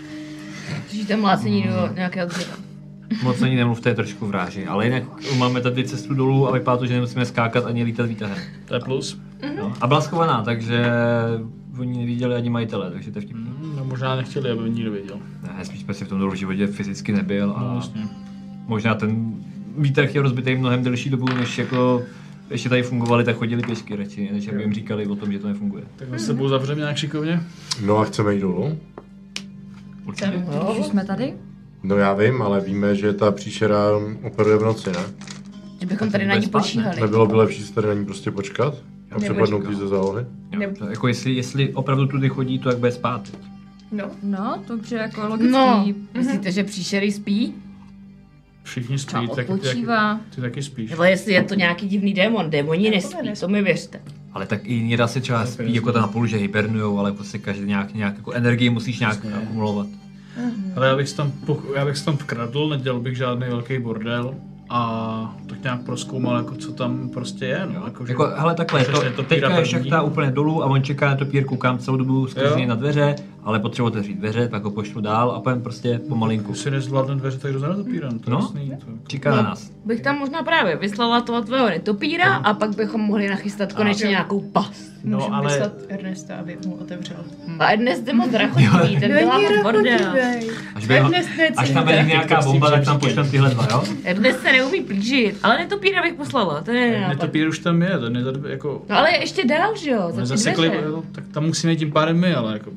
Slyšíte mlácení do nějakého dřeva. Moc ani nemluvte, trošku vráží, ale jinak máme tady cestu dolů a vypadá to, že nemusíme skákat ani lítat výtahem. To je plus. No. A byla schovaná, takže oni neviděli ani majitele, takže to je vtipný. No možná nechtěli, aby nikdo věděl. Ne, spíš jsme si v tom dolů životě fyzicky nebyl a No, vlastně. možná ten výtah je rozbitý mnohem delší dobu, než jako ještě tady fungovali, tak chodili pěšky radši, než aby jim říkali o tom, že to nefunguje. Tak s sebou zavřeme nějak šikovně. No a chceme jít dolů? Určitě. Když už jsme tady? No já vím, ale víme, že ta příšera operuje v noci, ne? Že bychom tady na ní počíhali. Nebylo by lepší se tady na ní prostě počkat? A Nebo přepadnout říkám. když ze zálohy? Jo, to jako jestli, jestli opravdu tudy chodí, to jak bude spát. No. No, to je jako logický. No, myslíte, že příšery spí? Všichni spí, Třeba tak ty, odpočívá. ty taky spíš. Nebo jestli je to nějaký divný démon, démoni nespí, nespí. to mi věřte. Ale tak i někdy se třeba spí jako tam na půl, že hibernujou, ale prostě každý nějak, nějak jako energii musíš nějak akumulovat. Ale já bych se tam, poch- já bych se tam vkradl, nedělal bych žádný velký bordel a tak nějak prozkoumal, jako co tam prostě je. No, jako, že- Jako, hele takhle, to, přesně, to teďka píra je první. šachta úplně dolů a on čeká na topír, koukám celou dobu skrz Jo. něj na dveře, ale potřebuji otevřít dveře, tak ho pošlu dál a půjdem prostě pomalinku. Když si nezvládne dveře, tak jdu za netopírem, to je No. jasný. To... Čeká na nás. Bych tam možná právě vyslala toho tvého netopíra a pak bychom mohli nachystat konečně nějakou past. No, Můžeme ale- vyslat Ernesta, aby mu otevřel. A Ernest je moc rachotivý, ten dělá moc bordel. Až, by, Ernest necítí až tam bude tak. nějaká bomba, tak tam pošlem tyhle dva, jo? Ernest se neumí plížit, ale netopíra bych poslala, to je nápad. Netopír už tam je, ten je tady jako... No ale je ještě dál, že jo, on je za ty zaseklý, dveře. jo, tak tam musíme jít tím pádem my, ale jakoby.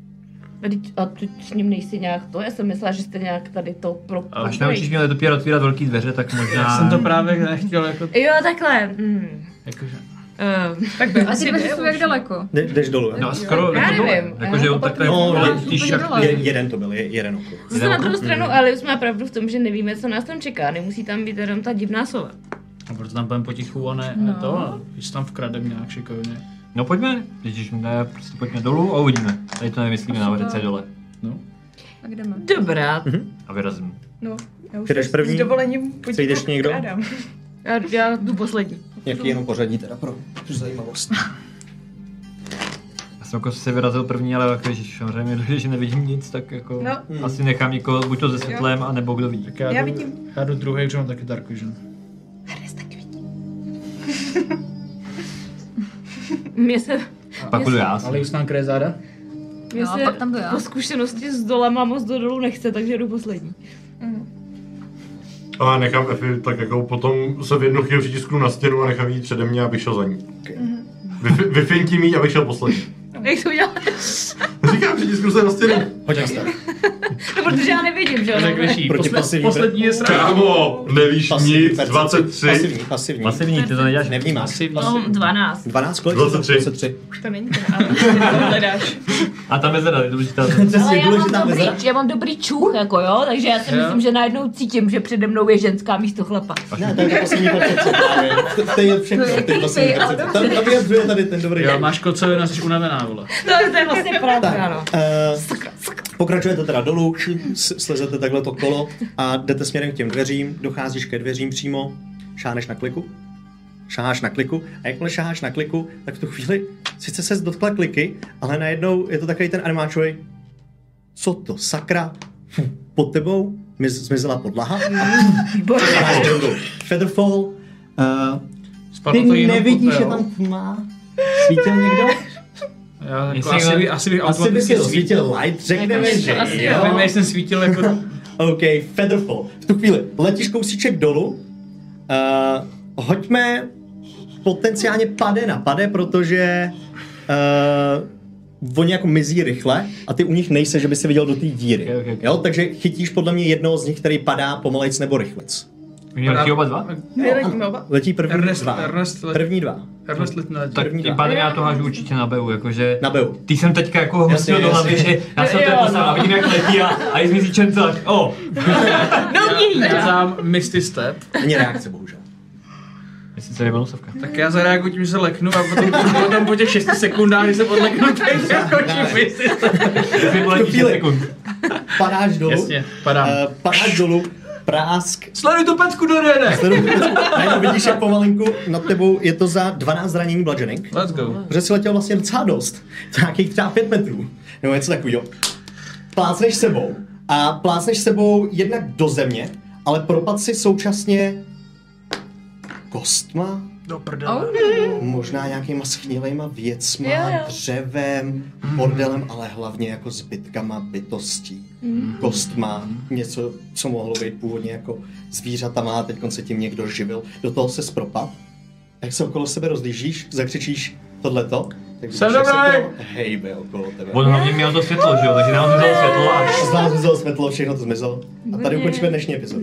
A teď- A ty s ním nejsi nějak to, já jsem myslela, že jste nějak tady to pro... A Až naučíš mě topír otvírat velký dveře, tak možná... Já jsem to právě nechtěl jako... Jo, takhle. Mm. Jakože... Uh, Tak by A ty asi dveře jde jsou už. jak daleko? Jde, jdeš dolů, jo? No a skoro Já jako dole. nevím. Jakože jo, tak to je... No, ale ale ty úplně šach- dole. Je, jeden to byl, je, jeden okruh. zase na druhou stranu, ale už má pravdu v tom, že nevíme, co nás tam čeká. Nemusí tam být jenom ta divná sova. A proto tam půjdeme potichu a ne, No. ne to, a když se tam vkradem nějak šikovně. No pojďme, když ne, prostě pojďme dolů a uvidíme. Tady to nevymyslíme na řece dole. No. Tak jdeme. Dobrá, A vyrazím. No, já už Ty jdeš s- první? s dovolením Chce jít ještě někdo? vkrádám. já, já jdu poslední. Jaký jenom pořadí teda pro zajímavost. Já jsem jako se vyrazil první, ale jako, že samozřejmě, že nevidím nic, tak jako No. asi nechám někoho buď to se světlem, anebo kdo ví. Tak já, Já jdu, vidím. já jdu druhý, protože mám taky Dark Vision. Mně se, Pak budu já. Ale už nám kryje záda? mně No, a se pak tam jdu já. po zkušenosti s dolama moc do dolů nechce, takže jdu poslední. A nechám Efi tak jako potom se v jednu chvíli přitisknu na stěnu a nechám jít přede mě, abych šel za ní. Vyfi- Vyfintím jí, abych šel poslední. Jak to uděláš? Říkám, přitisknu se na stěnu. Hoď na start. No, protože já nevidím, že jo? Řekneš jí, Proti posled, pasivní- poslední je srát. Kámo, nevíš Pasivní nic, percepci. dvacet tři. Pasivní, pasivní. Pasivní, ty to neděláš. Nevnímáš. Pasivní. No, dvanáct. dvanáct, kolik? dvacet tři. dvacet tři. Už to není ten, ale ty to hledáš. A tam je zada, je důležitá. Přesně, Ale já mám, důležitá dobrý, mezera. já mám dobrý čuch, jako jo, takže já si Jo. myslím, že najednou cítím, že přede mnou je ženská místo chlapa. Ne, to je ta pasivní percepce právě. To je všechno, To je ty pasivní creepy, ale percepce. Tam tam vyjadřuje tady ten dobrý. Jo, máš kocovinu, jsi unavená, vole. To, to je vlastně pravda, no. Uh, pokračujete teda dolů, s- slezete takhle to kolo a jdete směrem k těm dveřím, docházíš ke dveřím přímo, šáneš na kliku, šáháš na kliku a jakmile šáháš na kliku, tak v tu chvíli sice se dotkla kliky, ale najednou je to takový ten animáčový co to sakra, Fuh, pod tebou miz, zmizela podlaha. Featherfall, uh, Spadlo ty to jenom nevidíš, pod že tebou. tam tma? Svítil někdo? Já jako Jestli asi, ne- by, asi bych Asi by automaticky si svítil. rozsvítil light, řekneme, že Asi Já vím, jo. jestli jsem svítil jako... OK, Featherfall. V tu chvíli letíš kousíček dolů. Uh, hoďme potenciálně pade na pade, protože uh, oni jako mizí rychle a ty u nich nejse, že by si viděl do té díry. Okay, okay, okay. Jo, takže chytíš podle mě jednoho z nich, který padá pomalejc nebo rychlec. Oni letí oba dva? Vyletíme oba. Letí první Ernest- dva. Ernest let- První dva. Ernest let na Tak První tím dva. pádem já to hážu určitě na Beu, jakože... Na Beu. Ty jsem teďka jako Jasně, hustil do hlavy, jasně. že já jsem to Jo, jako sám no. a vidím jak letí a, a je zmizí čem tak, o. No Já díky. dám Misty Step, Není reakce, bohužel. Jestli se bonusovka. tak já zareaguji tím, že se leknu a potom, potom po těch šesti sekundách, když se odleknu, tak skočím Misty Step. Jestli V tu poletí šest chvíli sekund. padáš dolů. Jasně, padám. Uh, padáš dolů, prásk. Sleduj tu pecku, Doriane! Najednou vidíš, jak pomalinku nad tebou je to za dvanáct zranění bludgeoning. Let's go. Protože jsi letěl vlastně docela dost. To nějakých třeba pět metrů. Nebo něco takového. Plácneš sebou. A plácneš sebou jednak do země, ale propad si současně kostma, Do prdele. možná nějakýma schnilejma věcma, Jo, jo. dřevem, bordelem, ale hlavně jako zbytkama bytostí. Kostma, něco, co mohlo být původně jako zvířatama a teď se tím někdo živil. Do toho se propad. Jak se okolo sebe rozlížíš, zakřičíš tohleto, tak vidíš, Jsem jak se dobrý! to hejbe okolo tebe. On hlavně měl to světlo, že jo, takže nám zmizelo světlo a... Z nás zmizelo světlo, všechno to zmizelo. A tady ukončíme dnešní epizodu.